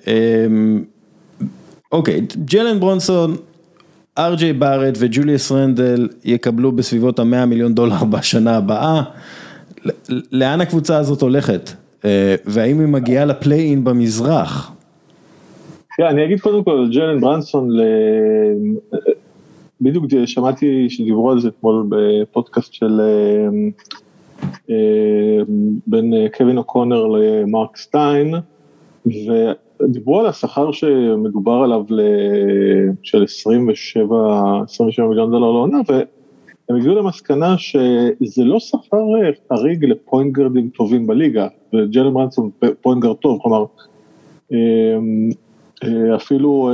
אוקיי, ג'יילן ברונסון, אר.ג'יי בארט וג'וליוס רנדל יקבלו בסביבות $100 מיליון בשנה הבאה. לאן הקבוצה הזאת הולכת? והאם היא מגיעה לפליי-אין במזרח? אני אגיד קודם כל, ג'יילן ברונסון, בדיוק שמעתי שדיברו על זה אתמול בפודקאסט של בין קווין אוקונר למרק סטיין, דיברו על השכר שמדובר עליו של $27 מיליון לעונה, והם הגיעו למסקנה שזה לא שכר חריג לפוינט גארדים טובים בליגה, וג'יילן ברונסון פוינט גארד טוב, כלומר, אפילו,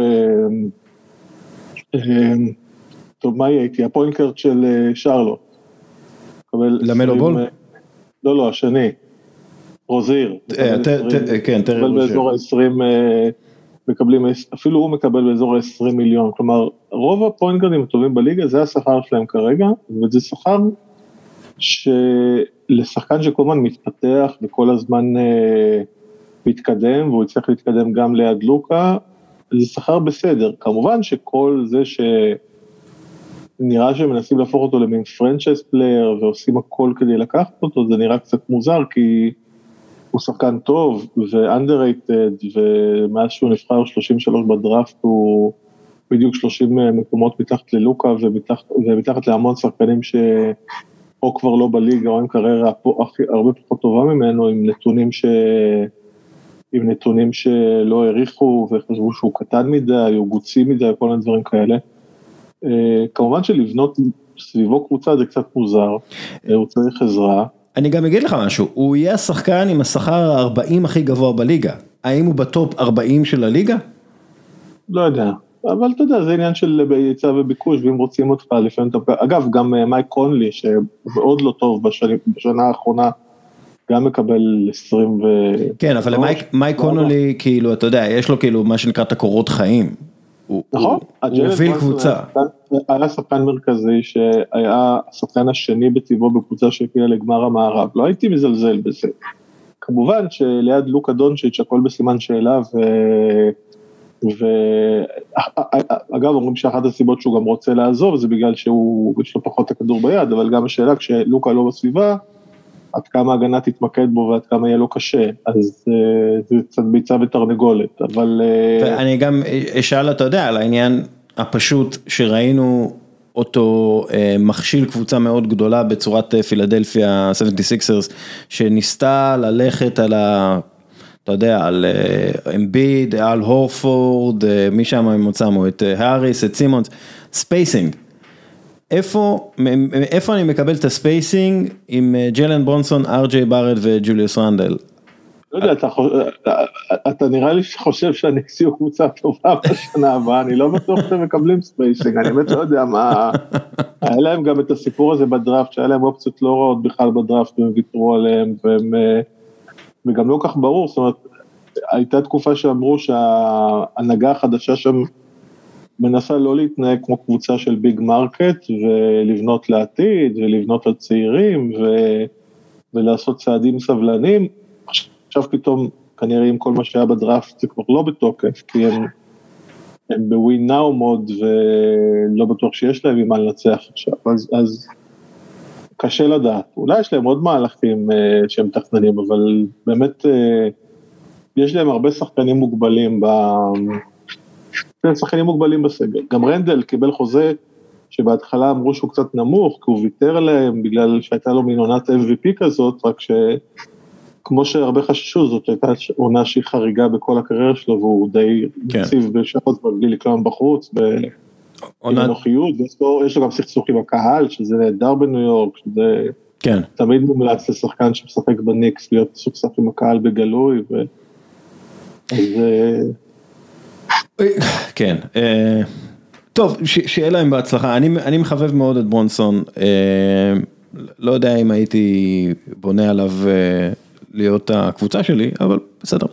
טוב, מה הייתי? הפוינט גארד של שרלוט. למלו בול? לא, השני. רוזיר, כן, באזור ה-20, אפילו הוא מקבל באזור ה-20 מיליון, כלומר, רוב הפוינט גארדים הטובים בליגה, זה השכר שלהם כרגע, וזה שכר שלשחקן שכל הזמן מתפתח, וכל הזמן מתקדם, והוא יצטרך להתקדם גם ליד לוקה, זה שכר בסדר, כמובן שכל זה נראה שהם מנסים להפוך אותו למין פרנצ'ייז פלייר, ועושים הכל כדי לקחת אותו, זה נראה קצת מוזר, כי הוא שחקן טוב ו-underrated, ומאז שהוא נבחר 33 בדראפט, הוא בדיוק 30 מקומות מתחת ללוקה, ומתחת להמון שחקנים שאו כבר לא בליגה, או עם קריירה הרבה פחות טובה ממנו, עם נתונים שלא העריכו, וחשבו שהוא קטן מדי, הוא גוצי מדי, כל מיני דברים כאלה. כמובן שלבנות סביבו קבוצה זה קצת מוזר, הוא צריך עזרה. אני גם אגיד לך משהו, הוא יהיה השחקן עם השכר 40 הכי גבוה בליגה, האם הוא בטופ 40 של הליגה? לא יודע, אבל אתה יודע, זה עניין של היצע וביקוש, ואם רוצים אותך לפעמים, אגב, גם מייק קונלי, שמאוד לא טוב בשנה האחרונה, גם מקבל 20 ו... כן, אבל מייק קונלי, כאילו, אתה יודע, יש לו כאילו מה שנקרא את הקורות חיים, נכון, הוא הוביל קבוצה. היה שחקן מרכזי שהיה השחקן השני בטבעו בקבוצה שהגיעה לגמר המערב, לא הייתי מזלזל בזה. כמובן שליד לוקה דונצ'יץ' הכל בסימן שאלה, ואגב אומרים שאחת הסיבות שהוא גם רוצה לעזוב, זה בגלל שיש לו פחות הכדור ביד, אבל גם השאלה כשלוקה לא בסביבה, עד כמה ההגנה תתמקד בו ועד כמה יהיה לו קשה, אז זה קצת ביצה ותרנגולת, אבל... ואני גם אשאל, אתה יודע, על העניין הפשוט שראינו אותו מכשיל קבוצה מאוד גדולה בצורת פילדלפיה 76ers, שניסתה ללכת על אתה יודע, על אמביד, על הורפורד, מי שם הם מוצאמו, את האריס, את סימונס, ספייסינג. איפה אני מקבל את הספייסינג עם ג'לן ברונסון, אר.ג'יי בארט וג'וליוס רנדל? לא יודע, אתה נראה לי שחושב שהניקס יהיו קבוצה טובה בשנה הבאה, אני לא בטוח שאתם מקבלים ספייסינג, אני באמת לא יודע מה, היה להם גם את הסיפור הזה בדראפט, שהיה להם אופציות לא רעות בכלל בדראפט, והם ויתרו עליהם, וגם לא כך ברור, זאת אומרת, הייתה תקופה שאמרו שההנהגה החדשה שם מנסה לא להתנהג כמו קבוצה של ביג מרקט, ולבנות לעתיד, ולבנות על צעירים, ולעשות צעדים סבלנים, עכשיו פתאום כנראה עם כל מה שהיה בדראפט זה כבר לא בתוקף, כי הם בווין נאו מוד, ולא בטוח שיש להם עם מה לנצח עכשיו, אז קשה לדעת, אולי יש להם עוד מהלכים שהם תכננים, אבל באמת יש להם הרבה שחקנים מוגבלים, שחקנים מוגבלים בסגל, גם רנדל קיבל חוזה, שבהתחלה אמרו שהוא קצת נמוך, כי הוא ויתר להם, בגלל שהייתה לו מין עונת MVP כזאת, רק כמו שהרבה חששו, זאת הייתה עונה שהיא חריגה בכל הקריירה שלו, והוא די מציב בשעות בלי לקלום בחוץ, בנוחיות, ויש לו גם סכסוך עם הקהל, שזה נהדר בניו יורק, שזה תמיד מומלץ לשחקן שמשחק בניקס, להיות סכסוך עם הקהל בגלוי, כן, טוב, שיהיה להם בהצלחה, אני מחבב מאוד את ברונסון, לא יודע אם הייתי בונה עליו להיות הקבוצה שלי, אבל בסדר.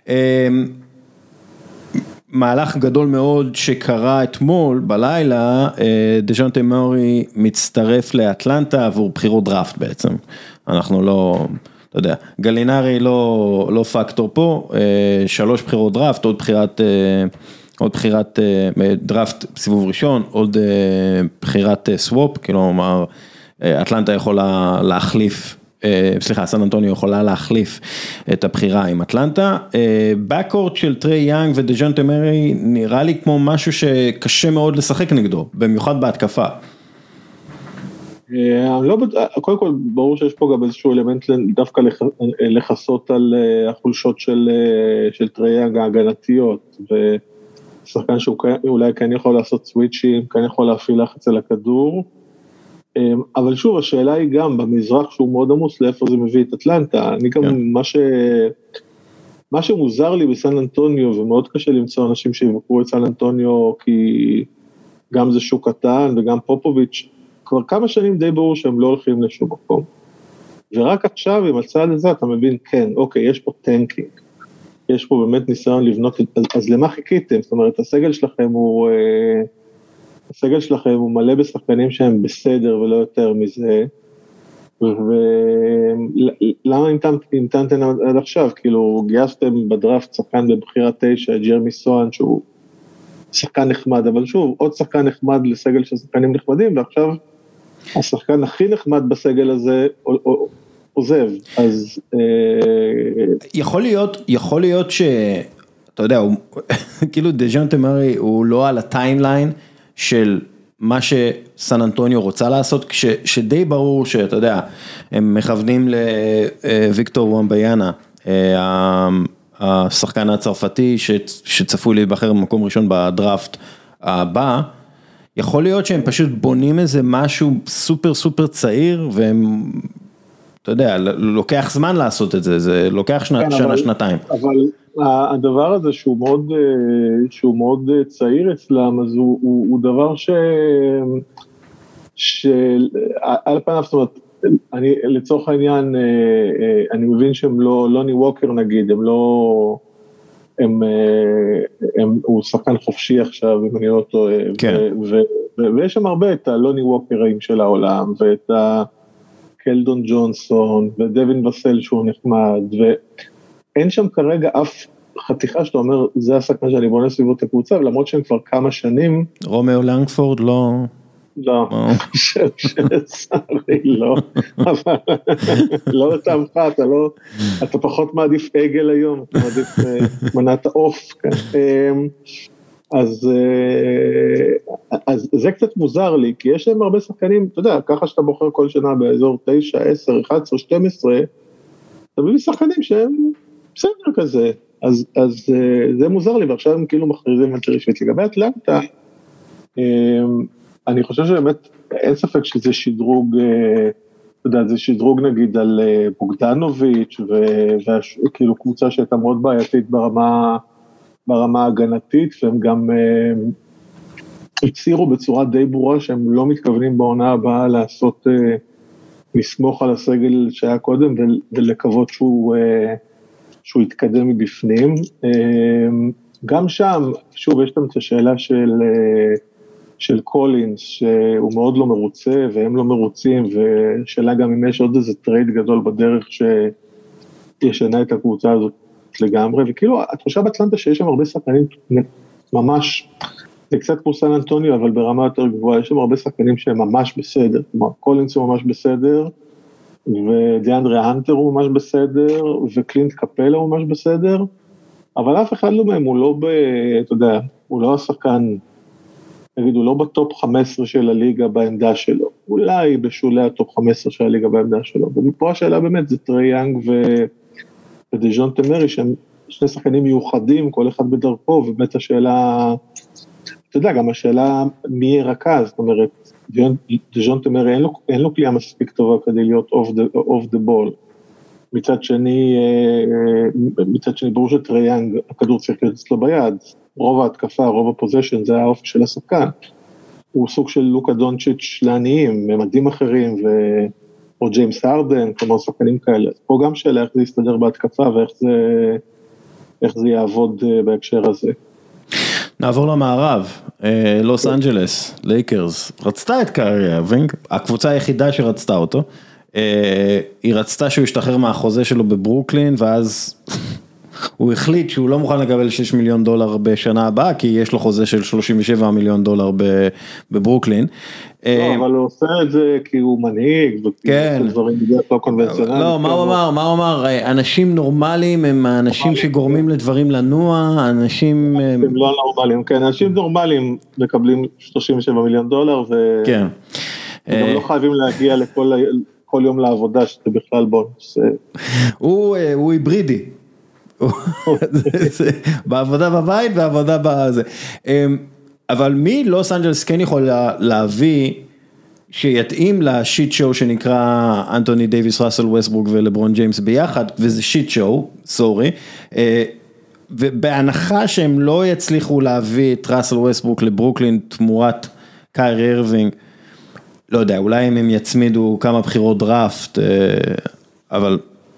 מהלך גדול מאוד שקרה אתמול בלילה, דז'ונטה מורי מצטרף לאטלנטה עבור בחירות דראפט בעצם. אנחנו לא, אתה יודע, גלינרי לא פקטור פה, 3 בחירות דראפט, עוד בחירת דראפט סיבוב ראשון, עוד בחירת סוואפ, כלומר, אטלנטה יכולה להחליף, סליחה, סן אנטוניו יכולה להחליף את הבחירה עם אטלנטה, בקורד של טרי יאנג ודז'ונטה מורי נראה לי כמו משהו שקשה מאוד לשחק נגדו, במיוחד בהתקפה. קודם כל ברור שיש פה גם איזשהו אלמנט דווקא לחסות על החולשות של טרי יאנג ההגנתיות, ושחקן שאולי כן יכול לעשות סוויצ'ים, כן יכול להפעיל לחץ על הכדור, אבל שוב, השאלה היא גם במזרח שהוא מאוד עמוס, לאיפה זה מביא את אטלנטה. אני גם, מה שמוזר לי בסן אנטוניו, ומאוד קשה למצוא אנשים שיבקרו את סן אנטוניו, כי גם זה שוק קטן, וגם פופוביץ', כבר כמה שנים די ברור שהם לא הולכים לשום מקום. ורק עכשיו, עם הצעד הזה, אתה מבין, כן, אוקיי, יש פה טנקינג, יש פה באמת ניסיון לבנות, אז למה חיכיתם? זאת אומרת, הסגל שלכם הוא מלא בשחקנים שהם בסדר ולא יותר מזה, ולמה המתנתם עד עכשיו? כאילו גייסתם בדראפט שחקן בבחירה 9, ג'רמי סואן, שהוא שחקן נחמד, אבל שוב, עוד שחקן נחמד לסגל של שחקנים נחמדים, ועכשיו השחקן הכי נחמד בסגל הזה עוזב, אז... יכול להיות אתה יודע, כאילו דז'ונטה מורי הוא לא על הטיימליין של מה שסן אנטוניו רוצה לעשות, שדי ברור שאתה יודע, הם מכוונים לוויקטור וואמביאנה, השחקן הצרפתי שצפוי להיבחר במקום ראשון בדראפט הבא, יכול להיות שהם פשוט בונים איזה משהו סופר סופר צעיר, והם, אתה יודע, לוקח זמן לעשות את זה, זה לוקח שנה, שנתיים. אבל הדבר הזה שהוא מאוד צעיר אצלם, אז הוא דבר על פניו, זאת אומרת, לצורך העניין, אני מבין שהם לא לוני ווקר נגיד, הוא שחקן חופשי עכשיו, אם אני לא טועה, ויש שם הרבה את הלוני ווקרים של העולם, ואת קלדון ג'ונסון, ודווין וסל שהוא נחמד, ואין שם כרגע אף חתיכה שאתה אומר, זה השחקן שאני בונה סביבות הקבוצה, ולמרות שהם כבר כמה שנים... רומאו לנגפורד לא, אני חושב שצערי לא, אבל לא לטעמך, אתה פחות מעדיף עגל היום, אתה מעדיף מנת העוף, אז זה קצת מוזר לי, כי יש להם הרבה שחקנים, אתה יודע, ככה שאתה בוחר כל שנה באזור 9, 10, 11, 12, אתה מביא שחקנים שהם בסדר כזה, אז זה מוזר לי, ועכשיו הם כאילו מכריזים על רשמית. לגבי אטלנטה, אני חושב שבאמת אין ספק שזה שדרוג, אתה יודע, זה שדרוג נגיד על בוגדנוביץ' וכאילו קבוצה שהייתה מאוד בעייתית ברמה ההגנתית, והם גם הצהירו בצורה די ברורה שהם לא מתכוונים בעונה הבאה לעשות, לסמוך על הסגל שהיה קודם ולקוות שהוא יתקדם מבפנים. גם שם, שוב, יש גם את השאלה של קולינס, שהוא מאוד לא מרוצה, והם לא מרוצים, ושאלה גם אם יש עוד איזה טרייד גדול בדרך שישנה את הקבוצה הזאת לגמרי, וכאילו, התחושה באטלנטה שיש שם הרבה שחקנים ממש, זה קצת כמו סן אנטוניו, אבל ברמה יותר גבוהה, יש שם הרבה שחקנים שהם ממש בסדר, כלומר, קולינס הוא ממש בסדר, ודיאנדרה הנטר הוא ממש בסדר, וקלינט קפלה הוא ממש בסדר, אבל אף אחד לא מהם, הוא לא אתה יודע, הוא לא השחקן, נגיד, הוא לא בטופ 15 של הליגה בעמדה שלו, אולי בשולי הטופ 15 של הליגה בעמדה שלו, ומפה השאלה באמת, זה טרי יאנג ודז'ונטה מרי, שהם שני שחקנים מיוחדים, כל אחד בדרכו, ובאמת השאלה, אתה יודע, גם השאלה מי יהיה רכז, זאת אומרת, דז'ונטה מרי אין לו כלייה מספיק טובה כדי להיות off the ball, מצד שני, ברור שטרי יאנג, הכדור צריך להיות אצלו ביד, רוב ההתקפה, רוב הפוזיישן, זה האופי של השחקן, הוא סוג של לוקה דונצ'יץ' לעניים, ממדים אחרים, או ג'יימס הרדן, כלומר שחקנים כאלה, פה גם שאלה איך זה יסתדר בהתקפה, ואיך זה יעבוד בהקשר הזה. נעבור למערב, לוס אנג'לס, לייקרס, רצתה את קיירי ארווינג, הקבוצה היחידה שרצתה אותו, היא רצתה שהוא ישתחרר מהחוזה שלו בברוקלין, ואז הוא החליט שהוא לא מוכן לקבל $6 מיליון בשנה הבאה, כי יש לו חוזה של $37 מיליון בברוקלין. לא, אבל הוא עושה את זה כי הוא מנהיג, כן. דברים לא קונבנציונליים. לא, מה הוא אמר? אנשים נורמליים הם האנשים שגורמים לדברים לנוע, אנשים... הם לא נורמליים, כן, אנשים נורמליים מקבלים $37 מיליון, כן. וגם לא חייבים להגיע כל יום לעבודה, שזה בכלל בונוס. הוא היברידי. בעבודה בבית ועבודה בזה. אבל מי לוס אנג'לס כן יכול להביא שיתאים לשיט שואו שנקרא אנטוני דייביס, ראסל ווסטברוק ולברון ג'יימס ביחד, וזה שיט שואו, סורי, ובהנחה שהם לא יצליחו להביא את ראסל ווסטברוק לברוקלין תמורת קיירי ארווינג, לא יודע, אולי הם יצמידו כמה בחירות דראפט, אבל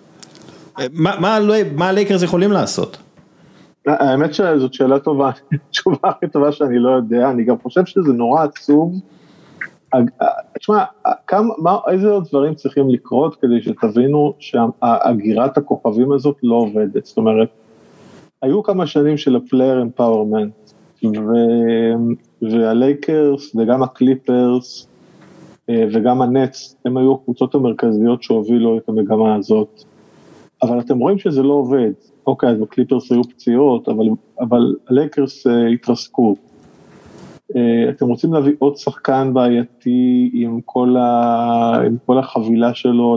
מה הלייקרס יכולים לעשות? האמת שזאת שאלה טובה, תשובה הכי טובה שאני לא יודע, אני גם חושב שזה נורא עצוב, תשמע, איזה עוד דברים צריכים לקרות כדי שתבינו שהגירת הכוכבים הזאת לא עובדת, זאת אומרת, היו כמה שנים של הפלייר אמפאורמנט, והלייקרס וגם הקליפרס וגם הנץ, הם היו הקבוצות המרכזיות שהובילו את המגמה הזאת, אבל אתם רואים שזה לא עובד, אוקיי, אז בקליפרס היו פציעות, אבל הלייקרס התרסקו. אתם רוצים להביא עוד שחקן בעייתי עם כל החבילה שלו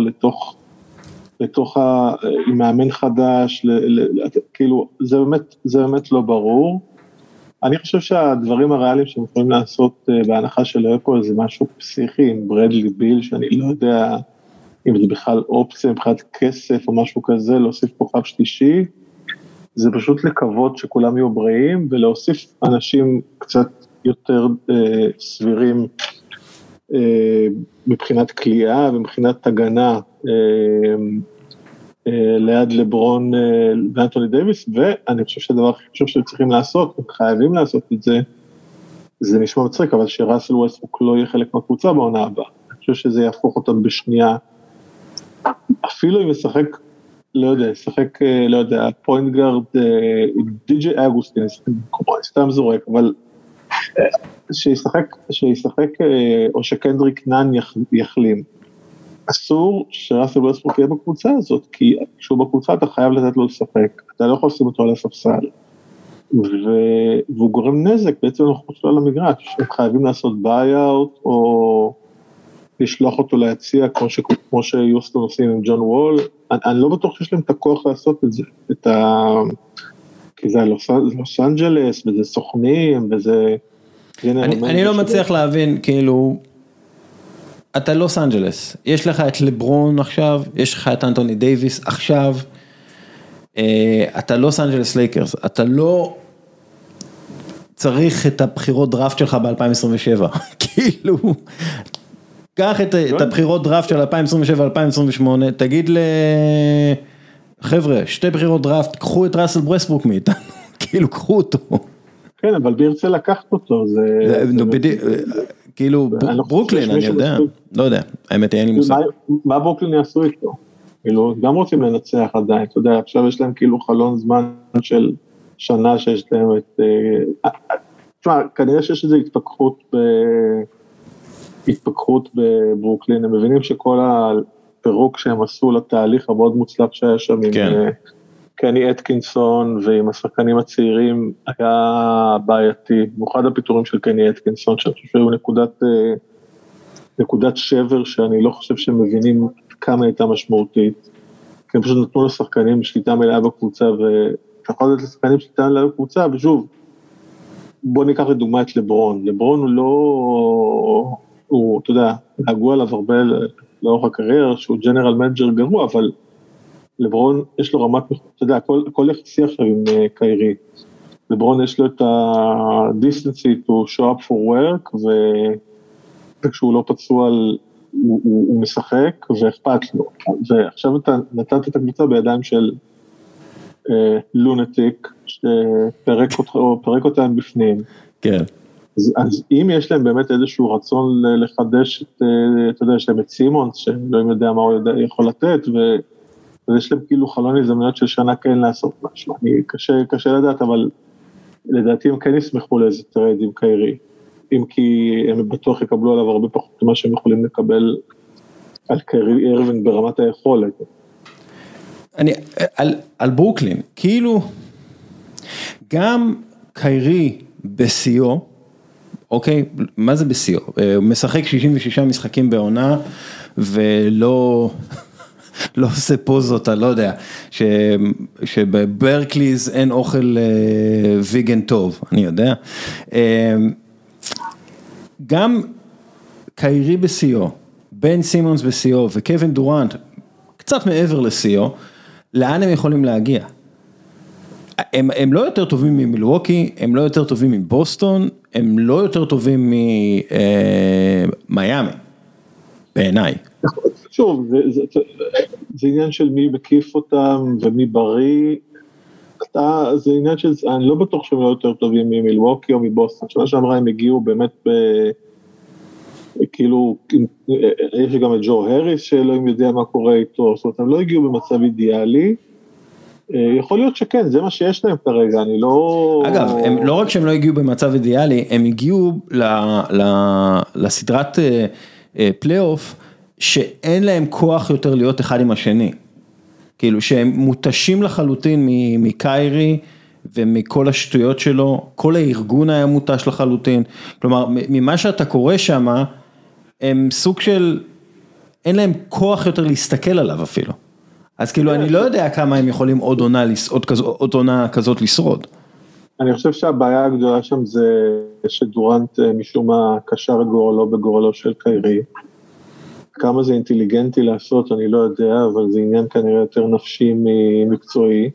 עם מאמן חדש, כאילו, זה באמת לא ברור. אני חושב שהדברים הריאליים שהם יכולים לעשות בהנחה שלא יהיה פה איזה משהו פסיכי עם ברדלי ביל, שאני לא יודע אם זה בכלל אופציה, מבחינת כסף או משהו כזה, להוסיף פה חב שלישי, זה פשוט לקוות שכולם יהיו בריאים, ולהוסיף אנשים קצת יותר סבירים מבחינת כליאה ומבחינת הגנה ליד לברון ואנטוני דייביס, ואני חושב שהדבר הכי חשוב שצריכים לעשות, חייבים לעשות את זה, זה נשמע מצחיק, אבל שראסל ווסטברוק לא יהיה חלק מהקבוצה בעונה הבאה, אני חושב שזה יהפוך אותם בשנייה, אפילו אם ישחק, לא יודע, פוינט גארד, די.ג'יי אגוסטין, סתם זורק, אבל שישחק או שקנדריק נאן יחלים. אסור שראסל ווסטברוק יהיה בקבוצה הזאת, כי כשהוא בקבוצה אתה חייב לתת לו לשחק, אתה לא יכול לשים אותו על הספסל, והוא גורם נזק בעצם לנוכחות שלו על המגרש, הם חייבים לעשות ביי-אוט, או לשלוח אותו להציע, כמו שיוסטון עושים עם ג'ון וול, אני לא בטוח שיש להם את הכוח לעשות את זה, כי זה לוס אנג'לס, וזה סוכנים, וזה... אני לא מצליח להבין, כאילו... אתה לוס אנג'לס, יש לך את לברון עכשיו, יש לך את אנטוני דייביס עכשיו, אתה לוס אנג'לס לייקרס, אתה לא צריך את הבחירות דראפט שלך ב-2027, כאילו, קח את הבחירות דראפט של 2027-2028, תגיד לחבר'ה, 2 בחירות דראפט, קחו את ראסל ווסטברוק מאיתנו, כאילו, קחו אותו. כן, אבל בירצה לקחת אותו, זה... כאילו, ברוקלין, אני יודע, לא יודע, האמת אין לי מושג. מה ברוקלין יעשו איתו? כאילו, גם רוצים לנצח עדיין, אתה יודע, עכשיו יש להם כאילו חלון זמן של שנה שיש להם את... תשמע, כנראה שיש איזו התפכחות בברוקלין, הם מבינים שכל הפירוק שהם עשו לתהליך המאוד מוצלח שהיה שם עם קני אטקינסון ועם השחקנים הצעירים היה בעייתי, במיוחד הפיטורים של קני אטקינסון, שאני חושב שהיו נקודת שבר שאני לא חושב שהם מבינים כמה הייתה משמעותית, כי הם פשוט נתנו לשחקנים שליטה מלאה בקבוצה, ויכול להיות לשחקנים שליטה מלאה בקבוצה, ושוב, בוא ניקח לדוגמה את לברון, לברון הוא לא, אתה יודע, נהגו עליו הרבה לאורך הקריירה, שהוא ג'נרל מנג'ר גרוע, אבל לברון יש לו רמת, אתה יודע, כל יחסי עכשיו עם קיירי, לברון יש לו את ה-distancy to show up for work, וכשהוא לא פצוע, הוא משחק, ואכפת לו, ועכשיו אתה נתת את הקבוצה בידיים של לונטיק, שפרק אותם בפנים, כן. אז אם יש להם באמת איזשהו רצון לחדש, אתה יודע, יש להם את סימונס, שלא יודע מה הוא יכול לתת, ויש להם כאילו חלון הזדמנויות של שנה כן לעשות משהו, קשה לדעת, אבל לדעתי הם כן ישמחו לאיזה טרייד עם קיירי, אם כי הם בטוח יקבלו עליו הרבה פחות ממה שהם יכולים לקבל על קיירי אירווינג ברמת היכולת. על ברוקלין, כאילו, גם קיירי בסיו, אוקיי, מה זה בסיו? הוא משחק 66 משחקים בעונה, ולא עושה פוזות, אני לא יודע, שבברקליז אין אוכל ויגן טוב, אני יודע. גם קיירי בסיו, בן סימונס בסיו, וקווין דורנט, קצת מעבר לסיו, לאן הם יכולים להגיע? הם לא יותר טובים ממילווקי, הם לא יותר טובים מבוסטון, הם לא יותר טובים ממיימי, בעיניי. שוב, זה עניין של מי מקיף אותם ומי בריא, זה עניין של, אני לא בטוח שהם לא יותר טובים ממילווקי או מבוסטון, שנה שעברה הם הגיעו באמת כאילו, יש גם את ג'ו הריס שאלוהים יודע מה קורה איתו, זאת אומרת, הם לא הגיעו במצב אידיאלי, יכול להיות שכן, זה מה שיש להם כרגע, אני לא... אגב, לא רק שהם לא הגיעו במצב אידיאלי, הם הגיעו לסדרת פלייאוף, שאין להם כוח יותר להיות אחד עם השני, כאילו שהם מותשים לחלוטין מקיירי, ומכל השטויות שלו, כל הארגון היה מותש לחלוטין, כלומר, ממה שאתה קורא שם, הם סוג של, אין להם כוח יותר להסתכל עליו אפילו, אז כאילו אני לא יודע כמה הם יכולים עוד עונה כזאת לשרוד. אני חושב שהבעיה הגדולה שם זה שדורנט משום מה קשר את גורלו בגורלו של קיירי, כמה זה אינטליגנטי לעשות אני לא יודע, אבל זה עניין כנראה יותר נפשי ממקצועי,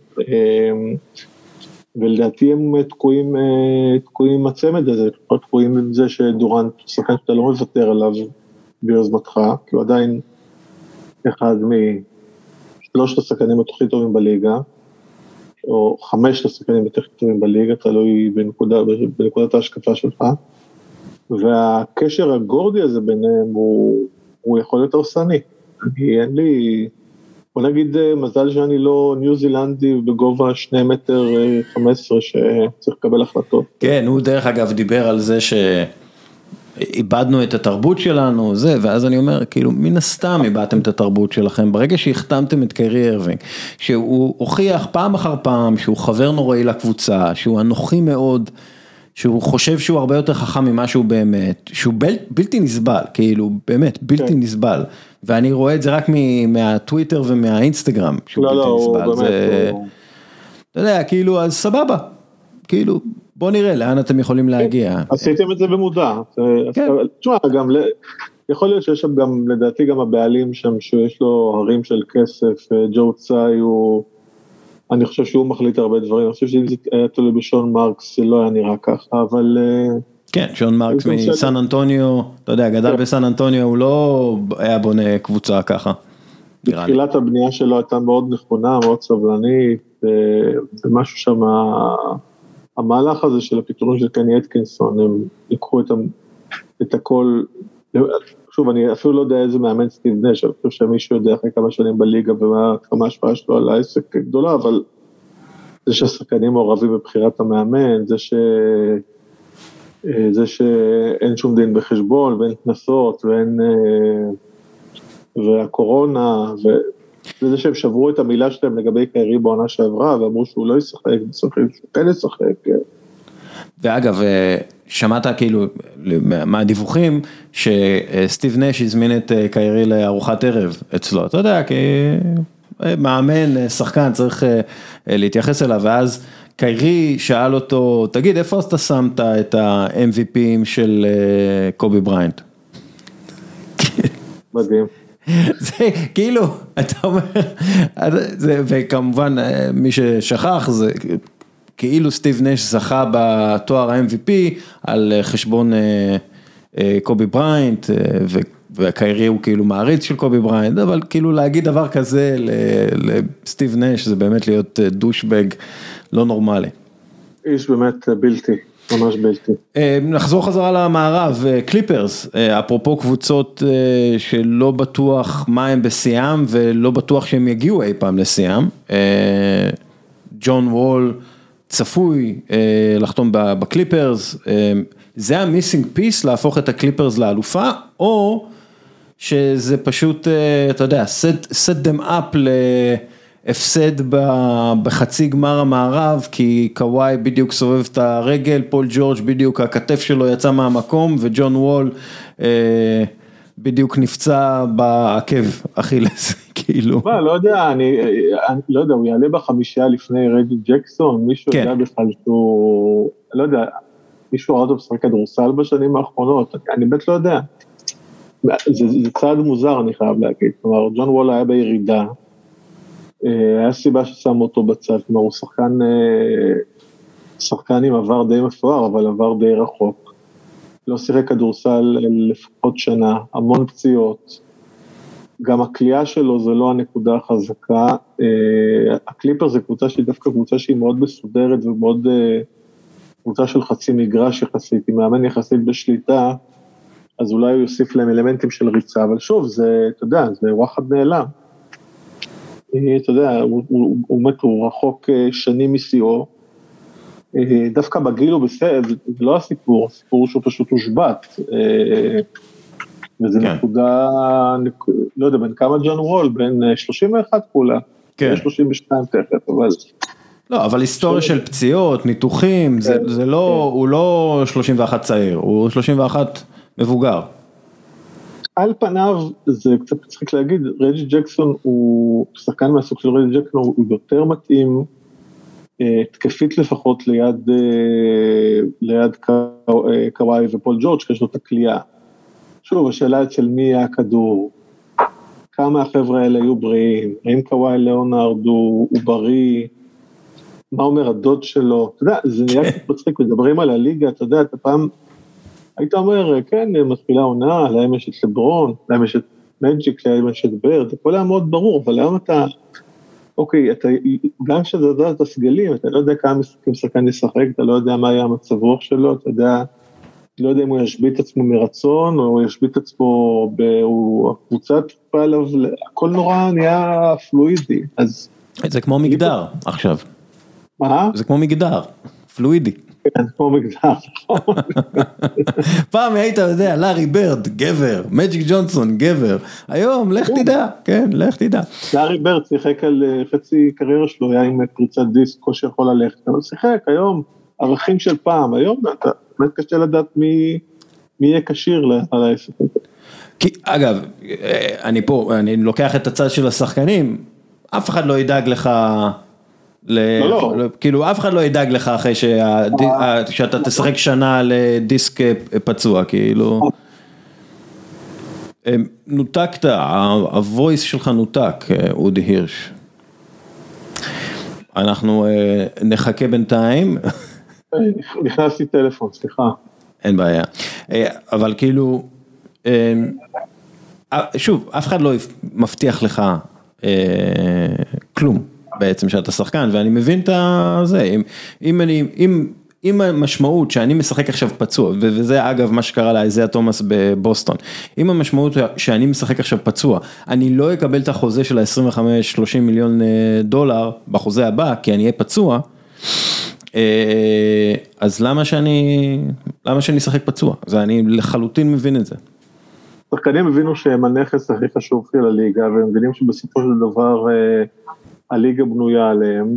ולדעתי הם תקועים עם הצמד הזה, תקועים עם זה שדורנט שחקן שאתה לא מוותר עליו ביוזמתך, כי הוא עדיין אחד משלושת השחקנים הכי טובים בליגה, או 5 השחקנים הכי טובים בליגה, תלוי בנקודת ההשקפה שלך, והקשר הגורדי הזה ביניהם הוא יכול להיות הרסני, אין בוא נגיד, מזל שאני לא ניו זילנדי בגובה 2 מטר 15 שצריך לקבל החלטות. כן, הוא דרך אגב דיבר על זה שאיבדנו את התרבות שלנו, ואז אני אומר, כאילו, מן הסתם איבדתם את התרבות שלכם, ברגע שהחתמתם את קיירי ארווינג, שהוא הוכיח פעם אחר פעם, שהוא חבר נוראי לקבוצה, שהוא אנוכי מאוד, שהוא חושב שהוא הרבה יותר חכם ממה שהוא באמת, שהוא בלתי נסבל, כאילו, באמת, בלתי נסבל, ואני רואה את זה רק מהטוויטר ומהאינסטגרם, שהוא בלתי נסבל, אתה יודע, כאילו, אז סבבה, כאילו, בוא נראה לאן אתם יכולים להגיע. עשיתם את זה במודע, תשמע, גם, יכול להיות שיש שם גם, לדעתי גם הבעלים שם, שיש לו הרים של כסף, ג'ו צאי הוא, אני חושב שהוא מחליט הרבה דברים, אני חושב שאם זה היה תלוי בשון מרקס, זה לא היה נראה ככה, אבל... כן, שון מרקס מסן אנטוניו, אתה יודע, גדל בסן אנטוניו, הוא לא היה בונה קבוצה ככה. בתחילת הבנייה שלו הייתה מאוד נכונה, מאוד סבלנית, ומשהו שם, המהלך הזה של הפיתרון של קני אטקינסון, הם לקחו את הכל, שוב, אני אפילו לא יודע איזה מאמן סטיב נש, אני חושב שמישהו יודע אחרי כמה שנים בליגה, וכמה השפעה שלו על העסק גדולה, אבל זה שהשחקנים מעורבים בבחירת המאמן, זה שאין שום דין בחשבון, ואין כנסות, והקורונה, וזה שהם שברו את המילה שלהם לגבי קיירי בעונה שעברה, ואמרו שהוא לא ישחק, שהוא כן ישחק. ואגב, שמעת כאילו מהדיווחים שסטיב נש הזמין את קיירי לארוחת ערב אצלו, אתה יודע, כי מאמן, שחקן, צריך להתייחס אליו, ואז קיירי שאל אותו, תגיד, איפה אתה שמת את ה-MVPים של קובי בריינט? מדהים. זה כאילו, אתה אומר, וכמובן מי ששכח, זה כאילו סטיב נש זכה בתואר ה-MVP על חשבון קובי בריינט, וקיירי הוא כאילו מעריץ של קובי בריינט, אבל כאילו להגיד דבר כזה לסטיב נש, זה באמת להיות דושבג לא נורמלי. איש באמת בלתי. ממש בלתי. נחזור חזרה למערב, קליפרס, אפרופו קבוצות שלא בטוח מה הם בשיאם, ולא בטוח שהם יגיעו אי פעם לשיאם, ג'ון וול צפוי לחתום בקליפרס, זה המיסינג פיס להפוך את הקליפרס לאלופה, או שזה פשוט, אתה יודע, set them up הפסד בחצי גמר המערב, כי קוואי בדיוק סובב את הרגל, פול ג'ורג' בדיוק הכתף שלו יצא מהמקום, וג'ון וול בדיוק נפצע בעקב אכילס, כאילו. לא יודע, אני לא יודע, הוא יעלה בחמישייה לפני רג'י ג'קסון, מישהו יודע בכלל שהוא, לא יודע, מישהו ראה אותו משחק כדורסל בשנים האחרונות, אני באמת לא יודע. זה צעד מוזר, אני חייב להגיד, כלומר, ג'ון וול היה בירידה, היה סיבה ששם אותו בצד, כלומר הוא שחקן עם עבר די מפואר, אבל עבר די רחוק, לא שיחק כדורסל לפחות שנה, המון פציעות, גם הקליעה שלו זה לא הנקודה החזקה, הקליפר זה קבוצה שהיא דווקא קבוצה שהיא מאוד מסודרת, ומאוד קבוצה של חצי מגרש יחסית, היא מאמן יחסית בשליטה, אז אולי הוא יוסיף להם אלמנטים של ריצה, אבל שוב, זה, אתה יודע, זה וואחד נעלם, אתה יודע, הוא רחוק שנים מסיעו, דווקא בגיל הוא בסדר, זה לא הסיפור, הסיפור שהוא פשוט הושבת, וזה נקודה, לא יודע, בין כמה ג'ון וול, בין 31 כולה, 32 תכף, אבל... לא, אבל היסטוריה של פציעות, ניתוחים, זה לא, הוא לא 31 צעיר, הוא 31 מבוגר. על פניו, זה קצת צריך להגיד, רג'י ג'קסון הוא, שחקן מהסוג של רג'י ג'קסון, הוא יותר מתאים, תקפית לפחות ליד קוואי ופול ג'ורג', כי יש לו את הקליעה. שוב, השאלה אצל מי היה הכדור, כמה החבר'ה האלה היו בריאים, האם קוואי ליאונרד הוא בריא, מה אומר הדוד שלו, אתה יודע, זה נהיה קצת מצחיק, מדברים על הליגה, אתה יודע, אתה פעם, היית אומר, כן, מתחילה עונה, להם יש את לברון, להם יש את מג'יק, להם יש את ברד, הכל היה מאוד ברור, אבל היום אתה, אוקיי, גם כשאתה יודע את הסגלים, אתה לא יודע כמה משחקים שחקן ישחק, אתה לא יודע מה היה המצב רוח שלו, אתה יודע לא יודע אם הוא ישבית עצמו מרצון, או הוא ישבית עצמו, הקבוצה תקפה עליו, הכל נורא נהיה פלואידי, אז... זה כמו מגדר עכשיו. מה? זה כמו מגדר, פלואידי. כן, כמו מגדר. פעם היית יודע, לארי ברד, גבר, מג'יק ג'ונסון, גבר, היום לך תדע, כן, לך תדע. לארי ברד שיחק על חצי קריירה שלו, היה עם פריצת דיסק, קושי יכול ללכת, אבל שיחק היום, ערכים של פעם, היום אתה באמת קשה לדעת מי יהיה קשיר על העסק. כי אגב, אני פה, אני לוקח את הצד של השחקנים, אף אחד לא ידאג לך, כאילו אף אחד לא ידאג לך אחרי שאתה תשחק שנה לדיסק פצוע, כאילו נותקת, הוויס שלך נותק, אודי הירש. אנחנו נחכה בינתיים. נכנסתי טלפון, סליחה. אין בעיה, אבל כאילו, שוב, אף אחד לא מבטיח לך כלום. בעצם שאתה שחקן, ואני מבין את זה, אם המשמעות שאני משחק עכשיו פצוע, וזה אגב מה שקרה לאיזיה תומאס בבוסטון, אם המשמעות שאני משחק עכשיו פצוע, אני לא אקבל את החוזה של ה-25-30 מיליון דולר בחוזה הבא, כי אני אהיה פצוע, אז למה שאני אשחק פצוע? זה אני לחלוטין מבין את זה. שחקנים הבינו שהם הנכס הכי חשוב של הליגה, והם מבינים שבסופו של דבר הליגה בנויה עליהם,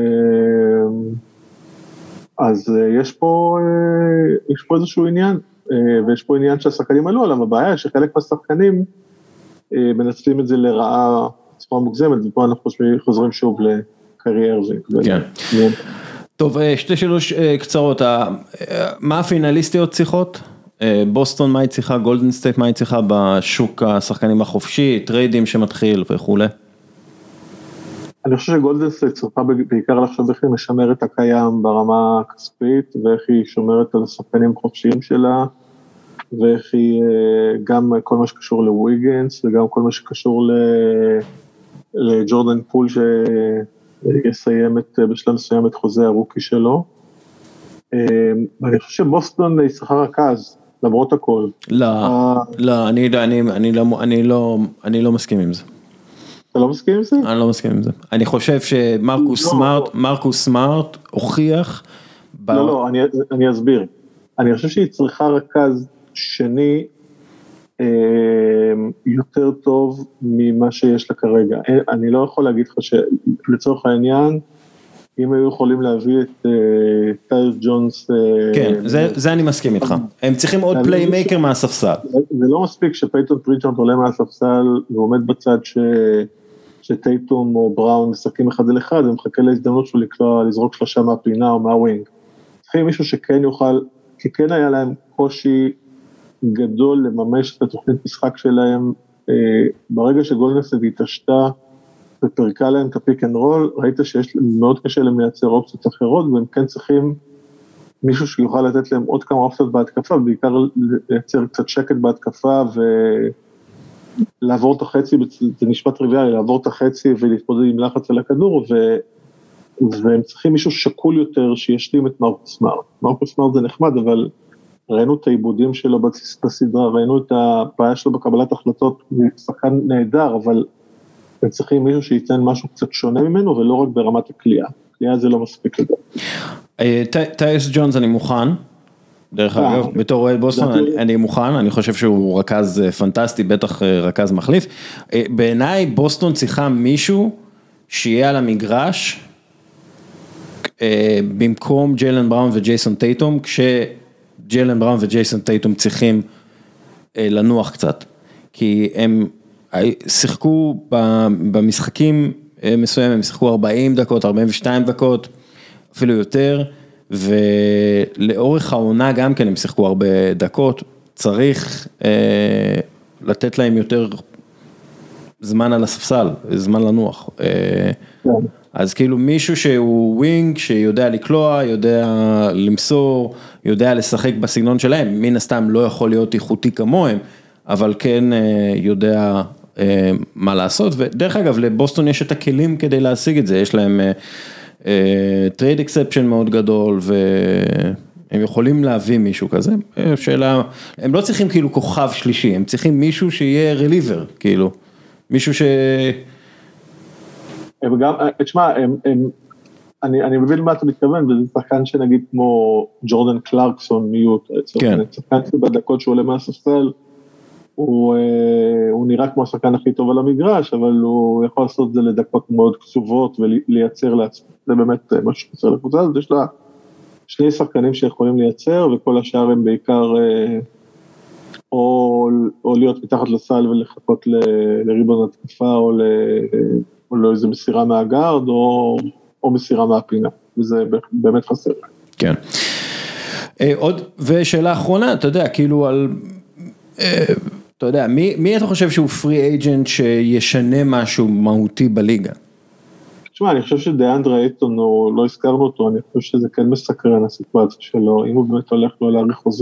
אז יש פה איזשהו עניין, ויש פה עניין שהשחקנים עלו עליו, הבעיה שחלק מהשחקנים מנצלים את זה לרעה בצורה מוגזמת, ופה אנחנו חוזרים שוב לקרי ארווינג. כן. טוב, שתי שאלות קצרות, מה הפינליסטיות צריכות? בוסטון מה היא צריכה, גולדן סטייט מה היא צריכה בשוק השחקנים החופשי, טריידים שמתחיל וכו'? אני חושב שגולדן סטייט צריכה בעיקר לחשוב איך היא משמרת הקיים ברמה הכספית, ואיך היא שומרת על השחקנים החופשיים שלה, ואיך היא גם כל מה שקשור לוויגנס, וגם כל מה שקשור לג'ורדן פול שיסיים בשלב מסוים את חוזה הרוקי שלו. ואני חושב שבוסטון היא צריכה רכז, למרות הכל. לא, אני לא מסכים עם זה. אתה לא מסכים עם זה? אני לא מסכים עם זה. אני חושב שמרקוס סמארט הוכיח... לא, אני אסביר. אני חושב שהיא צריכה רכז שני יותר טוב ממה שיש לה כרגע. אני לא יכול להגיד לך שלצורך העניין, אם היו יכולים להביא את טיילס ג'ונס... כן, זה אני מסכים איתך. הם צריכים עוד פליימייקר מהספסל. זה לא מספיק שפייטון פריצ'ארד עולה מהספסל ועומד בצד שטייטום או בראון משחקים אחד על אחד, ומחכה להזדמנות שלו לזרוק שלושה מהפינה או מהווינג. צריכים מישהו שכן יוכל, כי כן היה להם קושי גדול לממש את התוכנית משחק שלהם, ברגע שגולדן סטייט התעשתה, ופרקה להם את הפיק אנד רול, ראית שיש מאוד קשה להם לייצר אופציות אחרות, והם כן צריכים מישהו שיוכל לתת להם עוד כמה אופציות בהתקפה, ובעיקר לייצר קצת שקט בהתקפה, ולעבור את החצי, זה נשמע טריוויאלי, לעבור את החצי ולהתמודד עם לחץ על הכדור, והם צריכים מישהו שקול יותר שישלים את מרקוס סמארט. מרקוס סמארט זה נחמד, אבל ראינו את העיבודים שלו בסדרה, ראינו את הבעיה שלו בקבלת החלטות, הוא שחקן נהדר, אבל הם צריכים מישהו שייתן משהו קצת שונה ממנו, ולא רק ברמת הקליעה. הקליעה זה לא מספיק לדעת. טיילס ג'ונס אני מוכן, דרך אגב, בתור אוהד בוסטון אני מוכן, אני חושב שהוא רכז פנטסטי, בטח רכז מחליף. בעיניי בוסטון צריכה מישהו שיהיה על המגרש, במקום ג'יילן בראון וג'ייסון טייטום, כשג'יילן בראון וג'ייסון טייטום צריכים לנוח קצת, כי הם שיחקו במשחקים מסוים, הם שיחקו 40 דקות, 42 דקות, אפילו יותר, ולאורך העונה גם כן הם שיחקו הרבה דקות, צריך לתת להם יותר זמן על הספסל, זמן לנוח. אז כאילו מישהו שהוא ווינג, שיודע לקלוע, יודע למסור, יודע לשחק בסגנון שלהם, מן הסתם לא יכול להיות איכותי כמוהם, אבל כן יודע מה לעשות, ודרך אגב לבוסטון יש את הכלים כדי להשיג את זה, יש להם טרייד אקספשן מאוד גדול, הם יכולים להביא מישהו כזה, שאלה, הם לא צריכים כאילו כוכב שלישי, הם צריכים מישהו שיהיה רליבר, כאילו, מישהו ש... הם גם, תשמע, אני מבין מה אתה מתכוון, וזה שחקן שנגיד כמו ג'ורדן קלרקסון מיוט, כן. שחקן שבדקות שהוא עולה מהספסל, הוא נראה כמו השחקן הכי טוב על המגרש, אבל הוא יכול לעשות את זה לדקות מאוד קצובות ולייצר לעצמו, זה באמת משהו שקצר לקבוצה, אז יש לה שני שחקנים שיכולים לייצר, וכל השאר הם בעיקר או להיות מתחת לסל ולחכות לריבון התקפה, או לא איזה מסירה מהגארד, או מסירה מהפינה, וזה באמת חסר. כן. עוד, ושאלה אחרונה, אתה יודע, כאילו על... אתה יודע, מי אתה חושב שהוא פרי אייג'נט שישנה משהו מהותי בליגה? תשמע, אני חושב שדיאנדרה אייטון, לא הזכרנו אותו, אני חושב שזה כן מסקרן הסיטואציה שלו, אם הוא באמת הולך לו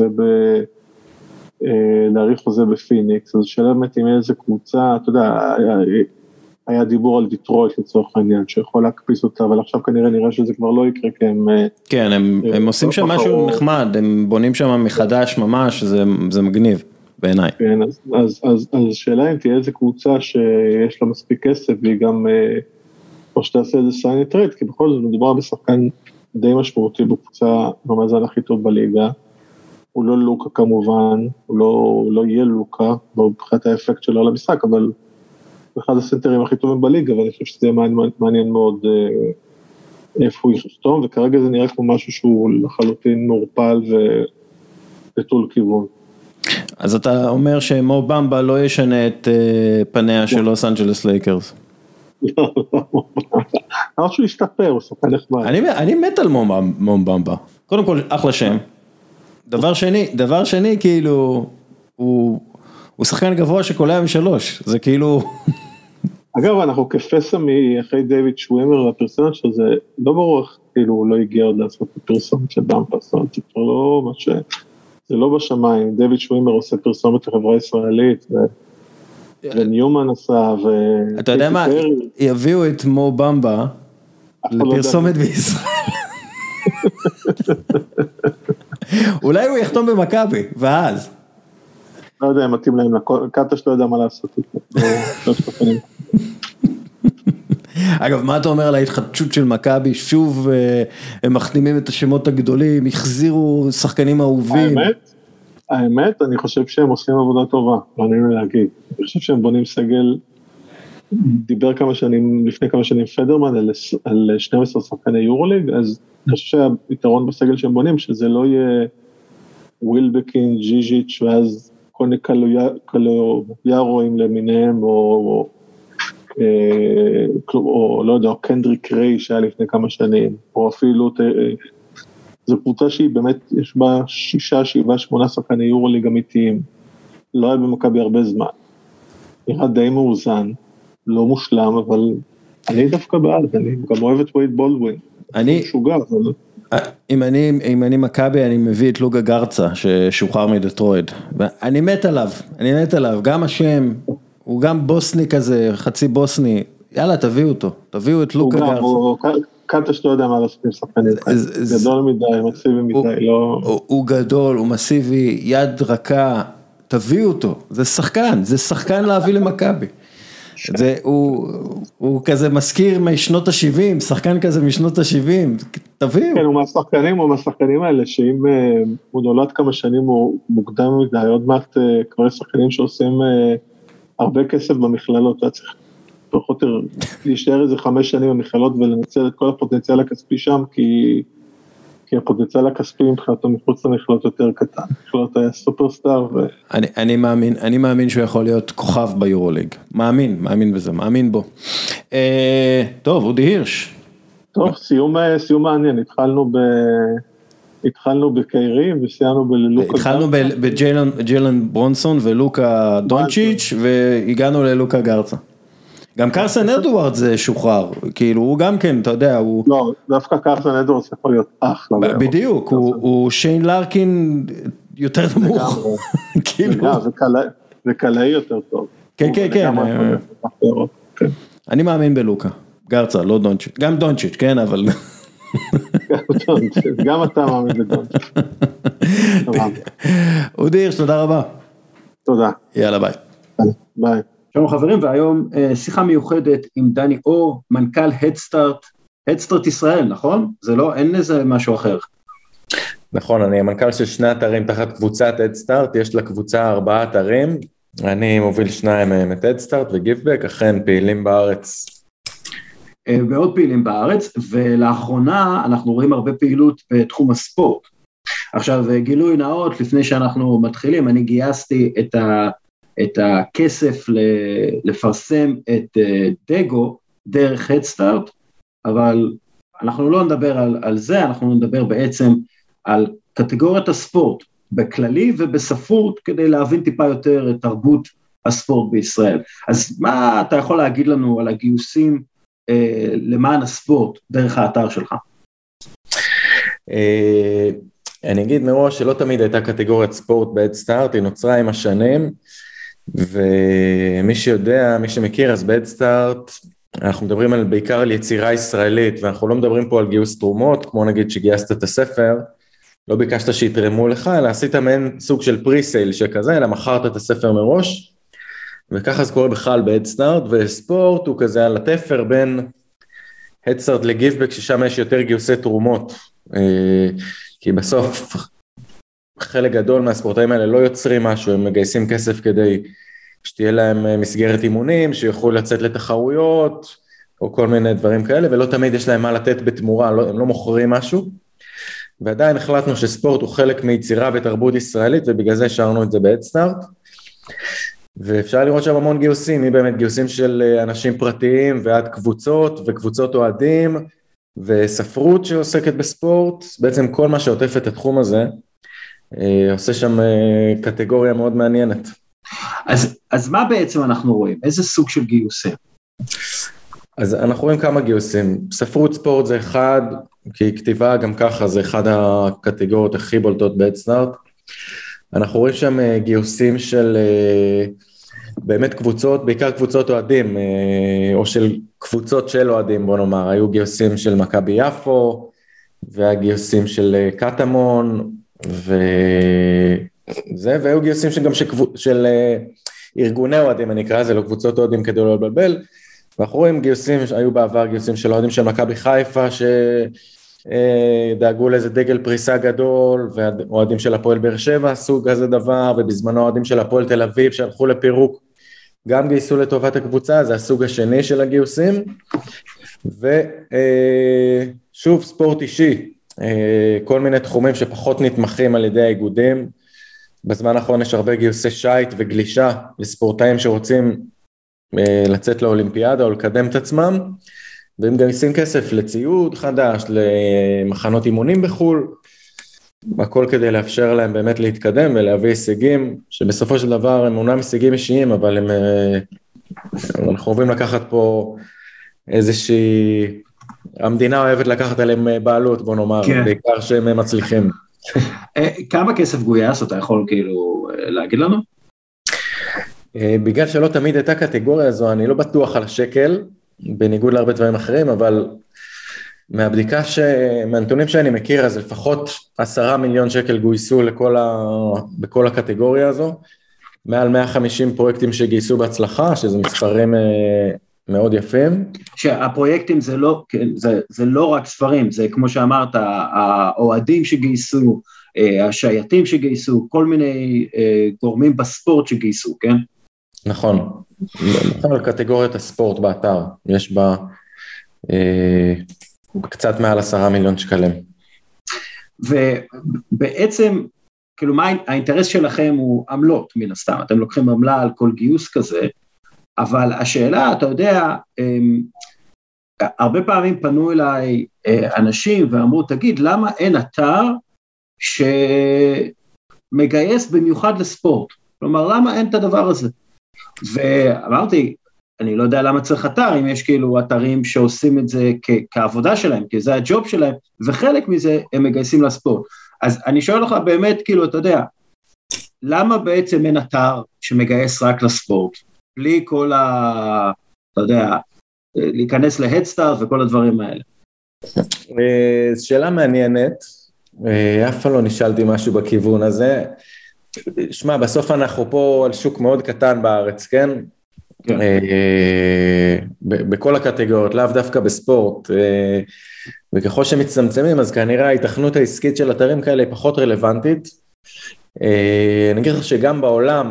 להאריך חוזה בפיניקס, אז שאלה באמת אם איזה קבוצה, אתה יודע, היה דיבור על דיטרויט לצורך העניין, שיכול להקפיס אותה, אבל עכשיו כנראה נראה שזה כבר לא יקרה, כי הם... כן, הם עושים שם משהו נחמד, הם בונים שם מחדש ממש, זה מגניב. בעיניי. כן, אז שאלה אם תהיה איזה קבוצה שיש לה מספיק כסף, והיא גם, או שתעשה איזה סיין טרייד, כי בכל זאת מדובר בשחקן די משמעותי בקבוצה במאזן הכי טוב בליגה, הוא לא לוקה כמובן, הוא לא יהיה לוקה, מבחינת האפקט שלו על המשחק, אבל הוא אחד הסנטרים הכי טובים בליגה, ואני חושב שזה מעניין מאוד איפה הוא יחתום, וכרגע זה נראה כמו משהו שהוא לחלוטין מעורפל ונטול כיוון. אז אתה אומר שמו במבה לא ישנה את פניה של לוס אנג'לס לייקרס. לא, אמר שהוא ישתפר, הוא שחקן נחמד. אני מת על מו במבה. קודם כל, אחלה שם. דבר שני, כאילו, הוא שחקן גבוה שקולע משלוש. זה כאילו... אגב, אנחנו כפסע מאחרי דיוויד שווימר, הפרסומת שלו, זה לא ברור איך, כאילו, הוא לא הגיע עוד לעשות את הפרסומת של במבה, זאת אומרת, זה כבר לא מה ש... זה לא בשמיים, דיוויד שווימר עושה פרסומת לחברה ישראלית, וניומן עשה, אתה יודע מה, יביאו את מו במבה לפרסומת בישראל. אולי הוא יחתום במכבי, ואז. לא יודע, הם מתאים להם, קטש לא יודע מה לעשות איתו. אגב, מה אתה אומר על ההתחדשות של מכבי? שוב הם מחתימים את השמות הגדולים, החזירו שחקנים אהובים. האמת, אני חושב שהם עושים עבודה טובה, לא נעים להגיד. אני חושב שהם בונים סגל, דיבר לפני כמה שנים פדרמן על 12 שחקני יורוליג, אז אני חושב שהיתרון בסגל שהם בונים, שזה לא יהיה ווילבקין, ג'יז'יץ', ואז כל מיני קלויארואים למיניהם, או לא יודע, או קנדריק ריי שהיה לפני כמה שנים, או אפילו, זו קבוצה שהיא באמת, יש בה 6, 7, 8 שחקני יורוליג אמיתיים, לא היה במכבי הרבה זמן, נראה די מאוזן, לא מושלם, אבל אני דווקא בעד, אני גם אוהב את וייד בולדווין, אני משוגע, אבל... אם אני מכבי, אני מביא את לוגה גרצה, ששוחרר מדטרויד, ואני מת עליו, גם השם, הוא גם בוסני כזה, חצי בוסני, יאללה, תביאו את לוגה גרצה. קטש לא יודע מה לעשות עם שחקנים, גדול מדי, מסיבי מדי, לא... הוא גדול, הוא מסיבי, יד רכה, תביאו אותו, זה שחקן להביא למכבי. הוא כזה מזכיר משנות ה-70, שחקן כזה משנות ה-70, תביאו. כן, הוא מהשחקנים האלה, שאם הוא נולד כמה שנים, הוא מוקדם מדי, עוד מעט כבר שחקנים שעושים הרבה כסף במכללות, אתה צריך פחות להישאר איזה 5 שנים במכללות, ולנצל את כל הפוטנציאל הכספי שם, כי הפוטנציאל הכספי מבחינתו מחוץ למכללות יותר קטן, מכללות היה סופרסטאר. אני מאמין שהוא יכול להיות כוכב ביורוליג, מאמין בזה, מאמין בו. טוב, אודי הירש. טוב, סיום מעניין, התחלנו בקיירי וסיימנו בלוקה. התחלנו בג'יילן ברונסון ולוקה דונצ'יץ' והגענו ללוקה גרצה. גם קרסן אדוארד זה שוחרר, כאילו הוא גם כן, אתה יודע, הוא... לא, דווקא קרסן אדוארד זה יכול להיות אחלה. בדיוק, הוא שיין לארקין יותר נמוך. זה קלעי יותר טוב. כן. אני מאמין בלוקה, גרצה, לא דונצ'יץ', גם דונצ'יץ', כן, אבל... גם אתה מאמין בדונצ'יץ'. אודי הירש, תודה רבה. תודה. יאללה, ביי. ביי. שלום חברים, והיום שיחה מיוחדת עם דני אור, מנכ"ל הדסטארט ישראל, נכון? זה לא, אין לזה משהו אחר. נכון, אני המנכ"ל של 2 אתרים תחת קבוצת הדסטארט, יש לקבוצה 4 אתרים, אני מוביל 2 מהם את הדסטארט וגיבבק, אכן פעילים בארץ. ועוד פעילים בארץ, ולאחרונה אנחנו רואים הרבה פעילות בתחום הספורט. עכשיו, גילוי נאות, לפני שאנחנו מתחילים, אני גייסתי את הכסף לפרסם את דגו דרך הדסטארט, אבל אנחנו לא נדבר על זה, אנחנו נדבר בעצם על קטגוריית הספורט בכללי ובספרות, כדי להבין טיפה יותר את תרבות הספורט בישראל. אז מה אתה יכול להגיד לנו על הגיוסים למען הספורט דרך האתר שלך? אני אגיד מראש שלא תמיד הייתה קטגוריית ספורט בהדסטארט, היא נוצרה עם השנים, ומי שיודע, מי שמכיר, אז בהדסטארט אנחנו מדברים בעיקר על יצירה ישראלית, ואנחנו לא מדברים פה על גיוס תרומות, כמו נגיד שגייסת את הספר, לא ביקשת שיתרמו לך, אלא עשית מעין סוג של פרי-סייל שכזה, אלא מכרת את הספר מראש, וככה זה קורה בכלל בהדסטארט, וספורט הוא כזה על התפר בין הדסטארט לגיבבק, ששם יש יותר גיוסי תרומות, כי בסוף חלק גדול מהספורטאים האלה לא יוצרים משהו, הם מגייסים כסף כדי שתהיה להם מסגרת אימונים, שיוכלו לצאת לתחרויות, או כל מיני דברים כאלה, ולא תמיד יש להם מה לתת בתמורה, הם לא מוכרים משהו, ועדיין החלטנו שספורט הוא חלק מיצירה ותרבות ישראלית, ובגלל זה השארנו את זה בהדסטארט, ואפשר לראות שם המון גיוסים, היא באמת גיוסים של אנשים פרטיים, ועד קבוצות וקבוצות אוהדים, וספרות שעוסקת בספורט, בעצם כל מה שעוטף את התחום הזה, עושה שם קטגוריה מאוד מעניינת. אז מה בעצם אנחנו רואים? איזה סוג של גיוסים? אז אנחנו רואים כמה גיוסים, ספרות ספורט זה אחד, כי כתיבה גם ככה זה אחד הקטגוריות הכי בולטות בהדסטארט, אנחנו רואים שם גיוסים של באמת קבוצות, בעיקר קבוצות אוהדים, או של קבוצות של אוהדים, בוא נאמר, היו גיוסים של מכבי יפו, והגיוסים של קטמון, והיו גיוסים שגם של ארגוני אוהדים, אני אקרא, זה לא קבוצות אוהדים כדי לא לבלבל, ואנחנו רואים גיוסים, היו בעבר גיוסים של אוהדים של מכבי חיפה, שדאגו לאיזה דגל פריסה גדול, ואוהדים של הפועל באר שבע עשו כזה דבר, ובזמנו אוהדים של הפועל תל אביב שהלכו לפירוק, גם גייסו לטובת הקבוצה, זה הסוג השני של הגיוסים, ושוב ספורט אישי, כל מיני תחומים שפחות נתמכים על ידי האיגודים, בזמן האחרון יש הרבה גיוסי שייט וגלישה לספורטאים שרוצים לצאת לאולימפיאדה או לקדם את עצמם, והם גייסים כסף לציוד חדש, למחנות אימונים בחול, הכל כדי לאפשר להם באמת להתקדם ולהביא הישגים, שבסופו של דבר הם אומנם הישגים אישיים, אבל אנחנו אוהבים לקחת פה איזושהי, המדינה אוהבת לקחת עליהם בעלות, בוא נאמר, כן. בעיקר שהם מצליחים. כמה כסף גויס, אתה יכול כאילו להגיד לנו? בגלל שלא תמיד הייתה קטגוריה הזו, אני לא בטוח על השקל, בניגוד להרבה דברים אחרים, אבל מהבדיקה מהנתונים שאני מכיר, אז לפחות 10 מיליון שקל גויסו בכל הקטגוריה הזו, מעל 150 פרויקטים שגייסו בהצלחה, שזה מספרים מאוד יפים. שהפרויקטים זה לא רק ספרים, זה כמו שאמרת, האוהדים שגייסו, השייטים שגייסו, כל מיני גורמים בספורט שגייסו, כן? נכון, על קטגוריית הספורט באתר, יש בה קצת מעל 10 מיליון שקלים. ובעצם, כאילו מה האינטרס שלכם הוא עמלות מן הסתם, אתם לוקחים עמלה על כל גיוס כזה, אבל השאלה, אתה יודע, הרבה פעמים פנו אליי אנשים ואמרו, תגיד, למה אין אתר שמגייס במיוחד לספורט? כלומר, למה אין את הדבר הזה? ואמרתי, אני לא יודע למה צריך אתר, אם יש כאילו אתרים שעושים את זה כעבודה שלהם, כי זה הג'וב שלהם, וחלק מזה הם מגייסים לספורט. אז אני שואל לך באמת, כאילו, אתה יודע, למה בעצם אין אתר שמגייס רק לספורט? בלי כל אתה יודע, להיכנס להדסטארט וכל הדברים האלה. שאלה מעניינת, אף פעם לא נשאלתי משהו בכיוון הזה, שמע, בסוף אנחנו פה על שוק מאוד קטן בארץ, כן? בכל הקטגוריות, לאו דווקא בספורט, וככל שמצטמצמים, אז כנראה ההתכנות העסקית של אתרים כאלה היא פחות רלוונטית. אני אגיד לך שגם בעולם,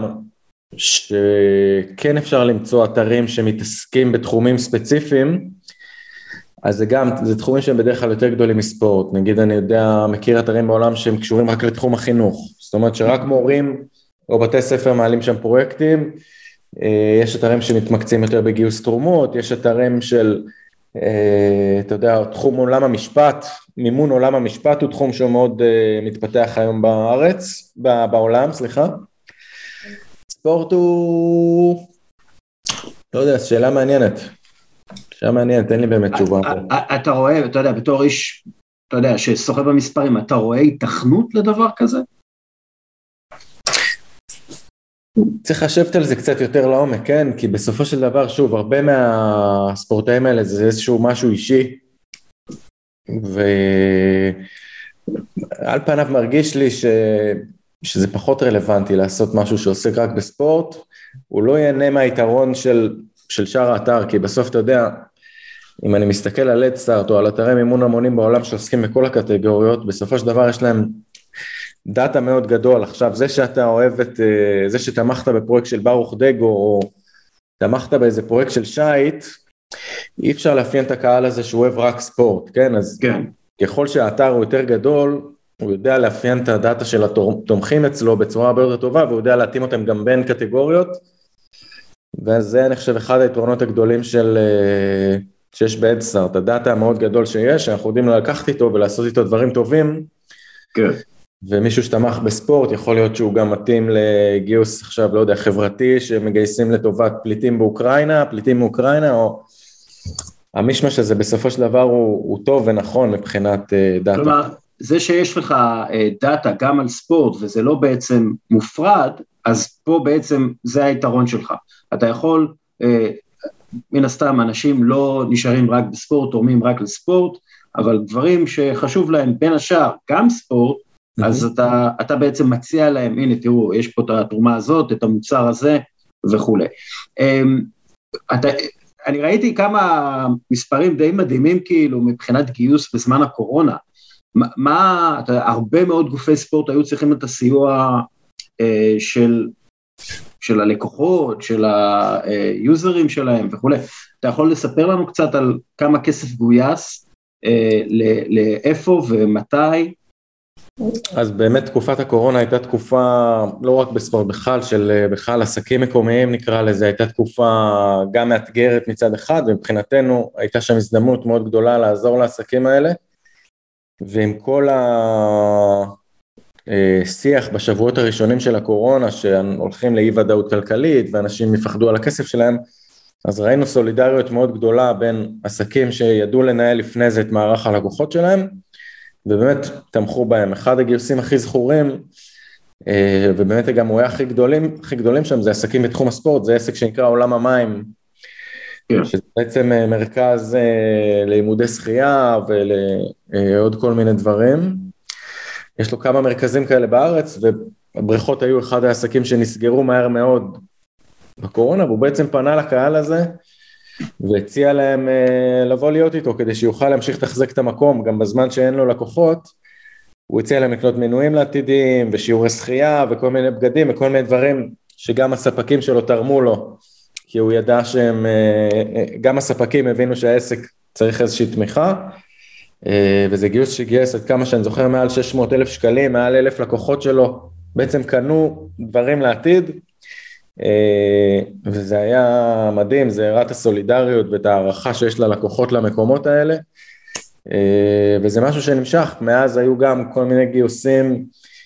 שכן אפשר למצוא אתרים שמתעסקים בתחומים ספציפיים, אז זה תחומים שהם בדרך כלל יותר גדולים מספורט. נגיד אני מכיר אתרים בעולם שהם קשורים רק לתחום החינוך, זאת אומרת שרק מורים או בתי ספר מעלים שם פרויקטים, יש אתרים שמתמקצים יותר בגיוס תרומות, יש אתרים של, אתה יודע, תחום עולם המשפט, מימון עולם המשפט הוא תחום שהוא מאוד מתפתח היום בארץ, בעולם, סליחה. ספורט הוא, לא יודע, שאלה מעניינת. שאלה מעניינת, אין לי באמת תשובה. אתה רואה, אתה יודע, בתור איש, אתה יודע, שסוחב במספרים, אתה רואה התכנות לדבר כזה? צריך לשבת על זה קצת יותר לעומק, כן? כי בסופו של דבר, שוב, הרבה מהספורטאים האלה זה איזשהו משהו אישי, ועל פניו מרגיש לי שזה פחות רלוונטי לעשות משהו שעוסק רק בספורט, הוא לא ייהנה מהיתרון של שאר האתר, כי בסוף אתה יודע, אם אני מסתכל על אדסטארט או על אתרי מימון המונים בעולם שעוסקים בכל הקטגוריות, בסופו של דבר יש להם דאטה מאוד גדול. עכשיו, זה שאתה אוהב זה שתמכת בפרויקט של ברוך דגו, או תמכת באיזה פרויקט של שייט, אי אפשר לאפיין את הקהל הזה שהוא אוהב רק ספורט, כן? אז כן. ככל שהאתר הוא יותר גדול, הוא יודע לאפיין את הדאטה של התומכים אצלו בצורה הרבה יותר טובה, והוא יודע להתאים אותם גם בין קטגוריות, וזה אני חושב אחד היתרונות הגדולים שיש באדסטארט, הדאטה המאוד גדול שיש, שאנחנו יודעים לקחת איתו ולעשות איתו דברים טובים, כן. ומישהו שתמך בספורט, יכול להיות שהוא גם מתאים לגיוס עכשיו, לא יודע, חברתי, שמגייסים לטובת פליטים מאוקראינה, או המשמש הזה בסופו של דבר הוא טוב ונכון מבחינת דאטה. כלומר, זה שיש לך דאטה גם על ספורט, וזה לא בעצם מופרד, אז פה בעצם זה היתרון שלך. אתה יכול, מן הסתם, אנשים לא נשארים רק בספורט, תורמים רק לספורט, אבל דברים שחשוב להם בין השאר, גם ספורט, אז אתה בעצם מציע להם, הנה תראו, יש פה את התרומה הזאת, את המוצר הזה וכו'. אני ראיתי כמה מספרים די מדהימים כאילו מבחינת גיוס בזמן הקורונה, הרבה מאוד גופי ספורט היו צריכים את הסיוע של הלקוחות, של היוזרים שלהם וכו'. אתה יכול לספר לנו קצת על כמה כסף גויס, לאיפה ומתי? אז באמת תקופת הקורונה הייתה תקופה, לא רק בספורט בכלל, של בכלל עסקים מקומיים נקרא לזה, הייתה תקופה גם מאתגרת מצד אחד, ומבחינתנו הייתה שם הזדמנות מאוד גדולה לעזור לעסקים האלה, ועם כל השיח בשבועות הראשונים של הקורונה, שהולכים לאי ודאות כלכלית, ואנשים יפחדו על הכסף שלהם, אז ראינו סולידריות מאוד גדולה בין עסקים שידעו לנהל לפני זה את מערך הלקוחות שלהם, ובאמת תמכו בהם. אחד הגיוסים הכי זכורים, ובאמת גם הוא היה הכי גדולים שם, זה עסקים בתחום הספורט, זה עסק שנקרא עולם המים, שזה בעצם מרכז לימודי שחייה ולעוד כל מיני דברים. יש לו כמה מרכזים כאלה בארץ, והבריכות היו אחד העסקים שנסגרו מהר מאוד בקורונה, והוא בעצם פנה לקהל הזה, והציע להם לבוא להיות איתו, כדי שיוכל להמשיך תחזק את המקום, גם בזמן שאין לו לקוחות, הוא הציע להם לקנות מנויים לעתידים, ושיעורי שחייה, וכל מיני בגדים, וכל מיני דברים, שגם הספקים שלו תרמו לו, כי הוא ידע שהם, גם הספקים הבינו שהעסק צריך איזושהי תמיכה, וזה גיוס שגייס עד כמה שאני זוכר, מעל 600,000 שקלים, מעל 1,000 לקוחות שלו, בעצם קנו דברים לעתיד, וזה היה מדהים, זה הראה את הסולידריות ואת הערכה שיש ללקוחות למקומות האלה, וזה משהו שנמשך. מאז היו גם כל מיני גיוסים,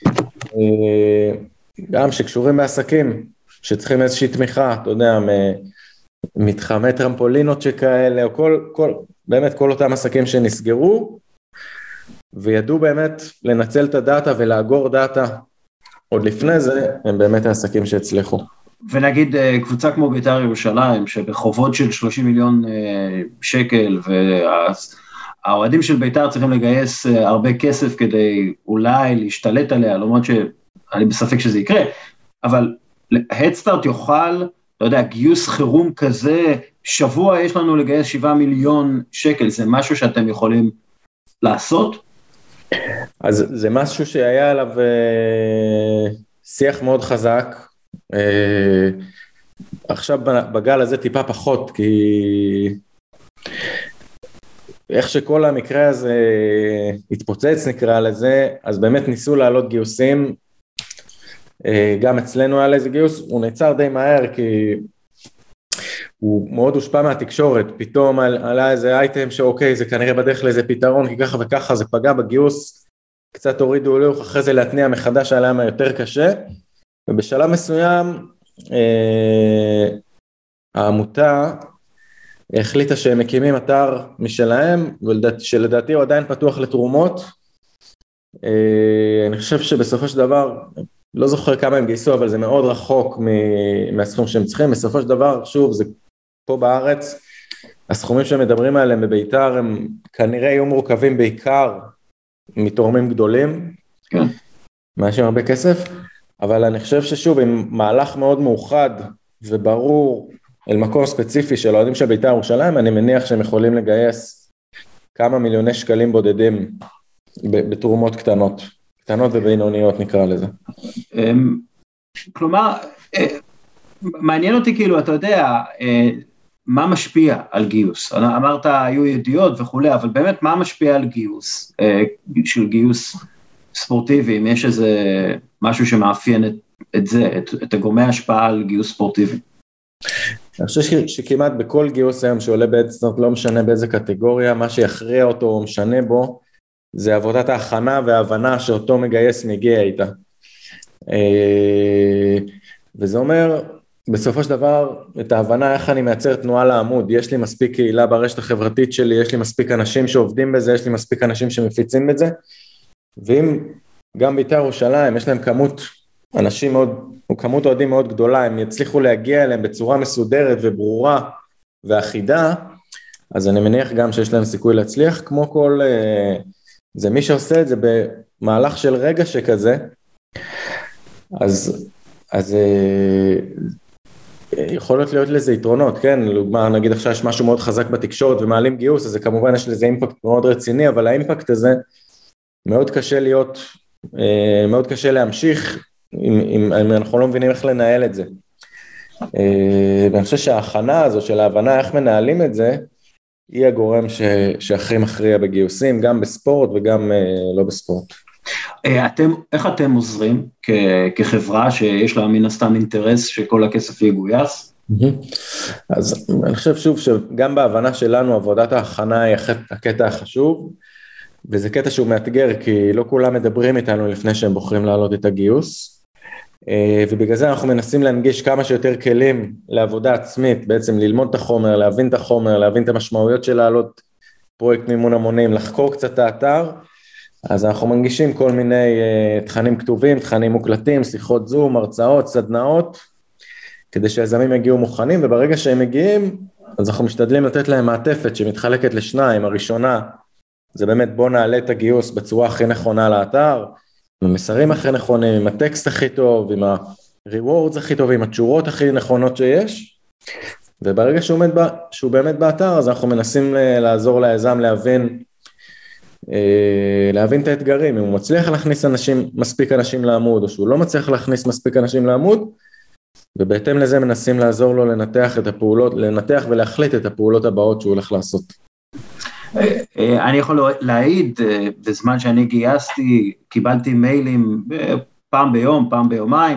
גם שקשורים בעסקים, שצריכים איזושהי תמיכה, אתה יודע, מתחמי טרמפולינות שכאלה, או באמת כל אותם עסקים שנסגרו, וידעו באמת לנצל את הדאטה ולאגור דאטה, עוד לפני זה, הם באמת העסקים שהצליחו. ונגיד קבוצה כמו בית"ר ירושלים, שבחובות של 30 מיליון שקל, האוהדים של בית"ר צריכים לגייס הרבה כסף כדי אולי להשתלט עליה, למרות שאני בספק שזה יקרה, אבל הדסטארט יוכל, לא יודע, גיוס חירום כזה, שבוע יש לנו לגייס 7 מיליון שקל, זה משהו שאתם יכולים לעשות? אז זה משהו שהיה עליו שיח מאוד חזק, עכשיו בגל הזה טיפה פחות, כי איך שכל המקרה הזה התפוצץ נקרא לזה, אז באמת ניסו לעלות גיוסים, גם אצלנו היה איזה גיוס, הוא נעצר די מהר, כי הוא מאוד הושפע מהתקשורת, פתאום עלה איזה אייטם שאוקיי, זה כנראה בדרך לאיזה פתרון, כי ככה וככה זה פגע בגיוס, קצת הורידו הולך, אחרי זה להתניע מחדש עליהם היותר קשה, ובשלב מסוים, העמותה החליטה שהם מקימים אתר משלהם, שלדעתי הוא עדיין פתוח לתרומות, אני חושב שבסופו של דבר, לא זוכר כמה הם גייסו, אבל זה מאוד רחוק מהסכום שהם צריכים, בסופו של דבר, שוב, זה פה בארץ, הסכומים שמדברים עליהם בביתר, הם כנראה יהיו מורכבים בעיקר מתורמים גדולים, כן. מאנשים הרבה כסף, אבל אני חושב ששוב, עם מהלך מאוד מאוחד וברור אל מקום ספציפי של אוהדים של בית"ר ירושלים, אני מניח שהם יכולים לגייס כמה מיליוני שקלים בודדים בתרומות קטנות ובינוניות נקרא לזה. כלומר, מעניין אותי כאילו, אתה יודע, מה משפיע על גיוס? אמרת, היו ידיעות וכולי, אבל באמת מה משפיע על גיוס, של גיוס ספורטיבי, אם יש איזה משהו שמאפיין את זה, את הגורמי ההשפעה על גיוס ספורטיבי? אני חושב שכמעט בכל גיוס היום שעולה בהדסטארט, לא משנה באיזה קטגוריה, מה שיכריע אותו או משנה בו, זה עבודת ההכנה וההבנה שאותו מגייס מגיע איתה. וזה אומר, בסופו של דבר, את ההבנה איך אני מייצר תנועה לעמוד, יש לי מספיק קהילה ברשת החברתית שלי, יש לי מספיק אנשים שעובדים בזה, יש לי מספיק אנשים שמפיצים בזה, ואם גם בית"ר ירושלים, יש להם כמות אנשים מאוד, או כמות אוהדים מאוד גדולה, הם יצליחו להגיע אליהם בצורה מסודרת וברורה ואחידה, אז אני מניח גם שיש להם סיכוי להצליח, כמו כל, זה מי שעושה את זה במהלך של רגע שכזה, אז יכולות להיות לזה יתרונות, כן, לדוגמה, נגיד עכשיו יש משהו מאוד חזק בתקשורת ומעלים גיוס, אז זה כמובן יש לזה אימפקט מאוד רציני, אבל האימפקט הזה מאוד קשה להיות, מאוד קשה להמשיך, אם אנחנו לא מבינים איך לנהל את זה. ואני חושב שההכנה הזו של ההבנה איך מנהלים את זה, היא הגורם שהכי מכריע בגיוסים, גם בספורט וגם לא בספורט. איך אתם עוזרים כחברה שיש לה מן הסתם אינטרס שכל הכסף יגויס? אז אני חושב שוב שגם בהבנה שלנו עבודת ההכנה היא הקטע החשוב, וזה קטע שהוא מאתגר כי לא כולם מדברים איתנו לפני שהם בוחרים לעלות את הגיוס, ובגלל זה אנחנו מנסים להנגיש כמה שיותר כלים לעבודה עצמית, בעצם ללמוד את החומר, להבין את החומר, להבין את המשמעויות של לעלות פרויקט מימון המונים, לחקור קצת את האתר, אז אנחנו מנגישים כל מיני תכנים כתובים, תכנים מוקלטים, שיחות זום, הרצאות, סדנאות, כדי שהיזמים יגיעו מוכנים, וברגע שהם מגיעים, אז אנחנו משתדלים לתת להם מעטפת שמתחלקת לשניים, הראשונה, זה באמת בוא נעלה את הגיוס בצורה הכי נכונה לאתר, עם המסרים הכי נכונים, עם הטקסט הכי טוב, עם ה-rewards הכי טוב, עם התשורות הכי נכונות שיש, וברגע שהוא באמת באתר, אז אנחנו מנסים לעזור ליזם להבין את האתגרים, אם הוא מצליח להכניס מספיק אנשים לעמוד, או שהוא לא מצליח להכניס מספיק אנשים לעמוד, ובהתאם לזה מנסים לעזור לו לנתח ולהחליט את הפעולות הבאות שהוא הולך לעשות. אני יכול להעיד, בזמן שאני גייסתי, קיבלתי מיילים פעם ביום, פעם ביומיים,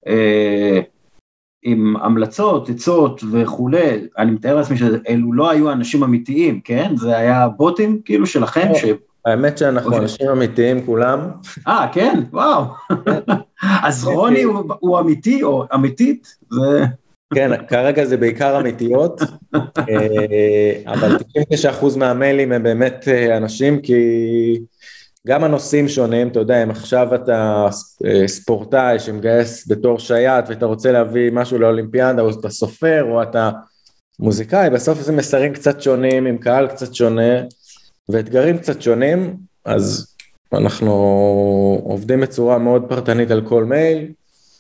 עם המלצות, עצות וכו'. אני מתאר לעצמי שאלו לא היו אנשים אמיתיים, כן? זה היה בוטים כאילו שלכם ש... האמת שאנחנו אנשים אמיתיים כולם. כן? וואו. אז רוני הוא אמיתי או אמיתית? כן, כרגע זה בעיקר אמיתיות, אבל 99% מהמיילים הם באמת אנשים, כי גם הנושאים שונים, אתה יודע, אם עכשיו אתה ספורטאי שמגייס בתור שייט, ואתה רוצה להביא משהו לאולימפיאדה, או אתה סופר, או אתה מוזיקאי, בסוף זה מסרים קצת שונים, עם קהל קצת שונה, ואתגרים קצת שונים, אז אנחנו עובדים בצורה מאוד פרטנית על כל מייל,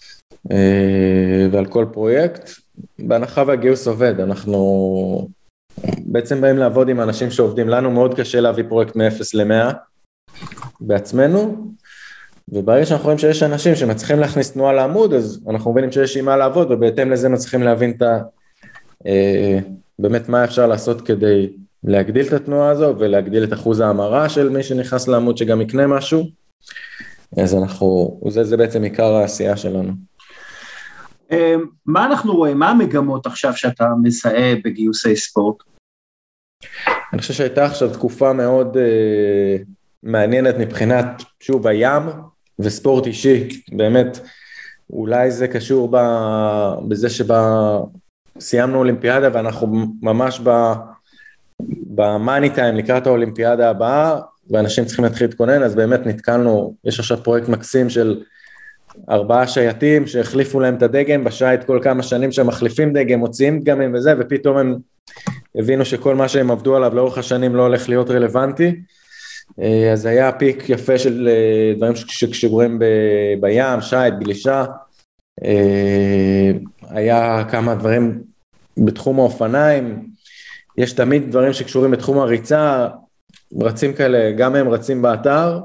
ועל כל פרויקט, בהנחה והגיוס עובד, אנחנו בעצם באים לעבוד עם אנשים שעובדים לנו, מאוד קשה להביא פרויקט מ-0 ל-100 בעצמנו, וברגע שאנחנו רואים שיש אנשים שמצליחים להכניס תנועה לעמוד, אז אנחנו מבינים שיש עם מה לעבוד, ובהתאם לזה מצליחים להבין באמת מה אפשר לעשות כדי להגדיל את התנועה הזו, ולהגדיל את אחוז ההמרה של מי שנכנס לעמוד שגם יקנה משהו, אז זה בעצם עיקר העשייה שלנו. מה אנחנו רואים, מה המגמות עכשיו שאתה מזהה בגיוסי ספורט? אני חושב שהייתה עכשיו תקופה מאוד מעניינת מבחינת, שוב, הים וספורט אישי, באמת, אולי זה קשור בזה סיימנו אולימפיאדה, ואנחנו ממש במאני טיים לקראת האולימפיאדה הבאה, ואנשים צריכים להתחיל להתכונן, אז באמת נתקלנו, יש עכשיו פרויקט מקסים של 4 שייטים שהחליפו להם את הדגם, בשייט כל כמה שנים שהם מחליפים דגם, מוציאים דגמים וזה, ופתאום הם הבינו שכל מה שהם עבדו עליו לאורך השנים לא הולך להיות רלוונטי, אז היה פיק יפה של דברים שקשורים בים, שייט, גלישה, היה כמה דברים בתחום האופניים, יש תמיד דברים שקשורים בתחום הריצה, רצים כאלה, גם הם רצים באתר.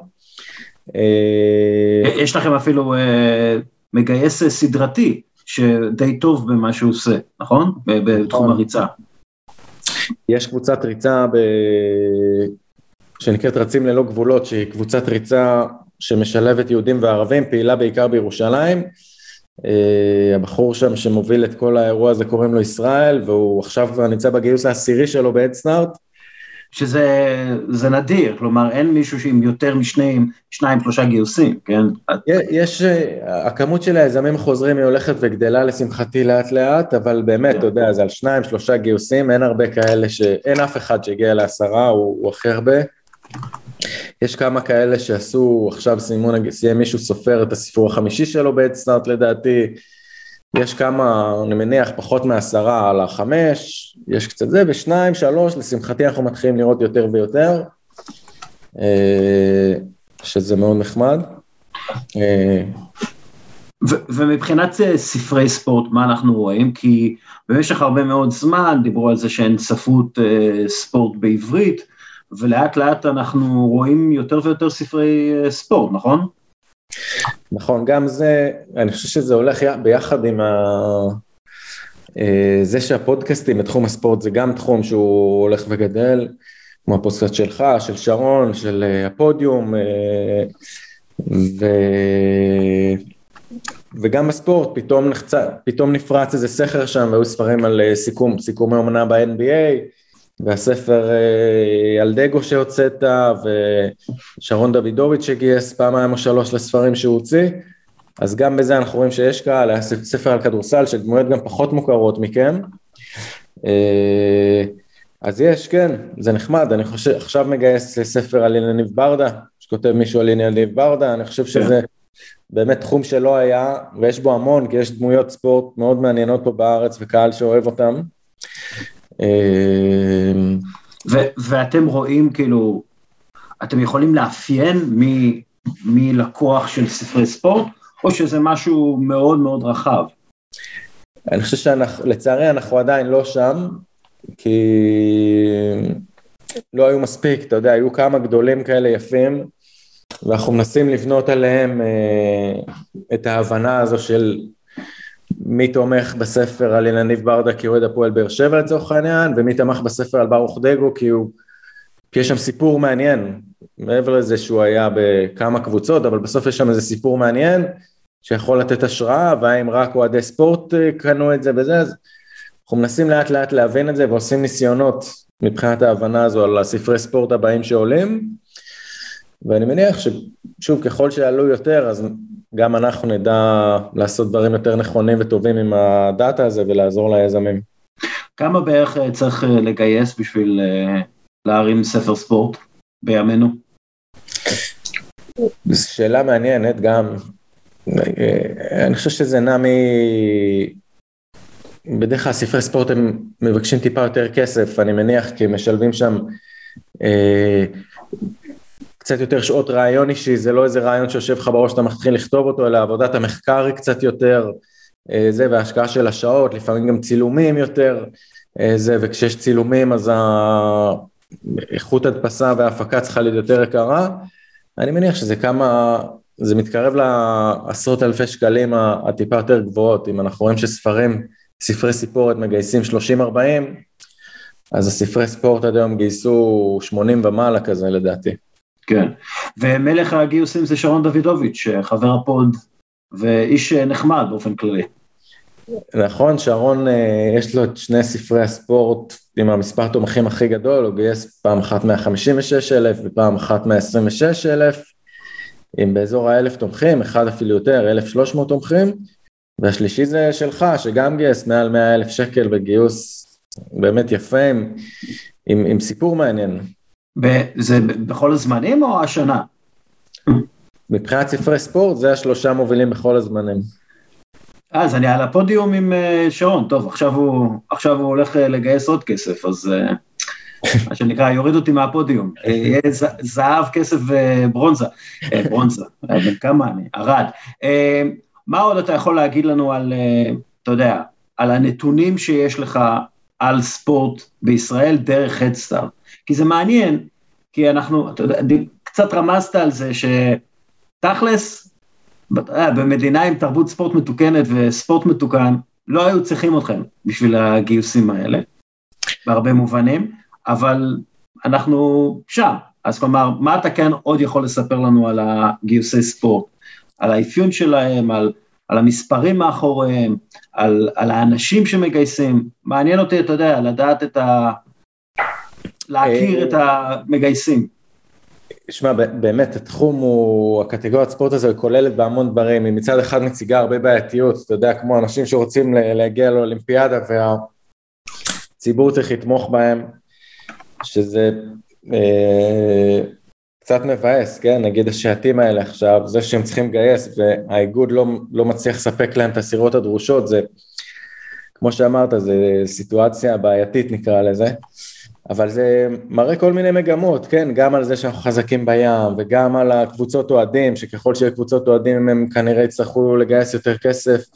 יש לכם אפילו מגייס סדרתי, שדי טוב במה שהוא עושה, נכון? בתחום הריצה. יש קבוצת ריצה שנקראת רצים ללא גבולות, שהיא קבוצת ריצה שמשלבת יהודים וערבים, פעילה בעיקר בירושלים, הבחור שם שמוביל את כל האירוע הזה קוראים לו ישראל, והוא עכשיו נמצא בגיוס העשירי שלו בהדסטארט. שזה נדיר, כלומר אין מישהו שעם יותר משניים, 3 גיוסים, כן? יש, הכמות של היזמים חוזרים היא הולכת וגדלה לשמחתי לאט לאט, אבל באמת, אתה יודע, זה על 2-3 גיוסים, אין הרבה כאלה אין אף אחד שהגיע ל10, הוא הכי הרבה. יש כמה כאלה שעשו, עכשיו סיים מישהו סופר את הסיפור החמישי שלו בהדסטארט לדעתי, יש כמה, אני מניח, פחות מ10 על 5, יש קצת זה, 2, 3, לשמחתי אנחנו מתחילים לראות יותר ויותר, שזה מאוד נחמד. ומבחינת ספרי ספורט, מה אנחנו רואים? כי במשך הרבה מאוד זמן דיברו על זה שאין ספרות ספורט בעברית, ולאט לאט אנחנו רואים יותר ויותר ספרי ספורט, נכון? נכון, גם זה, אני חושב שזה הולך ביחד עם זה שהפודקאסטים בתחום הספורט זה גם תחום שהוא הולך וגדל, כמו הפודקאסט שלך, של שרון, של הפודיום, וגם בספורט, פתאום נפרץ איזה סכר שם, והיו ספרים על סיכומי אומנה ב-NBA, והספר על דגו שהוצאת, ושרון דוידוביץ' שגייס פעמיים או 3 לספרים שהוא הוציא, אז גם בזה אנחנו רואים שיש קהל, היה ספר על כדורסל של דמויות גם פחות מוכרות מכם, אז יש, כן, זה נחמד, אני חושב, עכשיו מגייס ספר על יניב ברדה, שכותב מישהו על יניב ברדה, אני חושב שזה באמת תחום שלא היה, ויש בו המון, כי יש דמויות ספורט מאוד מעניינות פה בארץ, וקהל שאוהב אותם, ואתם רואים כאילו, אתם יכולים לאפיין מי לקוח של ספרי ספורט, או שזה משהו מאוד מאוד רחב? אני חושב שלצערי אנחנו עדיין לא שם, כי לא היו מספיק, אתה יודע, היו כמה גדולים כאלה יפים, ואנחנו מנסים לבנות עליהם את ההבנה הזו של מי תומך בספר על יניב ברדה כי הוא אוהד הפועל באר שבע לצורך העניין, ומי תמך בספר על ברוך דגו כי יש שם סיפור מעניין, מעבר לזה שהוא היה בכמה קבוצות, אבל בסוף יש שם איזה סיפור מעניין, שיכול לתת השראה, והאם רק אוהדי ספורט קנו את זה בזה, אז אנחנו מנסים לאט לאט להבין את זה, ועושים ניסיונות מבחינת ההבנה הזו על הספרי ספורט הבאים שעולים, ואני מניח ששוב, ככל שעלו יותר, אז גם אנחנו נדע לעשות דברים יותר נכונים וטובים עם הדאטה הזה, ולעזור ליזמים. כמה בערך צריך לגייס בשביל להרים ספר ספורט בימינו? זו שאלה מעניינת גם, אני חושב שזה נע בדרך כלל ספרי ספורט הם מבקשים טיפה יותר כסף, אני מניח כי משלבים שם קצת יותר שעות רעיון אישי, זה לא איזה רעיון שיושב לך בראש שאתה מתחיל לכתוב אותו, אלא עבודת המחקר היא קצת יותר, זה וההשקעה של השעות, לפעמים גם צילומים יותר, זה, וכשיש צילומים אז איכות הדפסה וההפקה צריכה להיות יותר יקרה, אני מניח שזה זה מתקרב לעשרות אלפי שקלים הטיפה יותר גבוהות, אם אנחנו רואים ספרי סיפורת מגייסים 30-40, אז הספרי ספורט עד היום גייסו 80 ומעלה כזה לדעתי. כן, ומלך הגיוסים זה שרון דוידוביץ', חבר הפוד, ואיש נחמד באופן כללי. נכון, שרון יש לו את שני ספרי הספורט עם המספר תומכים הכי גדול, הוא גייס פעם אחת 156,000 ופעם אחת 126,000, עם באזור ה-1,000 תומכים, אחד אפילו יותר, 1,300 תומכים, והשלישי זה שלך, שגם גייס מעל 100,000 שקל בגיוס באמת יפה, עם סיפור מעניין. זה בכל הזמנים או השנה? מבחינת ספרי ספורט, זה 3 מובילים בכל הזמנים. אז אני על הפודיום עם שרון, טוב, עכשיו הוא הולך לגייס עוד כסף, אז מה שנקרא, יוריד אותי מהפודיום, יהיה זהב, כסף וברונזה, בן כמה אני, ערד. מה עוד אתה יכול להגיד לנו על, אתה יודע, על הנתונים שיש לך על ספורט בישראל דרך הדסטארט? כי זה מעניין, כי אנחנו, אתה יודע, קצת רמזת על זה שתכלס, במדינה עם תרבות ספורט מתוקנת וספורט מתוקן, לא היו צריכים אתכם בשביל הגיוסים האלה, בהרבה מובנים, אבל אנחנו שם. אז כלומר, מה אתה כן עוד יכול לספר לנו על הגיוסי ספורט, על האפיון שלהם, על המספרים מאחוריהם, על האנשים שמגייסים? מעניין אותי, אתה יודע, לדעת להכיר את המגייסים. תשמע, באמת, התחום הוא, הקטגוריית ספורט הזה היא כוללת בהמון דברים, היא מצד אחד מציגה הרבה בעייתיות, אתה יודע, כמו אנשים שרוצים להגיע לאולימפיאדה, והציבור צריך לתמוך בהם, שזה קצת מבאס, כן? נגיד השעתים האלה עכשיו, זה שהם צריכים לגייס, והאיגוד לא מצליח לספק להם את הסירות הדרושות, זה, כמו שאמרת, זה סיטואציה בעייתית נקרא לזה, אבל זה מראה כל מיני מגמות, כן? גם על זה שאנחנו חזקים בים, וגם על הקבוצות אוהדים, שככל שיהיה קבוצות אוהדים, הם כנראה יצטרכו לגייס יותר כסף,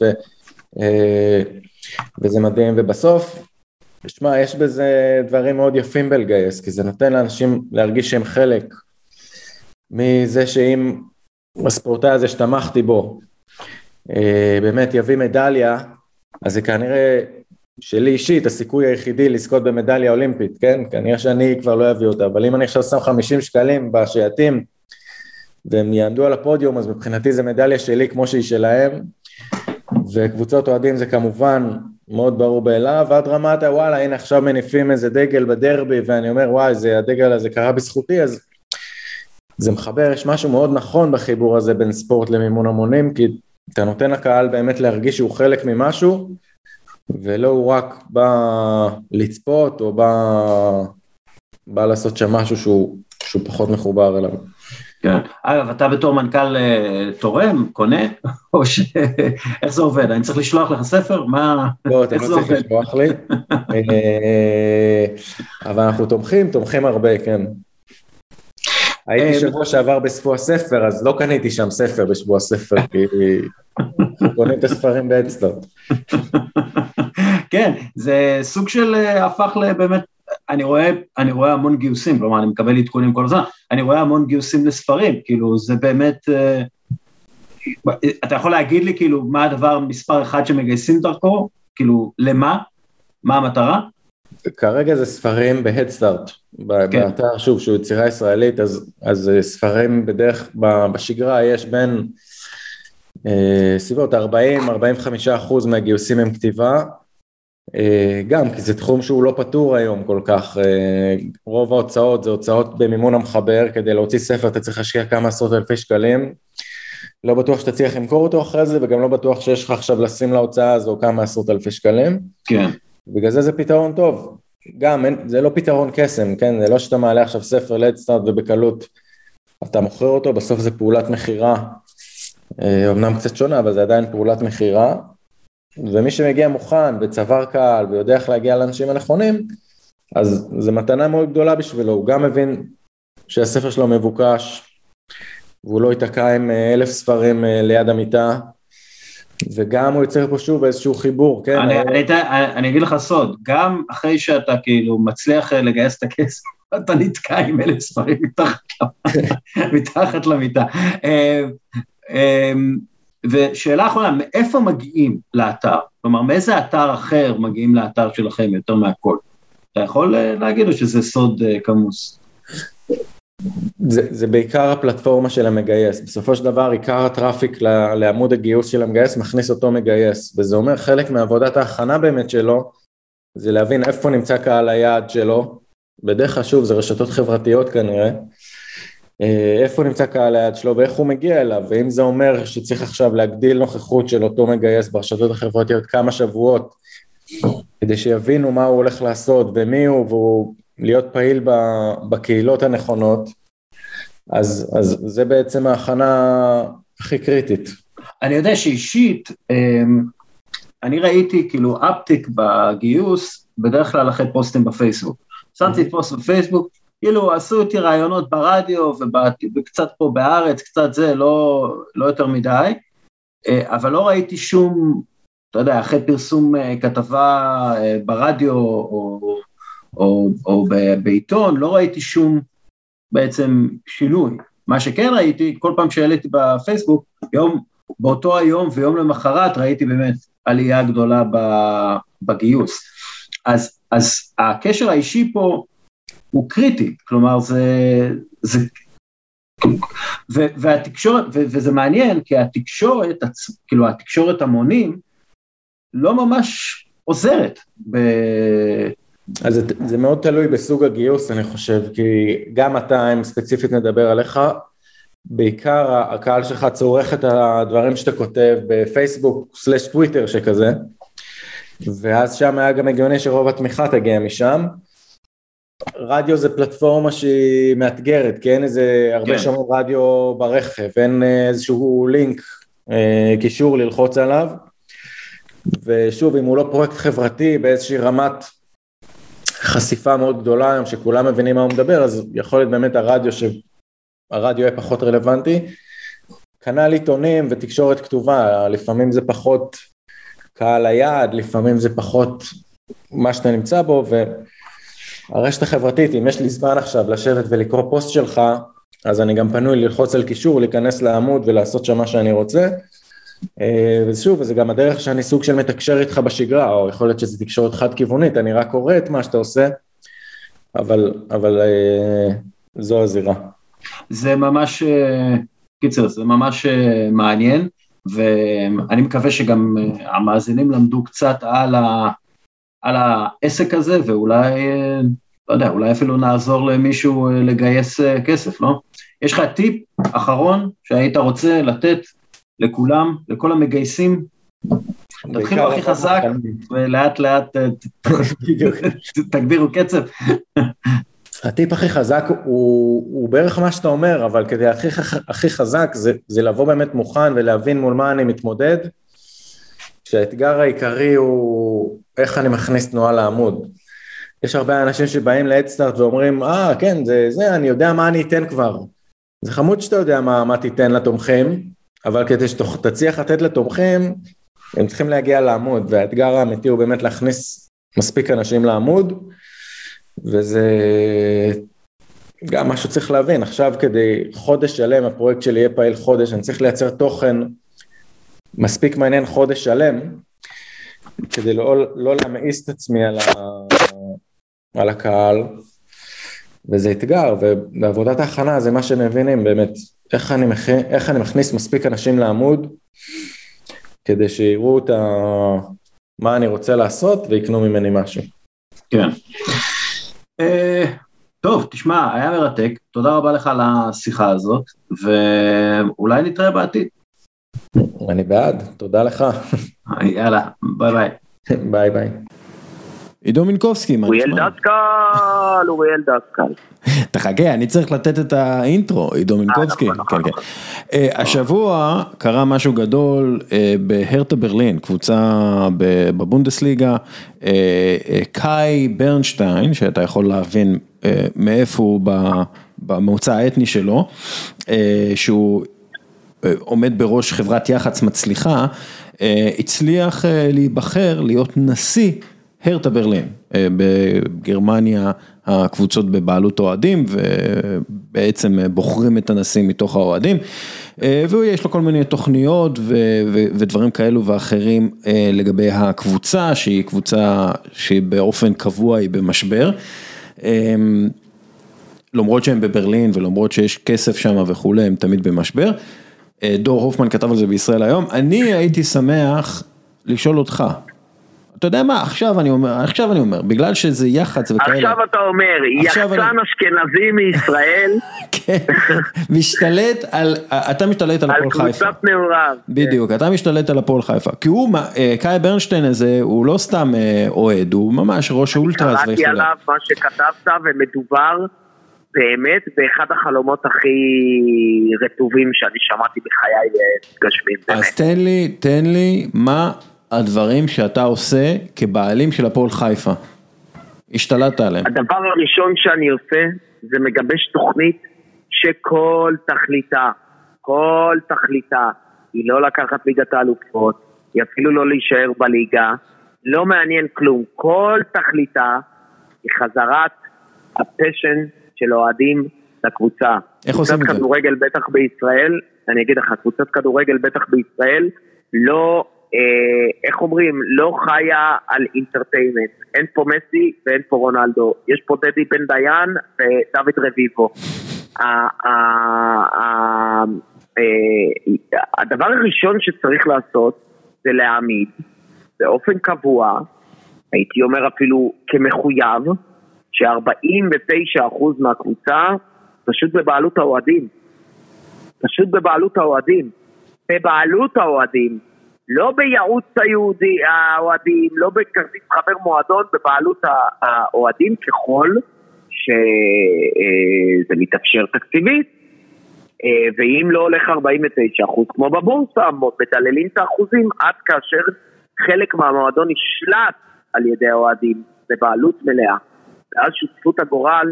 וזה מדהים, ובסוף, תשמע, יש בזה דברים מאוד יפים בלגייס, כי זה נותן לאנשים להרגיש שהם חלק, מזה שאם הספורטאי הזה שתמכתי בו, באמת יביא מדליה, אז זה כנראה, שלי אישית, הסיכוי היחידי לזכות במדליה אולימפית, כן? כנראה שאני כבר לא אביא אותה, אבל אם אני עכשיו שם 50 שקלים בשייטים, והם יעמדו על הפודיום, אז מבחינתי זה מדליה שלי כמו שהיא שלהם, וקבוצות אוהדים זה כמובן מאוד ברור באליו, ועד רמת וואלה, הנה עכשיו מניפים איזה דגל בדרבי, ואני אומר וואי, הדגל הזה קרה בזכותי, אז זה מחבר, יש משהו מאוד נכון בחיבור הזה בין ספורט למימון המונים, כי אתה נותן לקהל באמת להרגיש שהוא חלק ממשהו, ולא הוא רק בא לצפות, או בא לעשות שם משהו שהוא פחות מחובר אליו. כן. אגב, אתה בתור מנכ"ל תורם, קונה, או איך זה עובד? אני צריך לשלוח לך ספר? לא, אתה לא צריך לשלוח לי. אבל אנחנו תומכים הרבה, כן. הייתי שבוע שעבר בשבוע ספר, אז לא קניתי שם ספר בשבוע ספר, כי קונים את הספרים בהדסטארט. כן, זה סוג של הפך לבאמת, אני רואה המון גיוסים, כלומר, אני מקבל עדכונים כל הזמן, אני רואה המון גיוסים לספרים, כאילו, זה באמת, אתה יכול להגיד לי, כאילו, מה הדבר מספר אחד שמגייסים דרכו? כאילו, למה? מה המטרה? כרגע זה ספרים בהדסטארט, באתר, שוב, שהוא יצירה ישראלית, אז ספרים בדרך, בשגרה יש בין סביבות 40-45% מהגיוסים הם כתיבה, גם כי זה תחום שהוא לא פתור היום כל כך, רוב ההוצאות זה הוצאות במימון המחבר, כדי להוציא ספר אתה צריך להשקיע כמה עשרות אלפי שקלים, לא בטוח שאתה צריך למכור אותו אחרי זה, וגם לא בטוח שיש לך עכשיו לשים להוצאה הזו כמה עשרות אלפי שקלים, כן. בגלל זה פתרון טוב, גם זה לא פתרון קסם, כן? זה לא שאתה מעלה עכשיו ספר להדסטארט ובקלות, אתה מוכר אותו, בסוף זה פעולת מחירה, אמנם קצת שונה, אבל זה עדיין פעולת מחירה, ומי שמגיע מוכן בצוואר קהל ויודע איך להגיע לאנשים הנכונים, אז זו מתנה מאוד גדולה בשבילו, הוא גם מבין שהספר שלו מבוקש, והוא לא ייתקע עם 1,000 ספרים ליד המיטה, וגם הוא יוצר פה שוב איזשהו חיבור, כן? אני אגיד לך סוד, גם אחרי שאתה כאילו מצליח לגייס את הכסף, אתה נתקע עם 1,000 ספרים מתחת למיטה. ושאלה אחרונה, מאיפה מגיעים לאתר? כלומר, מאיזה אתר אחר מגיעים לאתר שלכם יותר מהכל? אתה יכול להגיד או שזה סוד כמוס? זה בעיקר הפלטפורמה של המגייס, בסופו של דבר עיקר הטראפיק לעמוד הגיוס של המגייס מכניס אותו מגייס, וזה אומר חלק מעבודת ההכנה באמת שלו, זה להבין איפה נמצא קהל היעד שלו, בדרך כלל שוב זה רשתות חברתיות כנראה, איפה נמצא קהל היעד שלו ואיך הוא מגיע אליו, ואם זה אומר שצריך עכשיו להגדיל נוכחות של אותו מגייס ברשתות החברתיות כמה שבועות, כדי שיבינו מה הוא הולך לעשות ומי הוא, והוא להיות פעיל בקהילות הנכונות, אז זה בעצם ההכנה הכי קריטית. אני יודע שאישית, אני ראיתי כאילו אפטיק בגיוס, בדרך כלל אחרי פוסטים בפייסבוק. שמתי פוסט בפייסבוק, כאילו עשו איתי רעיונות ברדיו, וקצת פה בארץ, קצת זה, לא יותר מדי, אבל לא ראיתי שום, אתה יודע, אחרי פרסום כתבה ברדיו, או בעיתון, לא ראיתי שום בעצם שינוי. מה שכן ראיתי, כל פעם שהעליתי בפייסבוק, באותו היום ויום למחרת, ראיתי באמת עלייה גדולה בגיוס. אז הקשר האישי פה הוא קריטי, כלומר והתקשורת, וזה מעניין, כי התקשורת, כאילו התקשורת המונים, לא ממש עוזרת אז זה מאוד תלוי בסוג הגיוס, אני חושב, כי גם אתה, אם ספציפית נדבר עליך, בעיקר הקהל שלך צורך את הדברים שאתה כותב בפייסבוק/טוויטר שכזה, ואז שם היה גם הגיוני שרוב התמיכה תגיע משם. רדיו זה פלטפורמה שהיא מאתגרת, כי אין איזה הרבה שומעים רדיו ברכב, אין איזשהו לינק, קישור ללחוץ עליו, ושוב, אם הוא לא פרויקט חברתי באיזושהי רמת חשיפה מאוד גדולה היום, שכולם מבינים מה הוא מדבר, אז יכול להיות באמת הרדיו יהיה פחות רלוונטי. כנ"ל עיתונים ותקשורת כתובה, לפעמים זה פחות קהל היעד, לפעמים זה פחות מה שאתה נמצא בו, והרשת החברתית, אם יש לי זמן עכשיו לשבת ולקרוא פוסט שלך, אז אני גם פנוי ללחוץ על קישור, להיכנס לעמוד ולעשות שם מה שאני רוצה, ושוב, זה גם הדרך שאני סוג של מתקשר איתך בשגרה, או יכול להיות שזה תקשורת חד-כיוונית, אני רק קורא את מה שאתה עושה, אבל זו הזירה. זה ממש, קיצר, זה ממש מעניין, ואני מקווה שגם המאזינים למדו קצת על העסק הזה, ואולי, לא יודע, אולי אפילו נעזור למישהו לגייס כסף, לא? יש לך טיפ אחרון שהיית רוצה לתת לכולם, לכל המגייסים? תתחילו הכי חזק, ולאט לאט תגבירו קצב. הטיפ הכי חזק הוא בערך מה שאתה אומר, אבל כדי הכי חזק זה לבוא באמת מוכן ולהבין מול מה אני מתמודד, שהאתגר העיקרי הוא איך אני מכניס תנועה לעמוד. יש הרבה אנשים שבאים ל-Headstart ואומרים, כן, זה, אני יודע מה אני אתן כבר. זה חמוד שאתה יודע מה תיתן לתומכים, אבל כדי שתצליח לתת לתומכים, הם צריכים להגיע לעמוד, והאתגר האמיתי הוא באמת להכניס מספיק אנשים לעמוד, וזה גם משהו צריך להבין. עכשיו כדי חודש שלם, הפרויקט שלי יהיה פעיל חודש, אני צריך לייצר תוכן מספיק מעניין חודש שלם, כדי לא להמאיס את עצמי על הקהל, וזה אתגר, ובעבודת ההכנה זה מה שמבינים באמת, איך אני מכניס מספיק אנשים לעמוד, כדי שיראו מה אני רוצה לעשות, ויקנו ממני משהו. כן. טוב, תשמע, היה מרתק, תודה רבה לך על השיחה הזאת, ואולי נתראה בעתיד. אני בעד, תודה לך. יאללה, ביי ביי. ביי ביי. עידו מינקובסקי, מה אוריאל נשמע? דסקל, אוריאל דסקל. תחכה, אני צריך לתת את האינטרו, עידו מינקובסקי. נכון. השבוע קרה משהו גדול בהרטה ברלין, קבוצה בבונדסליגה, קאי ברנשטיין, שאתה יכול להבין מאיפה הוא במוצא האתני שלו, שהוא עומד בראש חברת יח"צ מצליחה, הצליח להיבחר להיות נשיא הרטה ברלין, בגרמניה הקבוצות בבעלות אוהדים, ובעצם בוחרים את הנשיא מתוך האוהדים, ויש לו כל מיני תוכניות ודברים כאלו ואחרים לגבי הקבוצה, שהיא קבוצה שבאופן קבוע היא במשבר, למרות שהם בברלין ולמרות שיש כסף שם וכולי, הם תמיד במשבר. דור הופמן כתב על זה בישראל היום, אני הייתי שמח לשאול אותך, אתה יודע מה, עכשיו אני אומר, בגלל שזה יח"צ וכאלה. עכשיו אתה אומר, יחצן אשכנזי מישראל. כן, אתה משתלט על הפועל חיפה. על קבוצת נעוריו. בדיוק, אתה משתלט על הפועל חיפה. כי הוא, קאי ברנשטיין הזה, הוא לא סתם אוהד, הוא ממש ראש אולטרס. קראתי עליו מה שכתבת, ומדובר באמת באחד החלומות הכי רטובים שאני שמעתי בחיי גשמים. אז תן לי מה הדברים שאתה עושה כבעלים של הפועל חיפה. השתלטת עליהם. הדבר הראשון שאני עושה זה מגבש תוכנית שכל תכליתה היא לא לקחת ליגת האלופות, היא אפילו לא להישאר בליגה, לא מעניין כלום, כל תכליתה היא חזרת הפשן של אוהדים לקבוצה. איך עושים את זה? קבוצת כדורגל בטח בישראל, אני אגיד לך, קבוצת כדורגל בטח בישראל לא, איך אומרים, לא חיה על אינטרטיימנט, אין פה מסי ואין פה רונלדו, יש פה דדי בן דיין ודוד רביבו. הדבר הראשון שצריך לעשות זה להעמיד באופן קבוע, הייתי אומר אפילו כמחויב, ש49% מהקבוצה פשוט בבעלות האוהדים, בבעלות האוהדים, לא בייעוץ האוהדים, לא בכרטיס חבר מועדון, בבעלות האוהדים, ככל שזה מתאפשר תקציבית, ואם לא הולך 49%, כמו בבורסה, מדללים את האחוזים, עד כאשר חלק מהמועדון נשלט על ידי האוהדים, בבעלות מלאה. ואז שותפות הגורל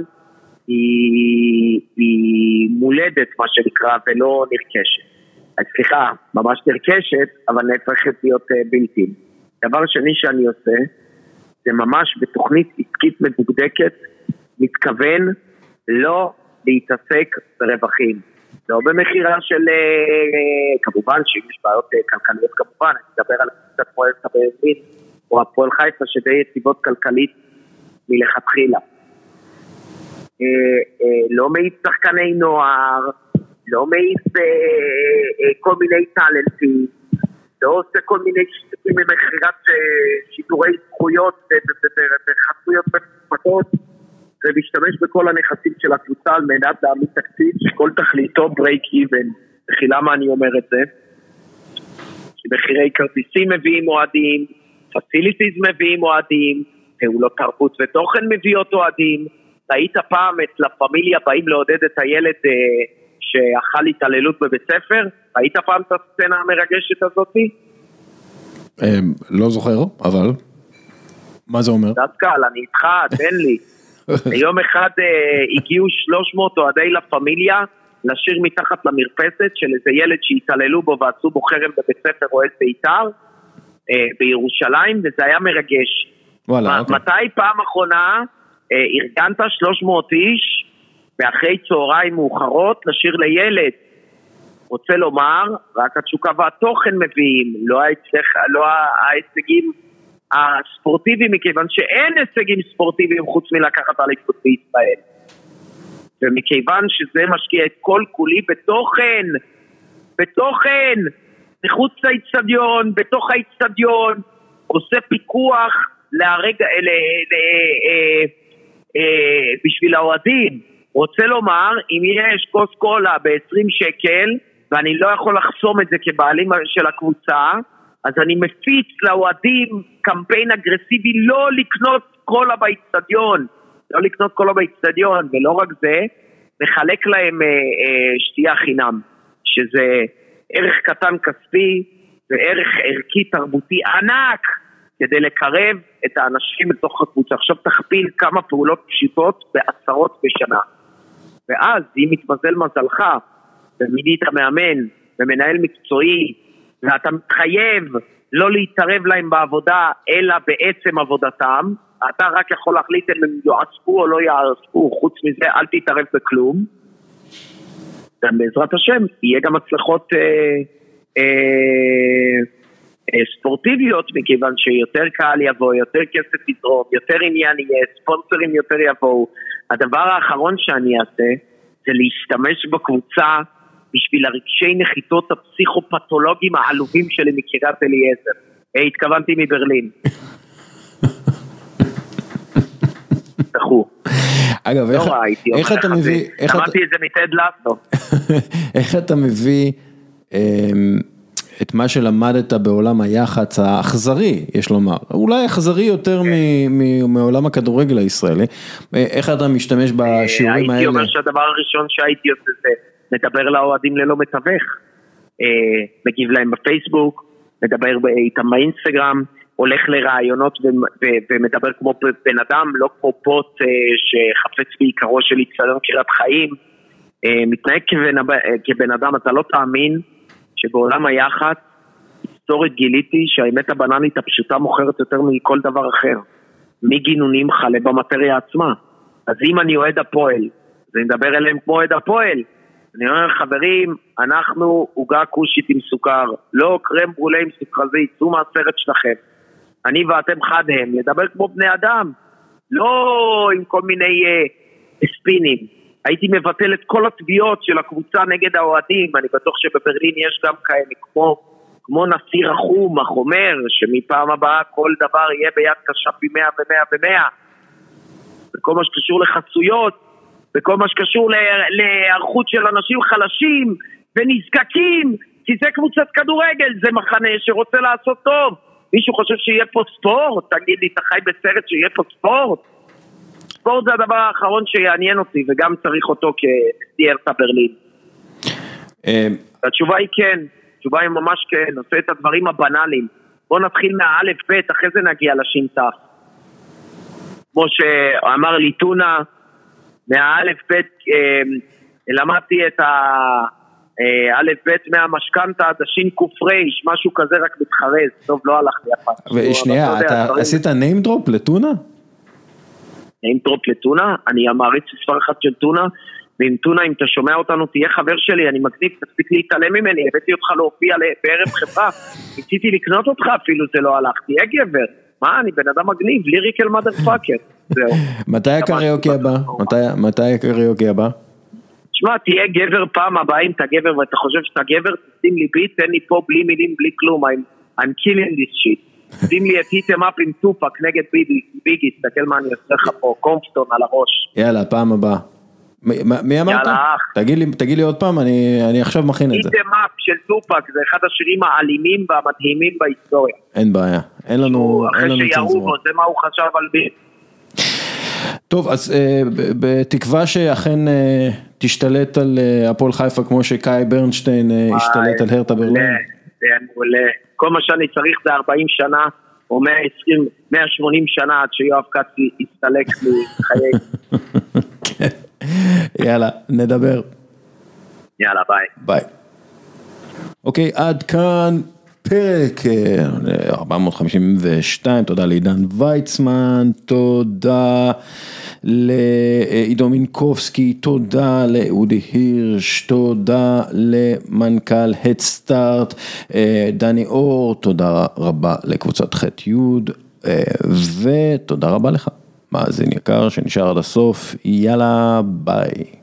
היא מולדת, מה שנקרא, ולא נרכשת. סליחה, ממש נרכשת, אבל נהפכת להיות בלתי. דבר שני שאני עושה, זה ממש בתוכנית עסקית מדוקדקת, מתכוון לא להתעסק ברווחים. לא במחירה של, כמובן שיש בעיות כלכליות כמובן, אני מדבר על קצת כמו אלסה ברלין, או הפועל חיפה שדי יציבות כלכלית מלכתחילה. לא מעיף שחקני נוער, לא מעיף כל מיני טלנטים, לא עושה כל מיני שיטים ממחירת שידורי זכויות וחסויות מפותות, ומשתמש בכל הנכסים של הקבוצה על מנת להעמיד תקציב שכל תכליתו ברייק איבן. בכי למה אני אומר את זה? שמחירי כרטיסים מביאים אוהדים, פסיליטיז מביאים אוהדים, פעולות תרבות ותוכן מביאות אוהדים. ראית פעם אצל הפמיליה באים לעודד את הילד שאכל התעללות בבית ספר? ראית פעם את הסצנה המרגשת הזאת? לא זוכר, אבל מה זה אומר? דסקל, אני איתך, תן לי. יום אחד הגיעו 300 אוהדי לפמיליה לשיר מתחת למרפסת של איזה ילד שהתעללו בו ועשו בו חרם בבית ספר אוהד בית"ר בירושלים, וזה היה מרגש. מתי פעם אחרונה ארגנת 300 איש ואחרי צהריים מאוחרות לשיר לילד? רוצה לומר, רק התשוקה והתוכן מביאים, לא ההישגים הספורטיביים, מכיוון שאין הישגים ספורטיביים חוץ מלקחת אליפות בישראל. ומכיוון שזה משקיע את כל כולי בתוכן, מחוץ לאצטדיון, בתוך האצטדיון, עושה פיקוח בשביל האוהדים. רוצה לומר, אם יש כוס קולה ב-20 שקל, ואני לא יכול לחסום את זה כבעלים של הקבוצה, אז אני מפיץ לאוהדים קמפיין אגרסיבי לא לקנות קולה באצטדיון, לא לקנות קולה באצטדיון, ולא רק זה, מחלק להם שתייה חינם, שזה ערך קטן כספי וערך ערכי תרבותי ענק, כדי לקרב את האנשים לתוך הקבוצה. עכשיו תכפיל כמה פעולות פשוטות בעשרות בשנה. ואז אם מתמזל מזלך, ומינית מאמן ומנהל מקצועי, ואתה מתחייב לא להתערב להם בעבודה, אלא בעצם עבודתם, אתה רק יכול להחליט אם הם יועסקו או לא יועסקו, חוץ מזה אל תתערב בכלום. בעזרת השם יהיה גם הצלחות ספורטיביות, מכיוון שיותר קהל יבוא, יותר כסף יזרום, יותר עניין יהיה, ספונסרים יותר יבואו. הדבר האחרון שאני אעשה, זה להשתמש בקבוצה בשביל הרגשי נחיתות הפסיכופתולוגיים העלובים שלי מקריית אליעזר. התכוונתי מברלין. תחו. אגב, איך אתה מביא... אמרתי את זה מטד לאסו. איך אתה מביא את מה שלמדת בעולם היח"צ האכזרי, יש לומר, אולי אכזרי יותר מעולם הכדורגל הישראלי, איך אתה משתמש בשיעורים האלה? הייתי אומר שהדבר הראשון שהייתי עושה זה מדבר לאוהדים ללא מתווך, מגיב להם בפייסבוק, מדבר איתם באינסטגרם, הולך לרעיונות ומדבר כמו בן אדם, לא כמו בוט שחפץ בעיקרו של אצטדיון קריית חיים, מתנהג כבן אדם. אתה לא תאמין שבעולם היח"צ היסטורית גיליתי שהאמת הבננית הפשוטה מוכרת יותר מכל דבר אחר, מגינונים חלה במטריה עצמה. אז אם אני אוהד הפועל, אז אני מדבר אליהם כמו אוהד הפועל, אני אומר חברים, אנחנו עוגה קושית עם סוכר, לא קרם ברולה עם סוכרזית, צאו מהסרט שלכם, אני ואתם חד הם, לדבר כמו בני אדם, לא עם כל מיני ספינים. הייתי מבטל את כל התביעות של הקבוצה נגד האוהדים, אני בטוח שבברלין יש גם כאלה, כמו נשיא רחום, החומר, שמפעם הבאה כל דבר יהיה ביד קשה פי 100 ו-100 ו-100, וכל מה שקשור לחסויות, וכל מה שקשור להיערכות של אנשים חלשים ונזקקים, כי זה קבוצת כדורגל, זה מחנה שרוצה לעשות טוב. מישהו חושב שיהיה פה ספורט? תגיד לי, אתה חי בסרט שיהיה פה ספורט? ספורט זה הדבר האחרון שיעניין אותי, וגם צריך אותו כנשיא הרטה ברלין. התשובה היא כן, התשובה היא ממש כן, עושה את הדברים הבנאליים. בוא נתחיל מהאלף בית, אחרי זה נגיע לשינתח. כמו שאמר לי טונה, מהאלף בית, למדתי את האלף בית מהמשכנתה עד השין קופרייש, משהו כזה רק מתחרז, טוב לא הלך לי הפעם. ושנייה, אתה עשית name drop לטונה? name drop לטונה? אני המעריץ ספר אחד של טונה, ועם טונה אם אתה שומע אותנו תהיה חבר שלי, אני מגניב, תספיק להתעלם ממני, הבאתי אותך להופיע בערב חברה, רציתי לקנות אותך אפילו זה לא הלך, תהיה גבר. מה, אני בן אדם מגניב, ליריקל מאדר פאקר, זהו. מתי הקריוקי הבא? מתי הקריוקי הבא? תשמע, תהיה גבר פעם הבאה, אם אתה גבר ואתה חושב שאתה גבר, תשים לי ביט, תן לי פה בלי מילים, בלי כלום, I'm killing this shit. שים לי את היטם אפ עם טופק נגד ביגי, תסתכל מה אני עושה לך פה, קומפטון על הראש. יאללה, פעם הבאה. מי אמרת? תגיד לי עוד פעם, אני עכשיו מכין את זה. היטם אפ של טופק, זה אחד השירים האלימים והמדהימים בהיסטוריה. אין בעיה, אין לנו אחרי שיראו בו, זה מה הוא חשב על בי. טוב, אז בתקווה שאכן תשתלט על הפועל חיפה, כמו שקאי ברנשטיין השתלט על הרטה ברלין. זה מעולה. כל מה שאני צריך זה 40 שנה, או 120, 180 שנה, עד שיואב כץ יסתלק מחיי. יאללה, נדבר. יאללה, ביי. ביי. אוקיי, עד כאן פרק 452, תודה לעידן ויצמן, תודה לעידו מינקובסקי, תודה לאודי הירש, תודה למנכ"ל הדסטארט, דני אור, תודה רבה לקבוצת ח' י' ותודה רבה לך, מאזין יקר שנשאר עד הסוף, יאללה ביי.